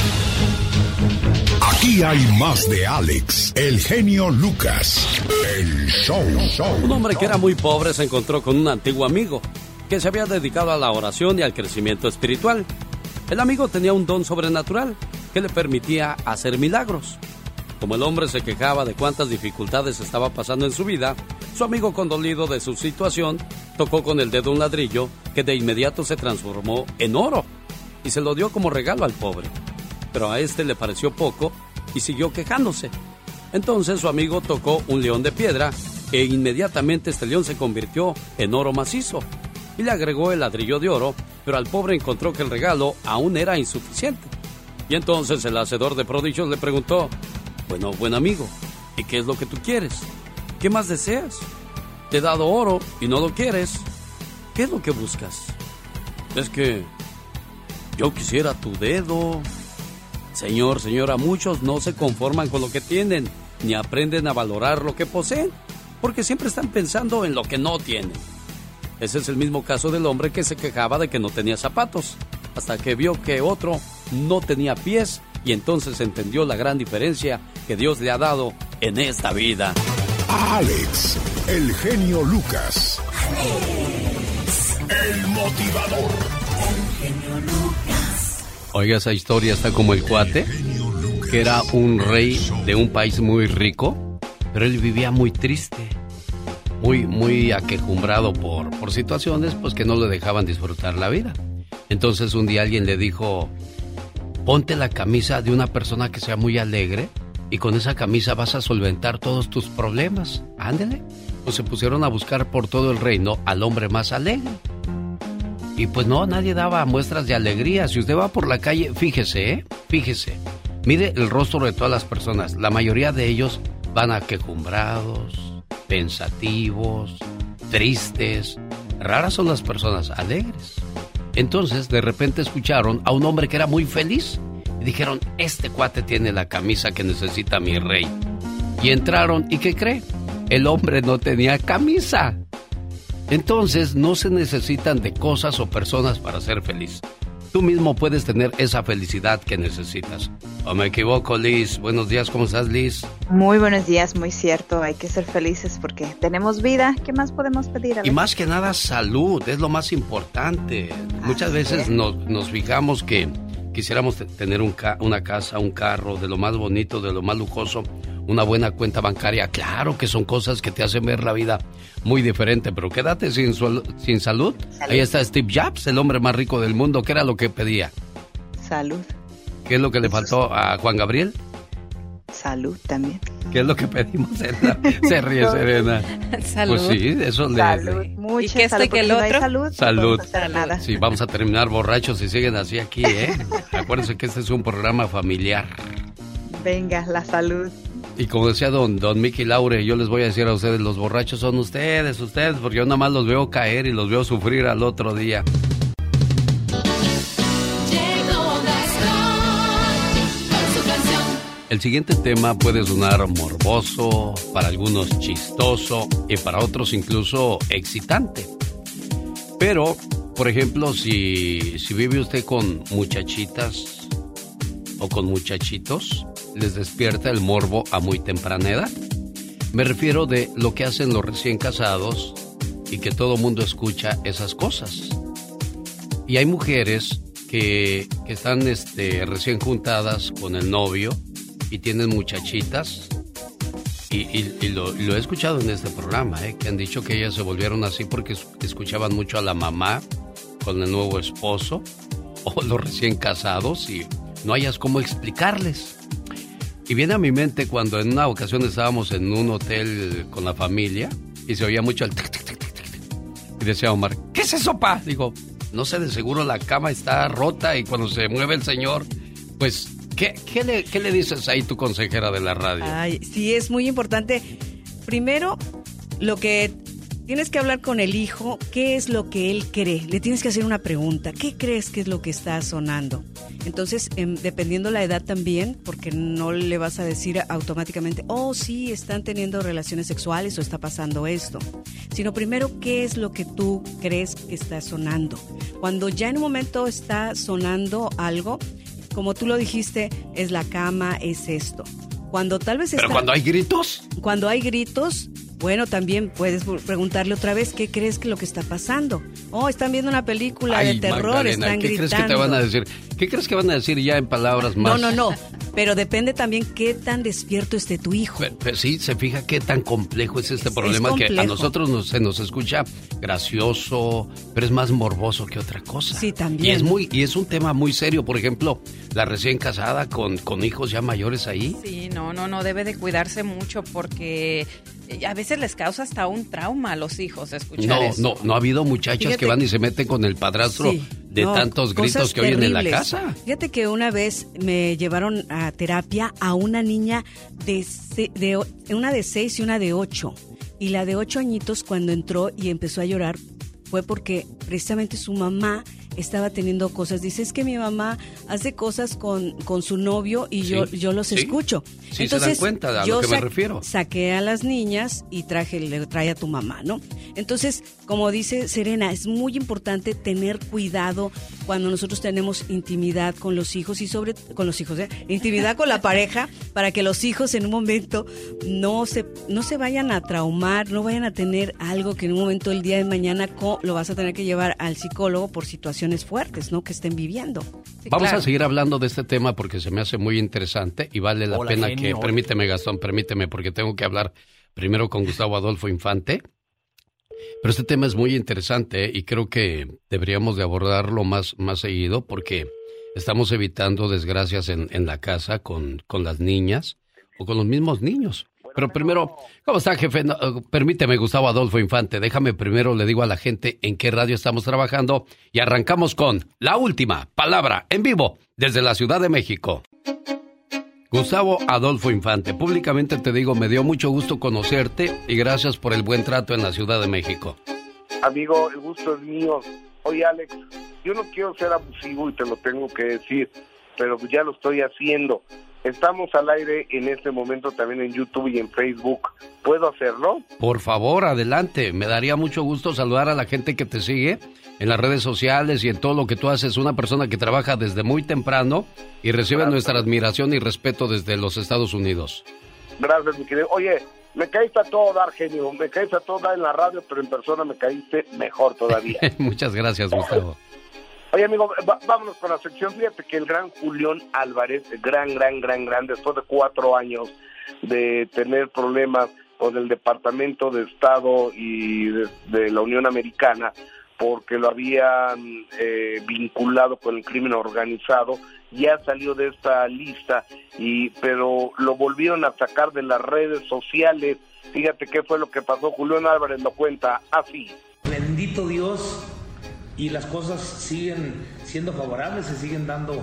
Aquí hay más de Alex, el genio Lucas, el show. Un hombre que era muy pobre se encontró con un antiguo amigo que se había dedicado a la oración y al crecimiento espiritual. El amigo tenía un don sobrenatural que le permitía hacer milagros. Como el hombre se quejaba de cuántas dificultades estaba pasando en su vida, su amigo, condolido de su situación, tocó con el dedo un ladrillo que de inmediato se transformó en oro y se lo dio como regalo al pobre. Pero a este le pareció poco y siguió quejándose. Entonces su amigo tocó un león de piedra e inmediatamente este león se convirtió en oro macizo y le agregó el ladrillo de oro, pero al pobre encontró que el regalo aún era insuficiente. Y entonces el hacedor de prodigios le preguntó: bueno, buen amigo, ¿y qué es lo que tú quieres? ¿Qué más deseas? Te he dado oro y no lo quieres. ¿Qué es lo que buscas? Es que yo quisiera tu dedo. Señor, señora, muchos no se conforman con lo que tienen, ni aprenden a valorar lo que poseen, porque siempre están pensando en lo que no tienen. Ese es el mismo caso del hombre que se quejaba de que no tenía zapatos, hasta que vio que otro no tenía pies y entonces entendió la gran diferencia que Dios le ha dado en esta vida. Alex, el genio Lucas. Alex, el motivador. El genio Lucas. Oiga, esa historia está como el cuate, que era un rey de un país muy rico, pero él vivía muy triste, muy aquejumbrado por situaciones pues que no le dejaban disfrutar la vida. Entonces un día alguien le dijo: ponte la camisa de una persona que sea muy alegre y con esa camisa vas a solventar todos tus problemas. Ándele. Pues se pusieron a buscar por todo el reino al hombre más alegre. Y pues no, nadie daba muestras de alegría. Si usted va por la calle, fíjese, mire el rostro de todas las personas. La mayoría de ellos van aquejumbrados, pensativos, tristes. Raras son las personas alegres. Entonces, de repente escucharon a un hombre que era muy feliz. Y dijeron: este cuate tiene la camisa que necesita mi rey. Y entraron, ¿y qué cree? El hombre no tenía camisa. Entonces, no se necesitan de cosas o personas para ser feliz. Tú mismo puedes tener esa felicidad que necesitas. ¿O me equivoco, Liz? Buenos días, ¿cómo estás, Liz? Muy buenos días, muy cierto. Hay que ser felices porque tenemos vida. ¿Qué más podemos pedir, Alex? Y más que nada, salud, es lo más importante. Muchas veces nos fijamos que quisiéramos tener una casa, un carro, de lo más bonito, de lo más lujoso, una buena cuenta bancaria. Claro que son cosas que te hacen ver la vida muy diferente, pero quédate sin salud. Ahí está Steve Jobs, el hombre más rico del mundo. ¿Qué era lo que pedía? Salud. ¿Qué es lo que le faltó a Juan Gabriel? Salud también. ¿Qué es lo que pedimos? Se ríe Serena. Salud. Pues sí, eso salud. ¿Y qué este que el otro? Salud. Salud. Sí, vamos a terminar borrachos si siguen así aquí, ¿eh? Acuérdense que este es un programa familiar. Venga, la salud. Y como decía don Mickey Laure, yo les voy a decir a ustedes, los borrachos son ustedes, porque yo nada más los veo caer y los veo sufrir al otro día. El siguiente tema puede sonar morboso, para algunos chistoso y para otros incluso excitante. Pero, por ejemplo, si vive usted con muchachitas o con muchachitos, ¿les despierta el morbo a muy temprana edad? Me refiero de lo que hacen los recién casados y que todo mundo escucha esas cosas. Y hay mujeres que están recién juntadas con el novio y tienen muchachitas y lo he escuchado en este programa, que han dicho que ellas se volvieron así porque escuchaban mucho a la mamá con el nuevo esposo o los recién casados y no hayas cómo explicarles. Y viene a mi mente cuando en una ocasión estábamos en un hotel con la familia y se oía mucho el tic, tic, tic, tic, tic. Y decía Omar, ¿qué es eso, pa? Digo, no sé, de seguro la cama está rota y cuando se mueve el señor, pues, ¿qué le dices ahí, tu consejera de la radio? Ay, sí, es muy importante. Primero, lo que tienes que hablar con el hijo, ¿qué es lo que él cree? Le tienes que hacer una pregunta, ¿qué crees que es lo que está sonando? Entonces, dependiendo la edad también, porque no le vas a decir automáticamente, oh, sí, están teniendo relaciones sexuales o está pasando esto. Sino primero, ¿qué es lo que tú crees que está sonando? Cuando ya en un momento está sonando algo, como tú lo dijiste, es la cama, es esto. Cuando tal vez ¿Pero cuando hay gritos? Cuando hay gritos, bueno, también puedes preguntarle otra vez, ¿qué crees que lo que está pasando? Oh, están viendo una película de terror, Magdalena, están ¿qué gritando. crees que te van a decir? ¿Qué crees que van a decir ya en palabras más? No, pero depende también qué tan despierto esté tu hijo. Pero sí, se fija qué tan complejo es este problema, complejo. Que a nosotros se nos escucha gracioso, pero es más morboso que otra cosa. Sí, también. Y es un tema muy serio, por ejemplo, la recién casada con hijos ya mayores ahí. Sí, no, debe de cuidarse mucho porque a veces les causa hasta un trauma a los hijos escuchar eso. No ha habido muchachas que van y se meten con el padrastro de tantos gritos que oyen en la casa. Fíjate que una vez me llevaron a terapia a una niña una de 6 y una de 8. Y la de 8 añitos cuando entró y empezó a llorar fue porque precisamente su mamá estaba teniendo cosas. Dice, es que mi mamá hace cosas con su novio y yo los escucho. Sí, entonces, se dan cuenta a lo que me refiero. Saqué a las niñas y le trae a tu mamá, ¿no? Entonces, como dice Serena, es muy importante tener cuidado cuando nosotros tenemos intimidad con los hijos y intimidad con la pareja, para que los hijos en un momento no se vayan a traumar, no vayan a tener algo que en un momento del día de mañana lo vas a tener que llevar al psicólogo por situaciones fuertes, ¿no? Que estén viviendo. Sí, Vamos a seguir hablando de este tema porque se me hace muy interesante y vale la pena que... Permíteme, Gastón, porque tengo que hablar primero con Gustavo Adolfo Infante. Pero este tema es muy interesante y creo que deberíamos de abordarlo más seguido porque estamos evitando desgracias en la casa con las niñas o con los mismos niños. Pero primero, ¿cómo está, jefe? No, permíteme, Gustavo Adolfo Infante, déjame primero, le digo a la gente en qué radio estamos trabajando y arrancamos con La Última Palabra en vivo desde la Ciudad de México. Gustavo Adolfo Infante, públicamente te digo, me dio mucho gusto conocerte y gracias por el buen trato en la Ciudad de México. Amigo, el gusto es mío. Oye, Alex, yo no quiero ser abusivo y te lo tengo que decir, pero ya lo estoy haciendo. Estamos al aire en este momento también en YouTube y en Facebook. ¿Puedo hacerlo? Por favor, adelante. Me daría mucho gusto saludar a la gente que te sigue en las redes sociales y en todo lo que tú haces. Una persona que trabaja desde muy temprano y recibe nuestra admiración y respeto desde los Estados Unidos. Gracias, mi querido. Oye, me caíste a todo dar, genio. Me caíste a todo dar en la radio, pero en persona me caíste mejor todavía. Muchas gracias, Gustavo. Oye, amigo, vámonos con la sección. Fíjate que el gran Julián Álvarez, gran, después de 4 años de tener problemas con el Departamento de Estado y de la Unión Americana, porque lo habían vinculado con el crimen organizado, ya salió de esta lista, pero lo volvieron a sacar de las redes sociales. Fíjate qué fue lo que pasó. Julián Álvarez lo cuenta así. Bendito Dios, y las cosas siguen siendo favorables, se siguen dando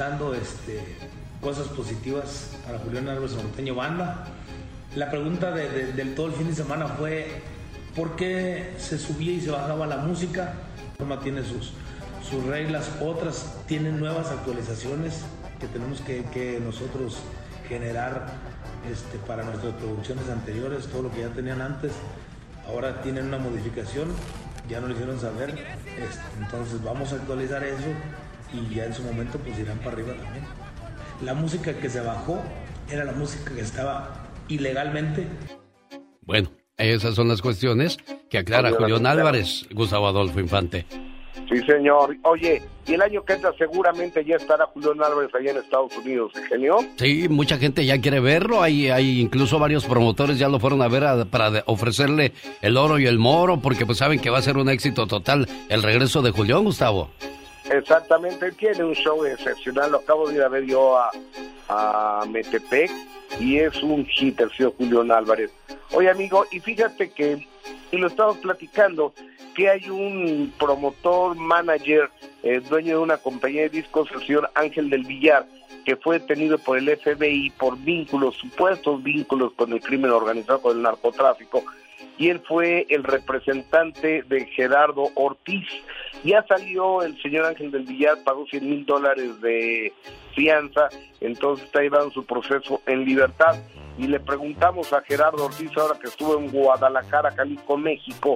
cosas positivas para Julián Álvarez Norteño Banda. La pregunta del todo el fin de semana fue ¿por qué se subía y se bajaba la música? Forma tiene sus reglas, otras tienen nuevas actualizaciones que tenemos que nosotros generar para nuestras producciones anteriores. Todo lo que ya tenían antes ahora tienen una modificación, ya no lo hicieron saber, entonces vamos a actualizar eso y ya en su momento pues irán para arriba también. La música que se bajó era la música que estaba ilegalmente. Bueno, esas son las cuestiones que aclara Julián Álvarez, Gustavo Adolfo Infante. Sí, señor. Oye, y el año que entra seguramente ya estará Julián Álvarez allá en Estados Unidos, ¿genio? Sí, mucha gente ya quiere verlo. Hay incluso varios promotores ya lo fueron a ver para ofrecerle el oro y el moro, porque pues saben que va a ser un éxito total el regreso de Julián, Gustavo. Exactamente, tiene un show excepcional, lo acabo de ir a ver yo a Metepec y es un hit el señor Julián Álvarez. Oye, amigo, y fíjate que, y lo estamos platicando, que hay un promotor, manager, dueño de una compañía de discos, el señor Ángel del Villar, que fue detenido por el FBI por supuestos vínculos con el crimen organizado, con el narcotráfico, y él fue el representante de Gerardo Ortiz. Ya salió el señor Ángel del Villar, pagó $100,000 de fianza, entonces está llevando su proceso en libertad. Y le preguntamos a Gerardo Ortiz, ahora que estuvo en Guadalajara, Jalisco, México,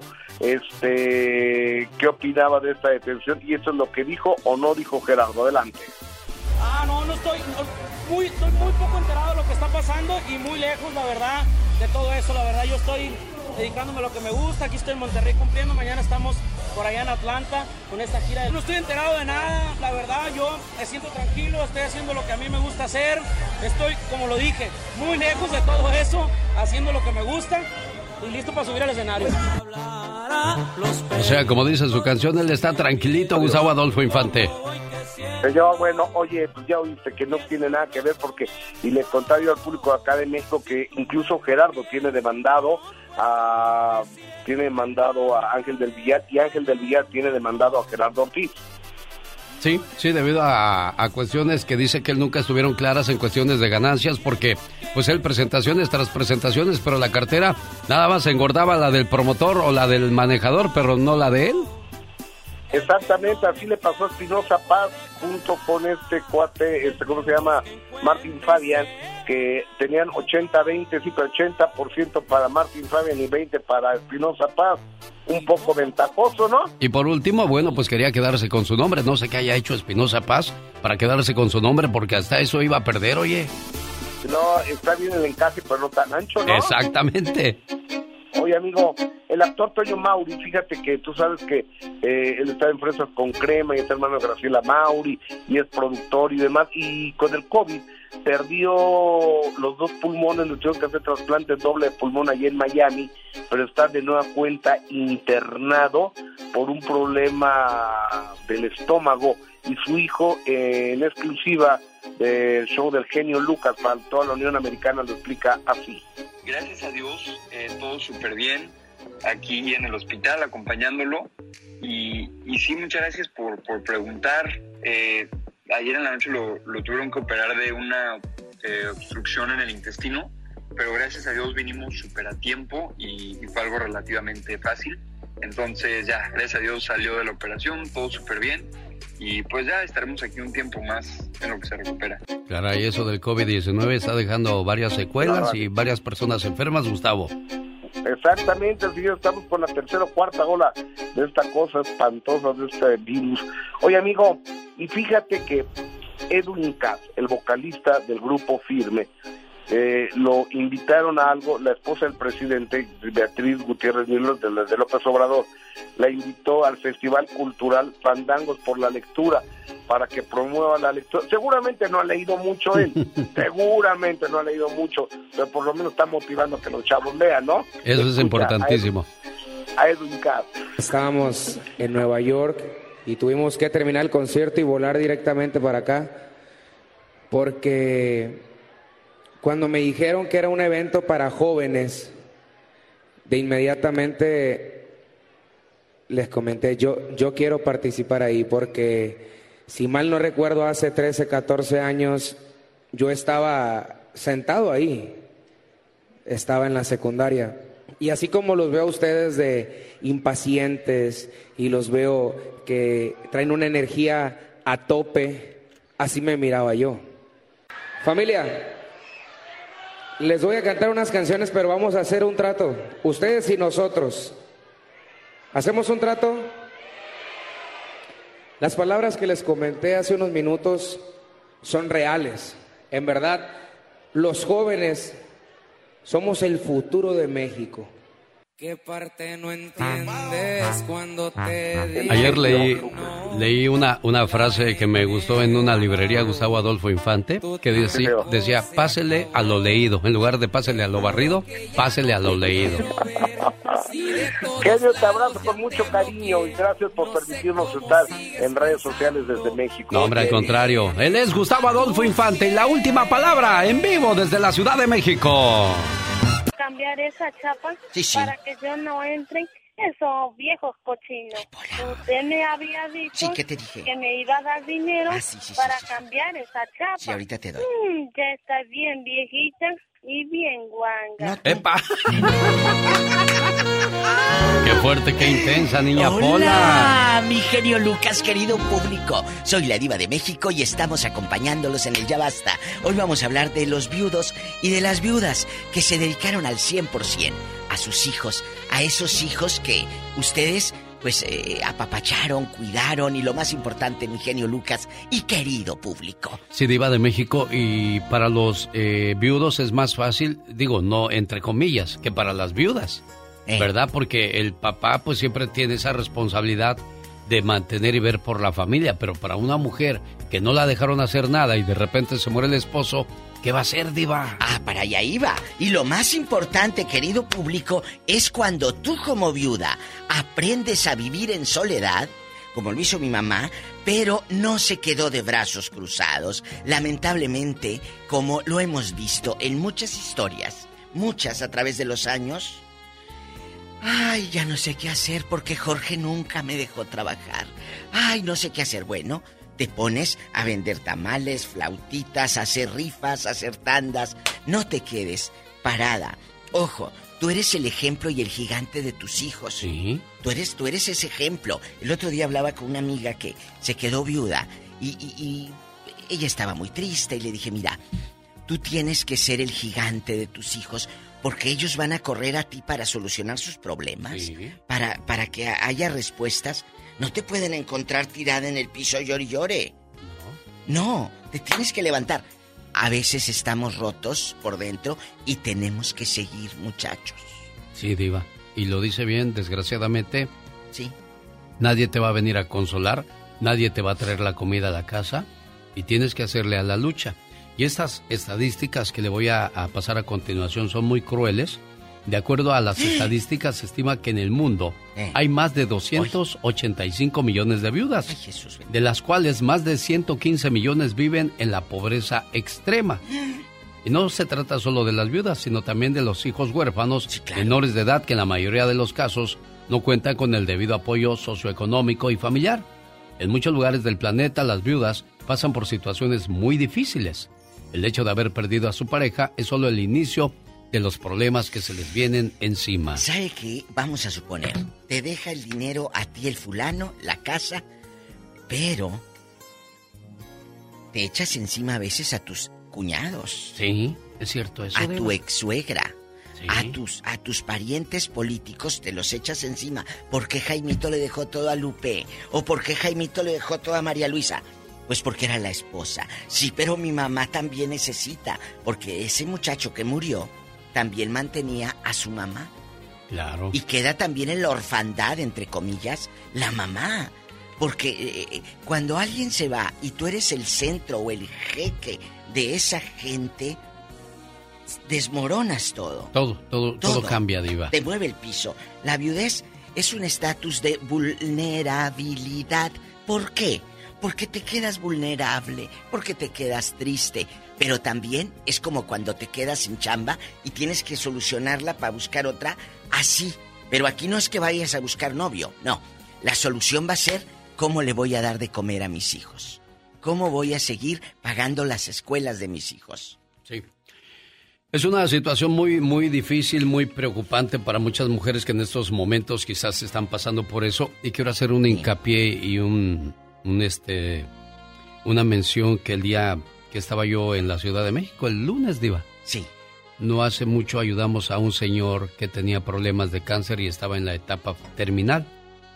qué opinaba de esta detención, y esto es lo que dijo o no dijo Gerardo. Adelante. No estoy muy poco enterado de lo que está pasando y muy lejos, la verdad, de todo eso. La verdad, yo estoy dedicándome a lo que me gusta. Aquí estoy en Monterrey cumpliendo, mañana estamos por allá en Atlanta con esta gira. No estoy enterado de nada, la verdad, yo me siento tranquilo, estoy haciendo lo que a mí me gusta hacer. Estoy, como lo dije, muy lejos de todo eso, haciendo lo que me gusta y listo para subir al escenario. O sea, como dice su canción, él está tranquilito, Gustavo Adolfo Infante. Señor, bueno, oye, pues ya oíste que no tiene nada que ver porque, y le contaba yo al público acá de México que incluso Gerardo tiene demandado a Ángel del Villar, y Ángel del Villar tiene demandado a Gerardo Ortiz. Sí, debido a cuestiones que dice que él nunca estuvieron claras en cuestiones de ganancias, porque pues él presentaciones tras presentaciones, pero la cartera nada más engordaba la del promotor o la del manejador, pero no la de él. Exactamente, así le pasó a Espinosa Paz junto con este cuate, ¿cómo se llama? Martín Fabián, que tenían 80-20, sí, pero 80% para Martín Fabián y 20% para Espinosa Paz. Un poco ventajoso, ¿no? Y por último, bueno, pues quería quedarse con su nombre. No sé qué haya hecho Espinosa Paz para quedarse con su nombre, porque hasta eso iba a perder, oye. No, está bien el encaje, pero no tan ancho, ¿no? Exactamente. Oye, amigo, el actor Toño Mauri, fíjate que tú sabes que él está en Fresas con Crema y es hermano de Graciela Mauri y es productor y demás, y con el COVID perdió los 2 pulmones, le tuvieron que hacer trasplante doble de pulmón allá en Miami, pero está de nueva cuenta internado por un problema del estómago, y su hijo en exclusiva del show del genio Lucas para toda la Unión Americana lo explica así. Gracias a Dios, todo súper bien, aquí en el hospital acompañándolo, y sí, muchas gracias por preguntar. Ayer en la noche lo tuvieron que operar de una obstrucción en el intestino, pero gracias a Dios vinimos súper a tiempo y fue algo relativamente fácil. Entonces ya, gracias a Dios salió de la operación, todo súper bien, y pues ya estaremos aquí un tiempo más en lo que se recupera. Caray, eso del COVID-19 está dejando varias secuelas y varias personas enfermas, Gustavo. Exactamente, sí, estamos con la tercera o cuarta ola de esta cosa espantosa, de este virus. Oye, amigo, y fíjate que Edwin Cass, el vocalista del grupo Firme, lo invitaron a algo, la esposa del presidente, Beatriz Gutiérrez Müller, de López Obrador, la invitó al Festival Cultural Fandangos por la Lectura, para que promueva la lectura. Seguramente no ha leído mucho él, seguramente no ha leído mucho, pero por lo menos está motivando a que los chavos lean, ¿no? Eso es importantísimo. A Edwin Cass. Estábamos en Nueva York y tuvimos que terminar el concierto y volar directamente para acá, porque cuando me dijeron que era un evento para jóvenes, de inmediatamente les comenté, yo quiero participar ahí, porque si mal no recuerdo, hace 13, 14 años yo estaba sentado ahí, estaba en la secundaria, y así como los veo a ustedes de impacientes y los veo que traen una energía a tope, así me miraba yo. Familia, les voy a cantar unas canciones, pero vamos a hacer un trato, ustedes y nosotros. ¿Hacemos un trato? Las palabras que les comenté hace unos minutos son reales. En verdad, los jóvenes somos el futuro de México. ¿Qué parte no entiendes cuando te digo? Ayer Leí una frase que me gustó en una librería, Gustavo Adolfo Infante, que decía, pásele a lo leído. En lugar de pásele a lo barrido, pásele a lo leído. Genio, te abrazo con mucho cariño y gracias por permitirnos estar en redes sociales desde México. No, hombre, al contrario. Él es Gustavo Adolfo Infante y la última palabra en vivo desde la Ciudad de México. Cambiar esa chapa para que yo no entre. Esos viejos cochinos. Usted me había dicho ¿qué te dije? Que me iba a dar dinero para cambiar esa chapa. Sí, ahorita te doy. Ya está bien viejita y bien guanga. ¡Epa! ¡Qué fuerte, qué intensa, niña Hola, Pola! Mi genio Lucas, querido público. Soy la Diva de México y estamos acompañándolos en el Ya Basta. Hoy vamos a hablar de los viudos y de las viudas que se dedicaron al 100% a sus hijos, a esos hijos que ustedes pues apapacharon, cuidaron y lo más importante, mi genio Lucas y querido público. Sí, Diva de México, y para los viudos es más fácil, digo, no entre comillas, que para las viudas, ¿verdad? Porque el papá pues siempre tiene esa responsabilidad de mantener y ver por la familia, pero para una mujer que no la dejaron hacer nada y de repente se muere el esposo, ¿qué va a hacer, Diva? Para allá iba. Y lo más importante, querido público, es cuando tú como viuda aprendes a vivir en soledad, como lo hizo mi mamá, pero no se quedó de brazos cruzados. Lamentablemente, como lo hemos visto en muchas historias, muchas a través de los años. Ay, ya no sé qué hacer porque Jorge nunca me dejó trabajar. Ay, no sé qué hacer. Bueno, te pones a vender tamales, flautitas, a hacer rifas, a hacer tandas. No te quedes parada. Ojo, tú eres el ejemplo y el gigante de tus hijos. Sí. Tú eres ese ejemplo. El otro día hablaba con una amiga que se quedó viuda y ella estaba muy triste y le dije, mira, tú tienes que ser el gigante de tus hijos porque ellos van a correr a ti para solucionar sus problemas, para que haya respuestas. No te pueden encontrar tirada en el piso llore y llore. No, te tienes que levantar. A veces estamos rotos por dentro y tenemos que seguir, muchachos. Sí, Diva. Y lo dice bien, desgraciadamente. Sí. Nadie te va a venir a consolar, nadie te va a traer la comida a la casa y tienes que hacerle a la lucha. Y estas estadísticas que le voy a pasar a continuación son muy crueles. De acuerdo a las estadísticas, se estima que en el mundo hay más de 285 millones de viudas, de las cuales más de 115 millones viven en la pobreza extrema. Y no se trata solo de las viudas, sino también de los hijos huérfanos menores de edad que en la mayoría de los casos no cuentan con el debido apoyo socioeconómico y familiar. En muchos lugares del planeta, las viudas pasan por situaciones muy difíciles. El hecho de haber perdido a su pareja es solo el inicio de los problemas que se les vienen encima. ¿Sabe qué? Vamos a suponer, te deja el dinero a ti el fulano, la casa, pero te echas encima a veces a tus cuñados. Sí, es cierto eso. A tu ex-suegra. Sí. A tus parientes políticos te los echas encima. ¿Por qué Jaimito le dejó todo a Lupe? ¿O por qué Jaimito le dejó todo a María Luisa? Pues porque era la esposa. Sí, pero mi mamá también necesita, porque ese muchacho que murió también mantenía a su mamá. Claro. Y queda también en la orfandad, entre comillas, la mamá. Porque cuando alguien se va y tú eres el centro o el jeque de esa gente, desmoronas todo. Todo cambia, Diva. Te mueve el piso. La viudez es un estatus de vulnerabilidad. ¿Por qué? Porque te quedas vulnerable, porque te quedas triste. Pero también es como cuando te quedas sin chamba y tienes que solucionarla para buscar otra, así. Pero aquí no es que vayas a buscar novio, no. La solución va a ser cómo le voy a dar de comer a mis hijos. Cómo voy a seguir pagando las escuelas de mis hijos. Sí. Es una situación muy, muy difícil, muy preocupante para muchas mujeres que en estos momentos quizás están pasando por eso. Y quiero hacer un hincapié y una mención que el día que estaba yo en la Ciudad de México, el lunes, Diva. Sí. No hace mucho ayudamos a un señor que tenía problemas de cáncer y estaba en la etapa terminal.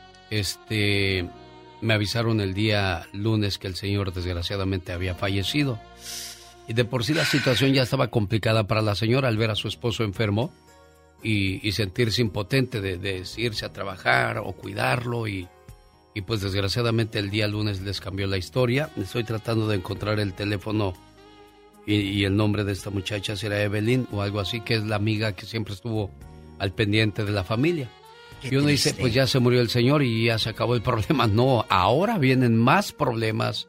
Me avisaron el día lunes que el señor desgraciadamente había fallecido. Y de por sí la situación ya estaba complicada para la señora al ver a su esposo enfermo y sentirse impotente de irse a trabajar o cuidarlo y Y pues desgraciadamente el día lunes les cambió la historia. Estoy tratando de encontrar el teléfono y el nombre de esta muchacha, será Evelyn o algo así, que es la amiga que siempre estuvo al pendiente de la familia. Y uno dice, pues ya se murió el señor y ya se acabó el problema. No, ahora vienen más problemas,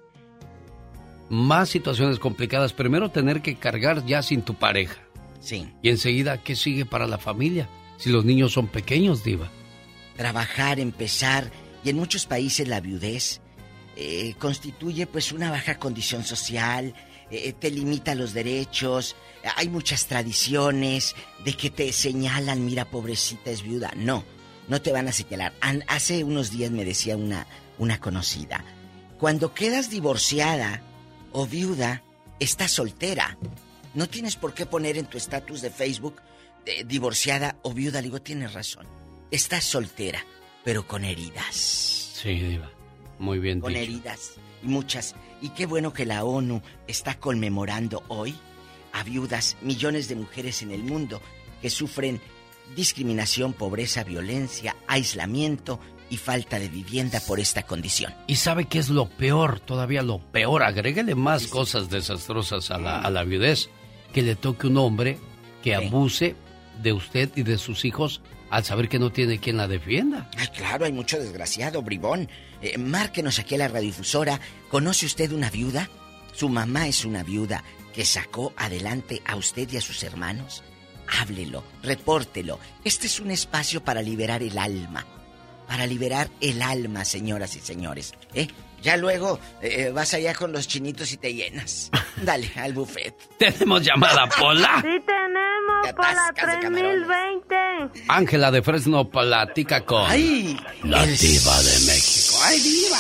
más situaciones complicadas. Primero tener que cargar ya sin tu pareja. Sí. Y enseguida, ¿qué sigue para la familia? Si los niños son pequeños, Diva. Trabajar, empezar, y en muchos países la viudez constituye pues una baja condición social, te limita los derechos, hay muchas tradiciones de que te señalan, mira, pobrecita es viuda. No te van a señalar. Hace unos días me decía una conocida, cuando quedas divorciada o viuda, estás soltera. No tienes por qué poner en tu estatus de Facebook divorciada o viuda. Le digo, tienes razón. Estás soltera, pero con heridas. Sí, Diva. Muy bien con dicho. Heridas, y muchas. Y qué bueno que la ONU está conmemorando hoy a viudas, millones de mujeres en el mundo que sufren discriminación, pobreza, violencia, aislamiento y falta de vivienda por esta condición. ¿Y sabe qué es lo peor? Todavía lo peor. Agréguele más cosas desastrosas a la viudez. Que le toque un hombre que abuse de usted y de sus hijos al saber que no tiene quien la defienda. Ay, claro, hay mucho desgraciado, bribón. Márquenos aquí a la radiodifusora. ¿Conoce usted una viuda? Su mamá es una viuda que sacó adelante a usted y a sus hermanos. Háblelo, repórtelo. Este es un espacio para liberar el alma. Para liberar el alma, señoras y señores. Ya luego vas allá con los chinitos y te llenas. Dale, al buffet. ¿Tenemos llamada, Pola? Sí tenemos, Pola 3020. Ángela de Fresno platica con... ¡Ay! La Diva de México. ¡Ay, Diva!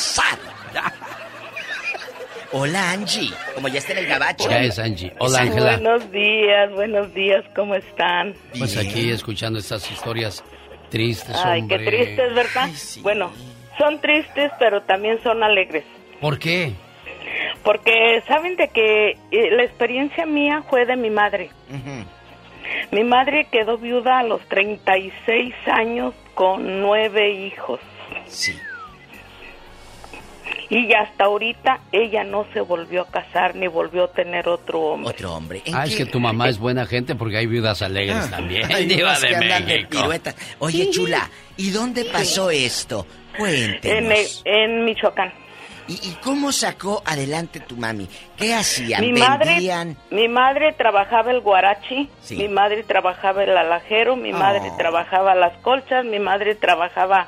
Hola, Angie. Como ya está en el gabacho. Ya es Angie. Hola, Ángela. Buenos días, ¿cómo están? Pues aquí escuchando estas historias tristes, Ay, hombre. qué tristes, ¿verdad? Ay, sí. Bueno, son tristes, pero también son alegres. ¿Por qué? Porque saben de que la experiencia mía fue de mi madre. Uh-huh. Mi madre quedó viuda a los 36 años con 9 hijos. Sí. Y hasta ahorita ella no se volvió a casar ni volvió a tener otro hombre. Otro hombre. Es que tu mamá es buena gente porque hay viudas alegres también. Hay Diva unas de que andan de México. piruetas. Oye, chula, ¿y dónde pasó esto? Cuéntenos. En Michoacán. ¿Y cómo sacó adelante tu mami? ¿Qué hacían? Mi madre trabajaba el guarachi, Sí. mi madre trabajaba el alajero, mi madre trabajaba las colchas, mi madre trabajaba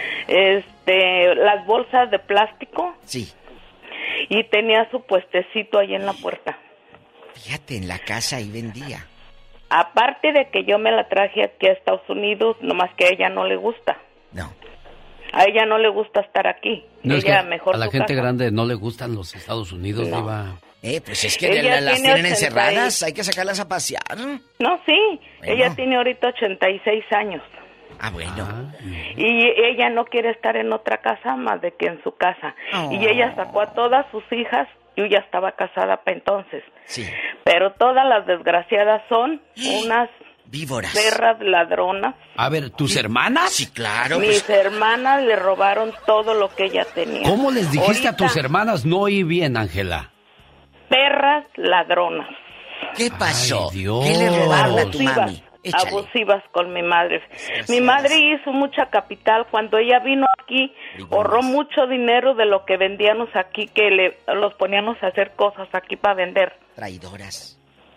las bolsas de plástico. Sí. Y tenía su puestecito ahí en la puerta. Fíjate, en la casa ahí vendía. Aparte de que yo me la traje aquí a Estados Unidos, nomás que a ella no le gusta. No. A ella no le gusta estar aquí. No, es ella que mejor a la su gente casa. grande no le gustan los Estados Unidos, No. Diva. Pues es que Ella las tiene tienen 80 encerradas, hay que sacarlas a pasear. No, sí, Bueno. ella tiene ahorita 86 años. Ah, bueno. Y ella no quiere estar en otra casa más de que en su casa. Oh. Y ella sacó a todas sus hijas, yo ya estaba casada para entonces. Sí. Pero todas las desgraciadas son unas víboras, perras ladronas. A ver, ¿tus hermanas? Sí, claro. Mis hermanas le robaron todo lo que ella tenía. ¿Cómo les dijiste a tus Ahorita, hermanas? No oí bien, Ángela. perras ladronas. ¿Qué pasó? Ay, Dios. ¿Qué le robaron a tu Abusivas, mami? Échale. abusivas con mi madre. Mi madre hizo mucha capital. Cuando ella vino aquí, ahorró mucho dinero de lo que vendíamos aquí, que los poníamos a hacer cosas aquí para vender. Traidoras.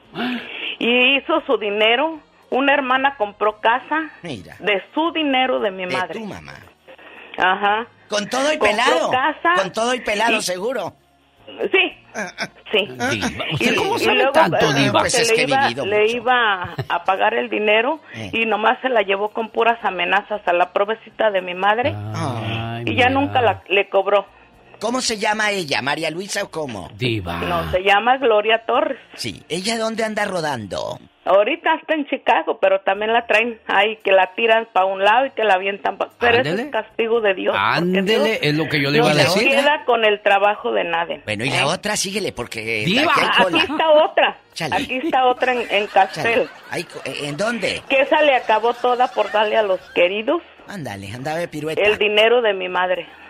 Y hizo su dinero. Una hermana compró casa. Mira. De su dinero de mi madre. De tu mamá. Ajá. Con todo y Compró pelado. casa. Con todo y pelado, Y- seguro. Sí. Sí. Diva, ¿usted cómo sabe luego, tanto, Diva? Pues es que he vivido le mucho. iba a pagar el dinero y nomás se la llevó con puras amenazas a la provecita de mi madre y ya nunca le cobró. ¿Cómo se llama ella? ¿María Luisa o cómo? Diva. No, se llama Gloria Torres. Sí. ¿Ella dónde anda rodando? Ahorita está en Chicago, pero también la traen ahí, que la tiran para un lado y que la avientan para... Pero eso Ándele. es castigo de Dios. porque Ándele, Dios es lo que yo le iba a no se decir. queda con el trabajo de nadie. Bueno, y la otra, síguele, porque... Diva. aquí hay Aquí cola. está otra. Chale. Aquí está otra en Castel. Chale. ¿En dónde? Que esa le acabó toda por darle a los queridos Ándale, andaba de pirueta. el dinero de mi madre.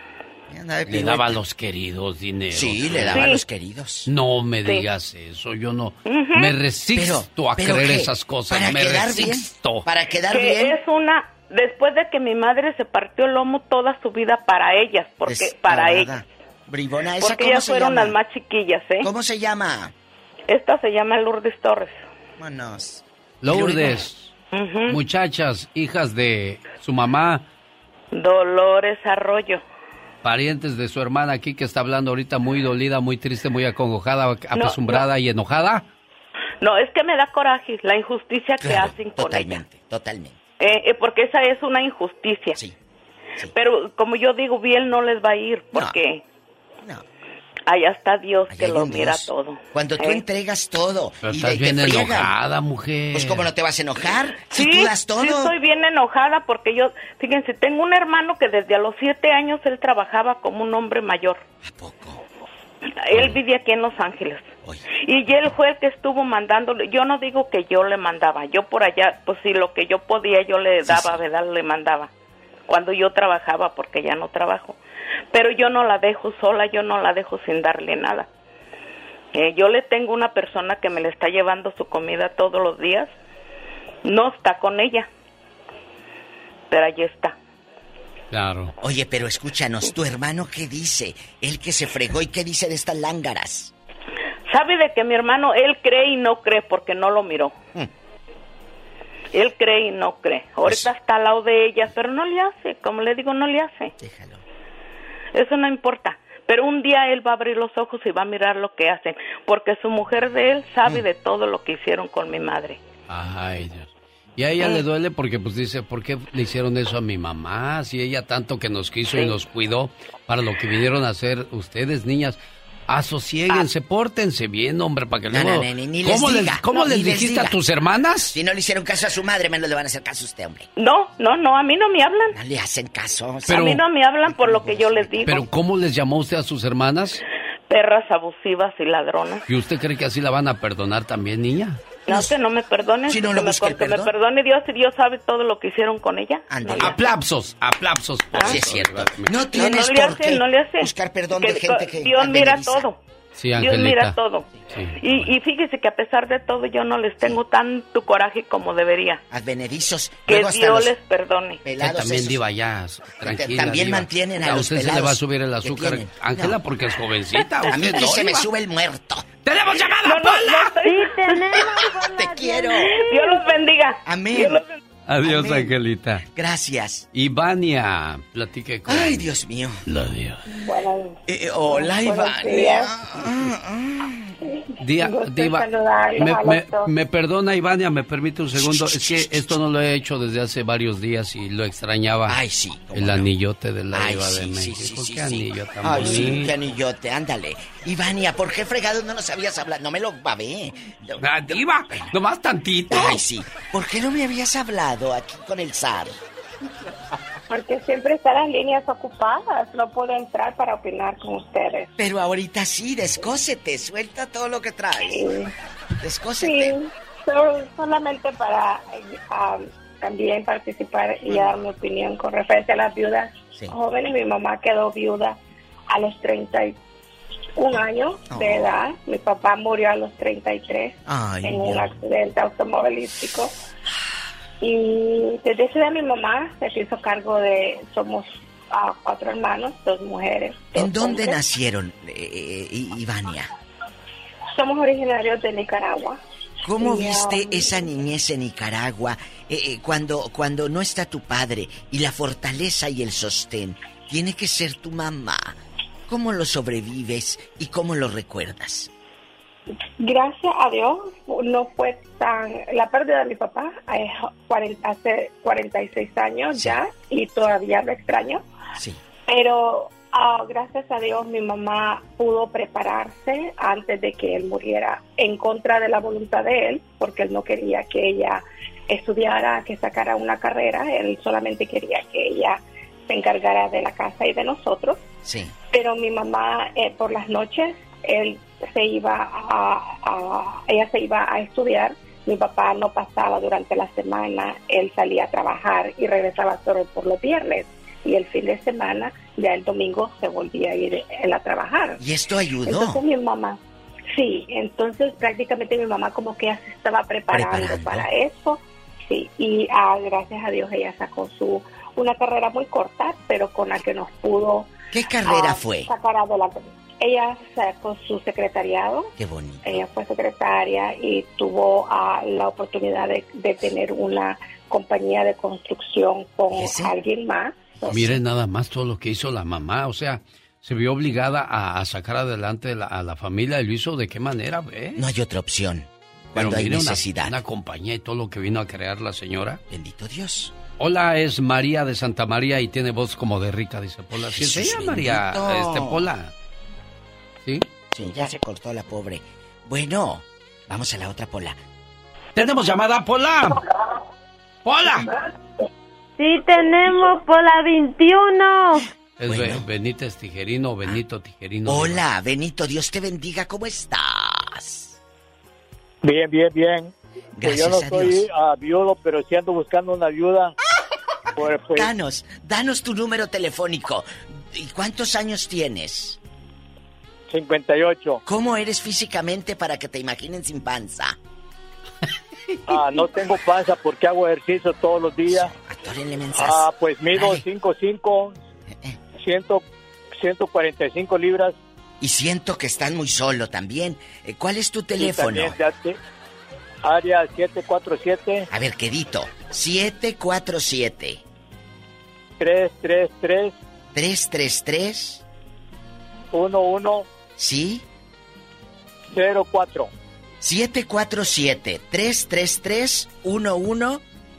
Le daba a los queridos dinero. Sí, le daba a los queridos. No me digas eso, yo no. Me resisto a creer esas cosas, me resisto. Para quedar que bien. Es una... Después de que mi madre se partió el lomo toda su vida para ellas, porque para ellas. Bribona, ¿esa porque cómo ellas se fueron llama? las más chiquillas, ¿eh? ¿Cómo se llama? Esta se llama Lourdes Torres. Vámonos. Lourdes, muchachas, hijas de su mamá. Dolores Arroyo. Parientes de su hermana aquí que está hablando ahorita muy dolida, muy triste, muy acongojada, apesumbrada y enojada. No, es que me da coraje la injusticia que hacen con ella. Totalmente. Porque esa es una injusticia. Sí. Pero como yo digo, bien no les va a ir, porque allá está Dios que lo mira todo. Cuando tú entregas todo Pero y estás bien enojada, mujer. Pues ¿cómo no te vas a enojar? Sí, si tú das todo. Sí, estoy bien enojada porque yo, fíjense, tengo un hermano que desde a los 7 años él trabajaba como un hombre mayor. ¿A poco? Él vivía aquí en Los Ángeles. Y él fue el que estuvo mandándole. Yo no digo que yo le mandaba, yo por allá, pues sí, lo que yo podía yo le daba, ¿verdad? Le mandaba. Cuando yo trabajaba, porque ya no trabajo. Pero yo no la dejo sola, yo no la dejo sin darle nada. Yo le tengo una persona que me le está llevando su comida todos los días. No está con ella, pero allí está. Claro. Oye, pero escúchanos, ¿tu hermano qué dice? Él que se fregó, ¿y qué dice de estas lángaras? ¿Sabe de que mi hermano, él cree y no cree porque no lo miró? Él cree y no cree. Ahorita está al lado de ella, pero no le hace, como le digo, no le hace. Déjalo. Eso no importa. Pero un día él va a abrir los ojos y va a mirar lo que hacen, porque su mujer de él sabe de todo lo que hicieron con mi madre. Ay, Dios. Y a ella le duele porque pues dice, ¿por qué le hicieron eso a mi mamá? Si ella tanto que nos quiso y nos cuidó para lo que vinieron a hacer ustedes, niñas. Asosiéguense, pórtense bien, hombre, para que luego... ¿Cómo les dijiste a tus hermanas? Si no le hicieron caso a su madre, menos le van a hacer caso a usted, hombre. No, a mí no me hablan. No le hacen caso. A mí no me hablan por lo que yo les digo. ¿Pero cómo les llamó usted a sus hermanas? Perras abusivas y ladronas. ¿Y usted cree que así la van a perdonar también, niña? No, que no me perdonen. Si no lo busca el perdón. Que me perdone Dios, y Dios sabe todo lo que hicieron con ella. Aplausos. Sí, es cierto. No tienes por qué buscar perdón de gente que Dios mira todo. Sí, Dios Angelita. mira todo. Sí. Y fíjese que a pesar de todo yo no les tengo tanto coraje como debería. Advenedizos. Que Dios les perdone. También, diva, ya, tranquila. También diva. mantienen a los usted pelados. se le va a subir el azúcar, Ángela, porque es jovencita. A mí que se me sube el muerto. ¡Tenemos llamada, Pola! Sí, tenemos. Te quiero. Dios los bendiga. Amén. Adiós, Amén. Angelita. Gracias. Ivania, platique con... Ay, Dios mío. Dios. Hola, Ivania. Diva, me perdona, Ivania, me permite un segundo. Es que esto no lo he hecho desde hace varios días y lo extrañaba. Ay, sí. El anillote de la Diva de sí, México. sí, ¿Qué anillo tan Ay, bonito? sí, qué anillote, ándale. Ivania, ¿por qué fregados no nos habías hablado? No me lo babé. Diva, nomás tantito. Ay, sí. ¿Por qué no me habías hablado aquí con el zar? Porque siempre están las líneas ocupadas, no puedo entrar para opinar con ustedes. Pero ahorita sí, descósete, suelta todo lo que traes. Sí. Descósete. Sí, solamente para también participar y dar mi opinión con referencia a las viudas jóvenes. Mi mamá quedó viuda a los 31 años de edad. Mi papá murió a los 33 en un accidente automovilístico. Y desde ese día mi mamá se hizo cargo de, somos 4 hermanos, 2 mujeres. ¿En dónde hombres. Nacieron, Ivania? Somos originarios de Nicaragua. ¿Cómo viste esa niñez en Nicaragua cuando no está tu padre y la fortaleza y el sostén tiene que ser tu mamá? ¿Cómo lo sobrevives y cómo lo recuerdas? Gracias a Dios no fue tan... La pérdida de mi papá hace 46 años ya y todavía lo extraño. Sí. Pero gracias a Dios mi mamá pudo prepararse antes de que él muriera en contra de la voluntad de él, porque él no quería que ella estudiara, que sacara una carrera. Él solamente quería que ella se encargara de la casa y de nosotros. Sí. Pero mi mamá por las noches, ella se iba a estudiar. Mi papá no pasaba durante la semana, él salía a trabajar y regresaba solo por los viernes. y el fin de semana, ya el domingo se volvía a ir él a trabajar. ¿Y esto ayudó? Entonces mi mamá, sí, entonces prácticamente mi mamá como que ya se estaba preparando para eso, sí, y gracias a Dios ella sacó una carrera muy corta, pero con la que nos pudo... ¿Qué carrera fue? Sacar adelante. Ella sacó su secretariado. Qué bonito. Ella fue secretaria y tuvo la oportunidad de tener una compañía de construcción con alguien más. Miren nada más todo lo que hizo la mamá, o sea, se vio obligada a sacar adelante a la familia y lo hizo de qué manera, ¿ve? No hay otra opción cuando hay necesidad. Una compañía y todo lo que vino a crear la señora. Bendito Dios. Hola, es María de Santa María y tiene voz como de rica, dice Pola. ¿Sí se llama María, Pola? ¿Sí? Sí, ya se cortó la pobre. Bueno, vamos a la otra Pola. ¡Tenemos llamada, Pola! ¡Pola! Sí, tenemos Pola 21. Es Benítez Tijerino, Benito Tijerino. Hola, Benito, Dios te bendiga, ¿cómo estás? Bien, bien, bien. Gracias yo no soy viudo, pero sí ando buscando una viuda. Danos tu número telefónico. ¿Y cuántos años tienes? 58. ¿Cómo eres físicamente para que te imaginen sin panza? No tengo panza porque hago ejercicio todos los días. Atórenle mensajes. Pues mido 5'5", 145 libras. Y siento que estás muy solo también. ¿Cuál es tu teléfono? Área 747. A ver, quedito. 747. 333. 333. 11. ¿Sí? 04. 747 333 11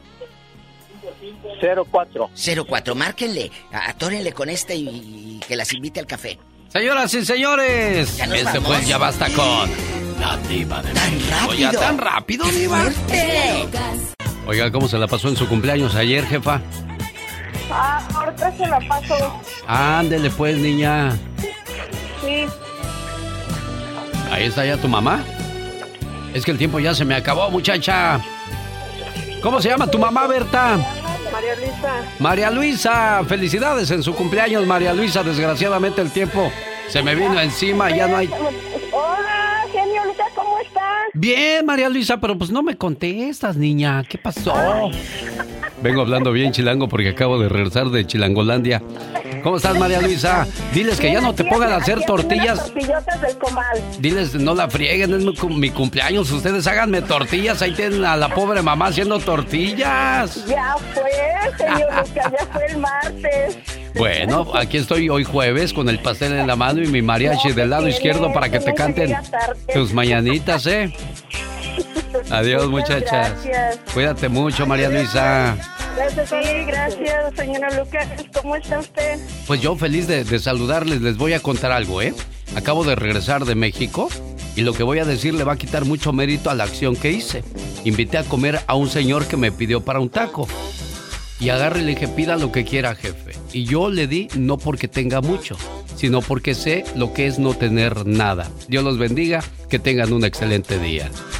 04. Márquenle, atórenle con y que las invite al café. Señoras y señores, pues ya basta con la Diva de México. ¿Ya tan rápido, Diva? Oiga, ¿cómo se la pasó en su cumpleaños ayer, jefa? Ahorita se la paso. Ándele pues, niña. Sí. Ahí está ya tu mamá. Es que el tiempo ya se me acabó, muchacha. ¿Cómo se llama tu mamá, Berta? María Luisa. María Luisa, felicidades en su cumpleaños, María Luisa. Desgraciadamente el tiempo se me vino encima, ya no hay... Hola, genio Lucas, ¿cómo estás? Bien, María Luisa, pero pues no me contestas, niña. ¿Qué pasó? Vengo hablando bien chilango porque acabo de regresar de Chilangolandia. ¿Cómo estás, María Luisa? Diles que ya no te pongan a hacer tortillas. Tortillotas del comal. Diles, no la frieguen, es mi cumpleaños. Ustedes háganme tortillas. Ahí tienen a la pobre mamá haciendo tortillas. Ya fue, señor Lucas, ya fue el martes. Bueno, aquí estoy hoy jueves con el pastel en la mano y mi mariachi del lado izquierdo para que te canten tus mañanitas, ¿eh? Adiós, muchachas. Gracias. Cuídate mucho, María Luisa. Gracias, sí, gracias, señora Lucas. ¿Cómo está usted? Pues yo feliz de saludarles. Les voy a contar algo, ¿eh? Acabo de regresar de México y lo que voy a decir le va a quitar mucho mérito a la acción que hice. Invité a comer a un señor que me pidió para un taco. Y agarré y le dije, pida lo que quiera, jefe. Y yo le di no porque tenga mucho, sino porque sé lo que es no tener nada. Dios los bendiga, que tengan un excelente día.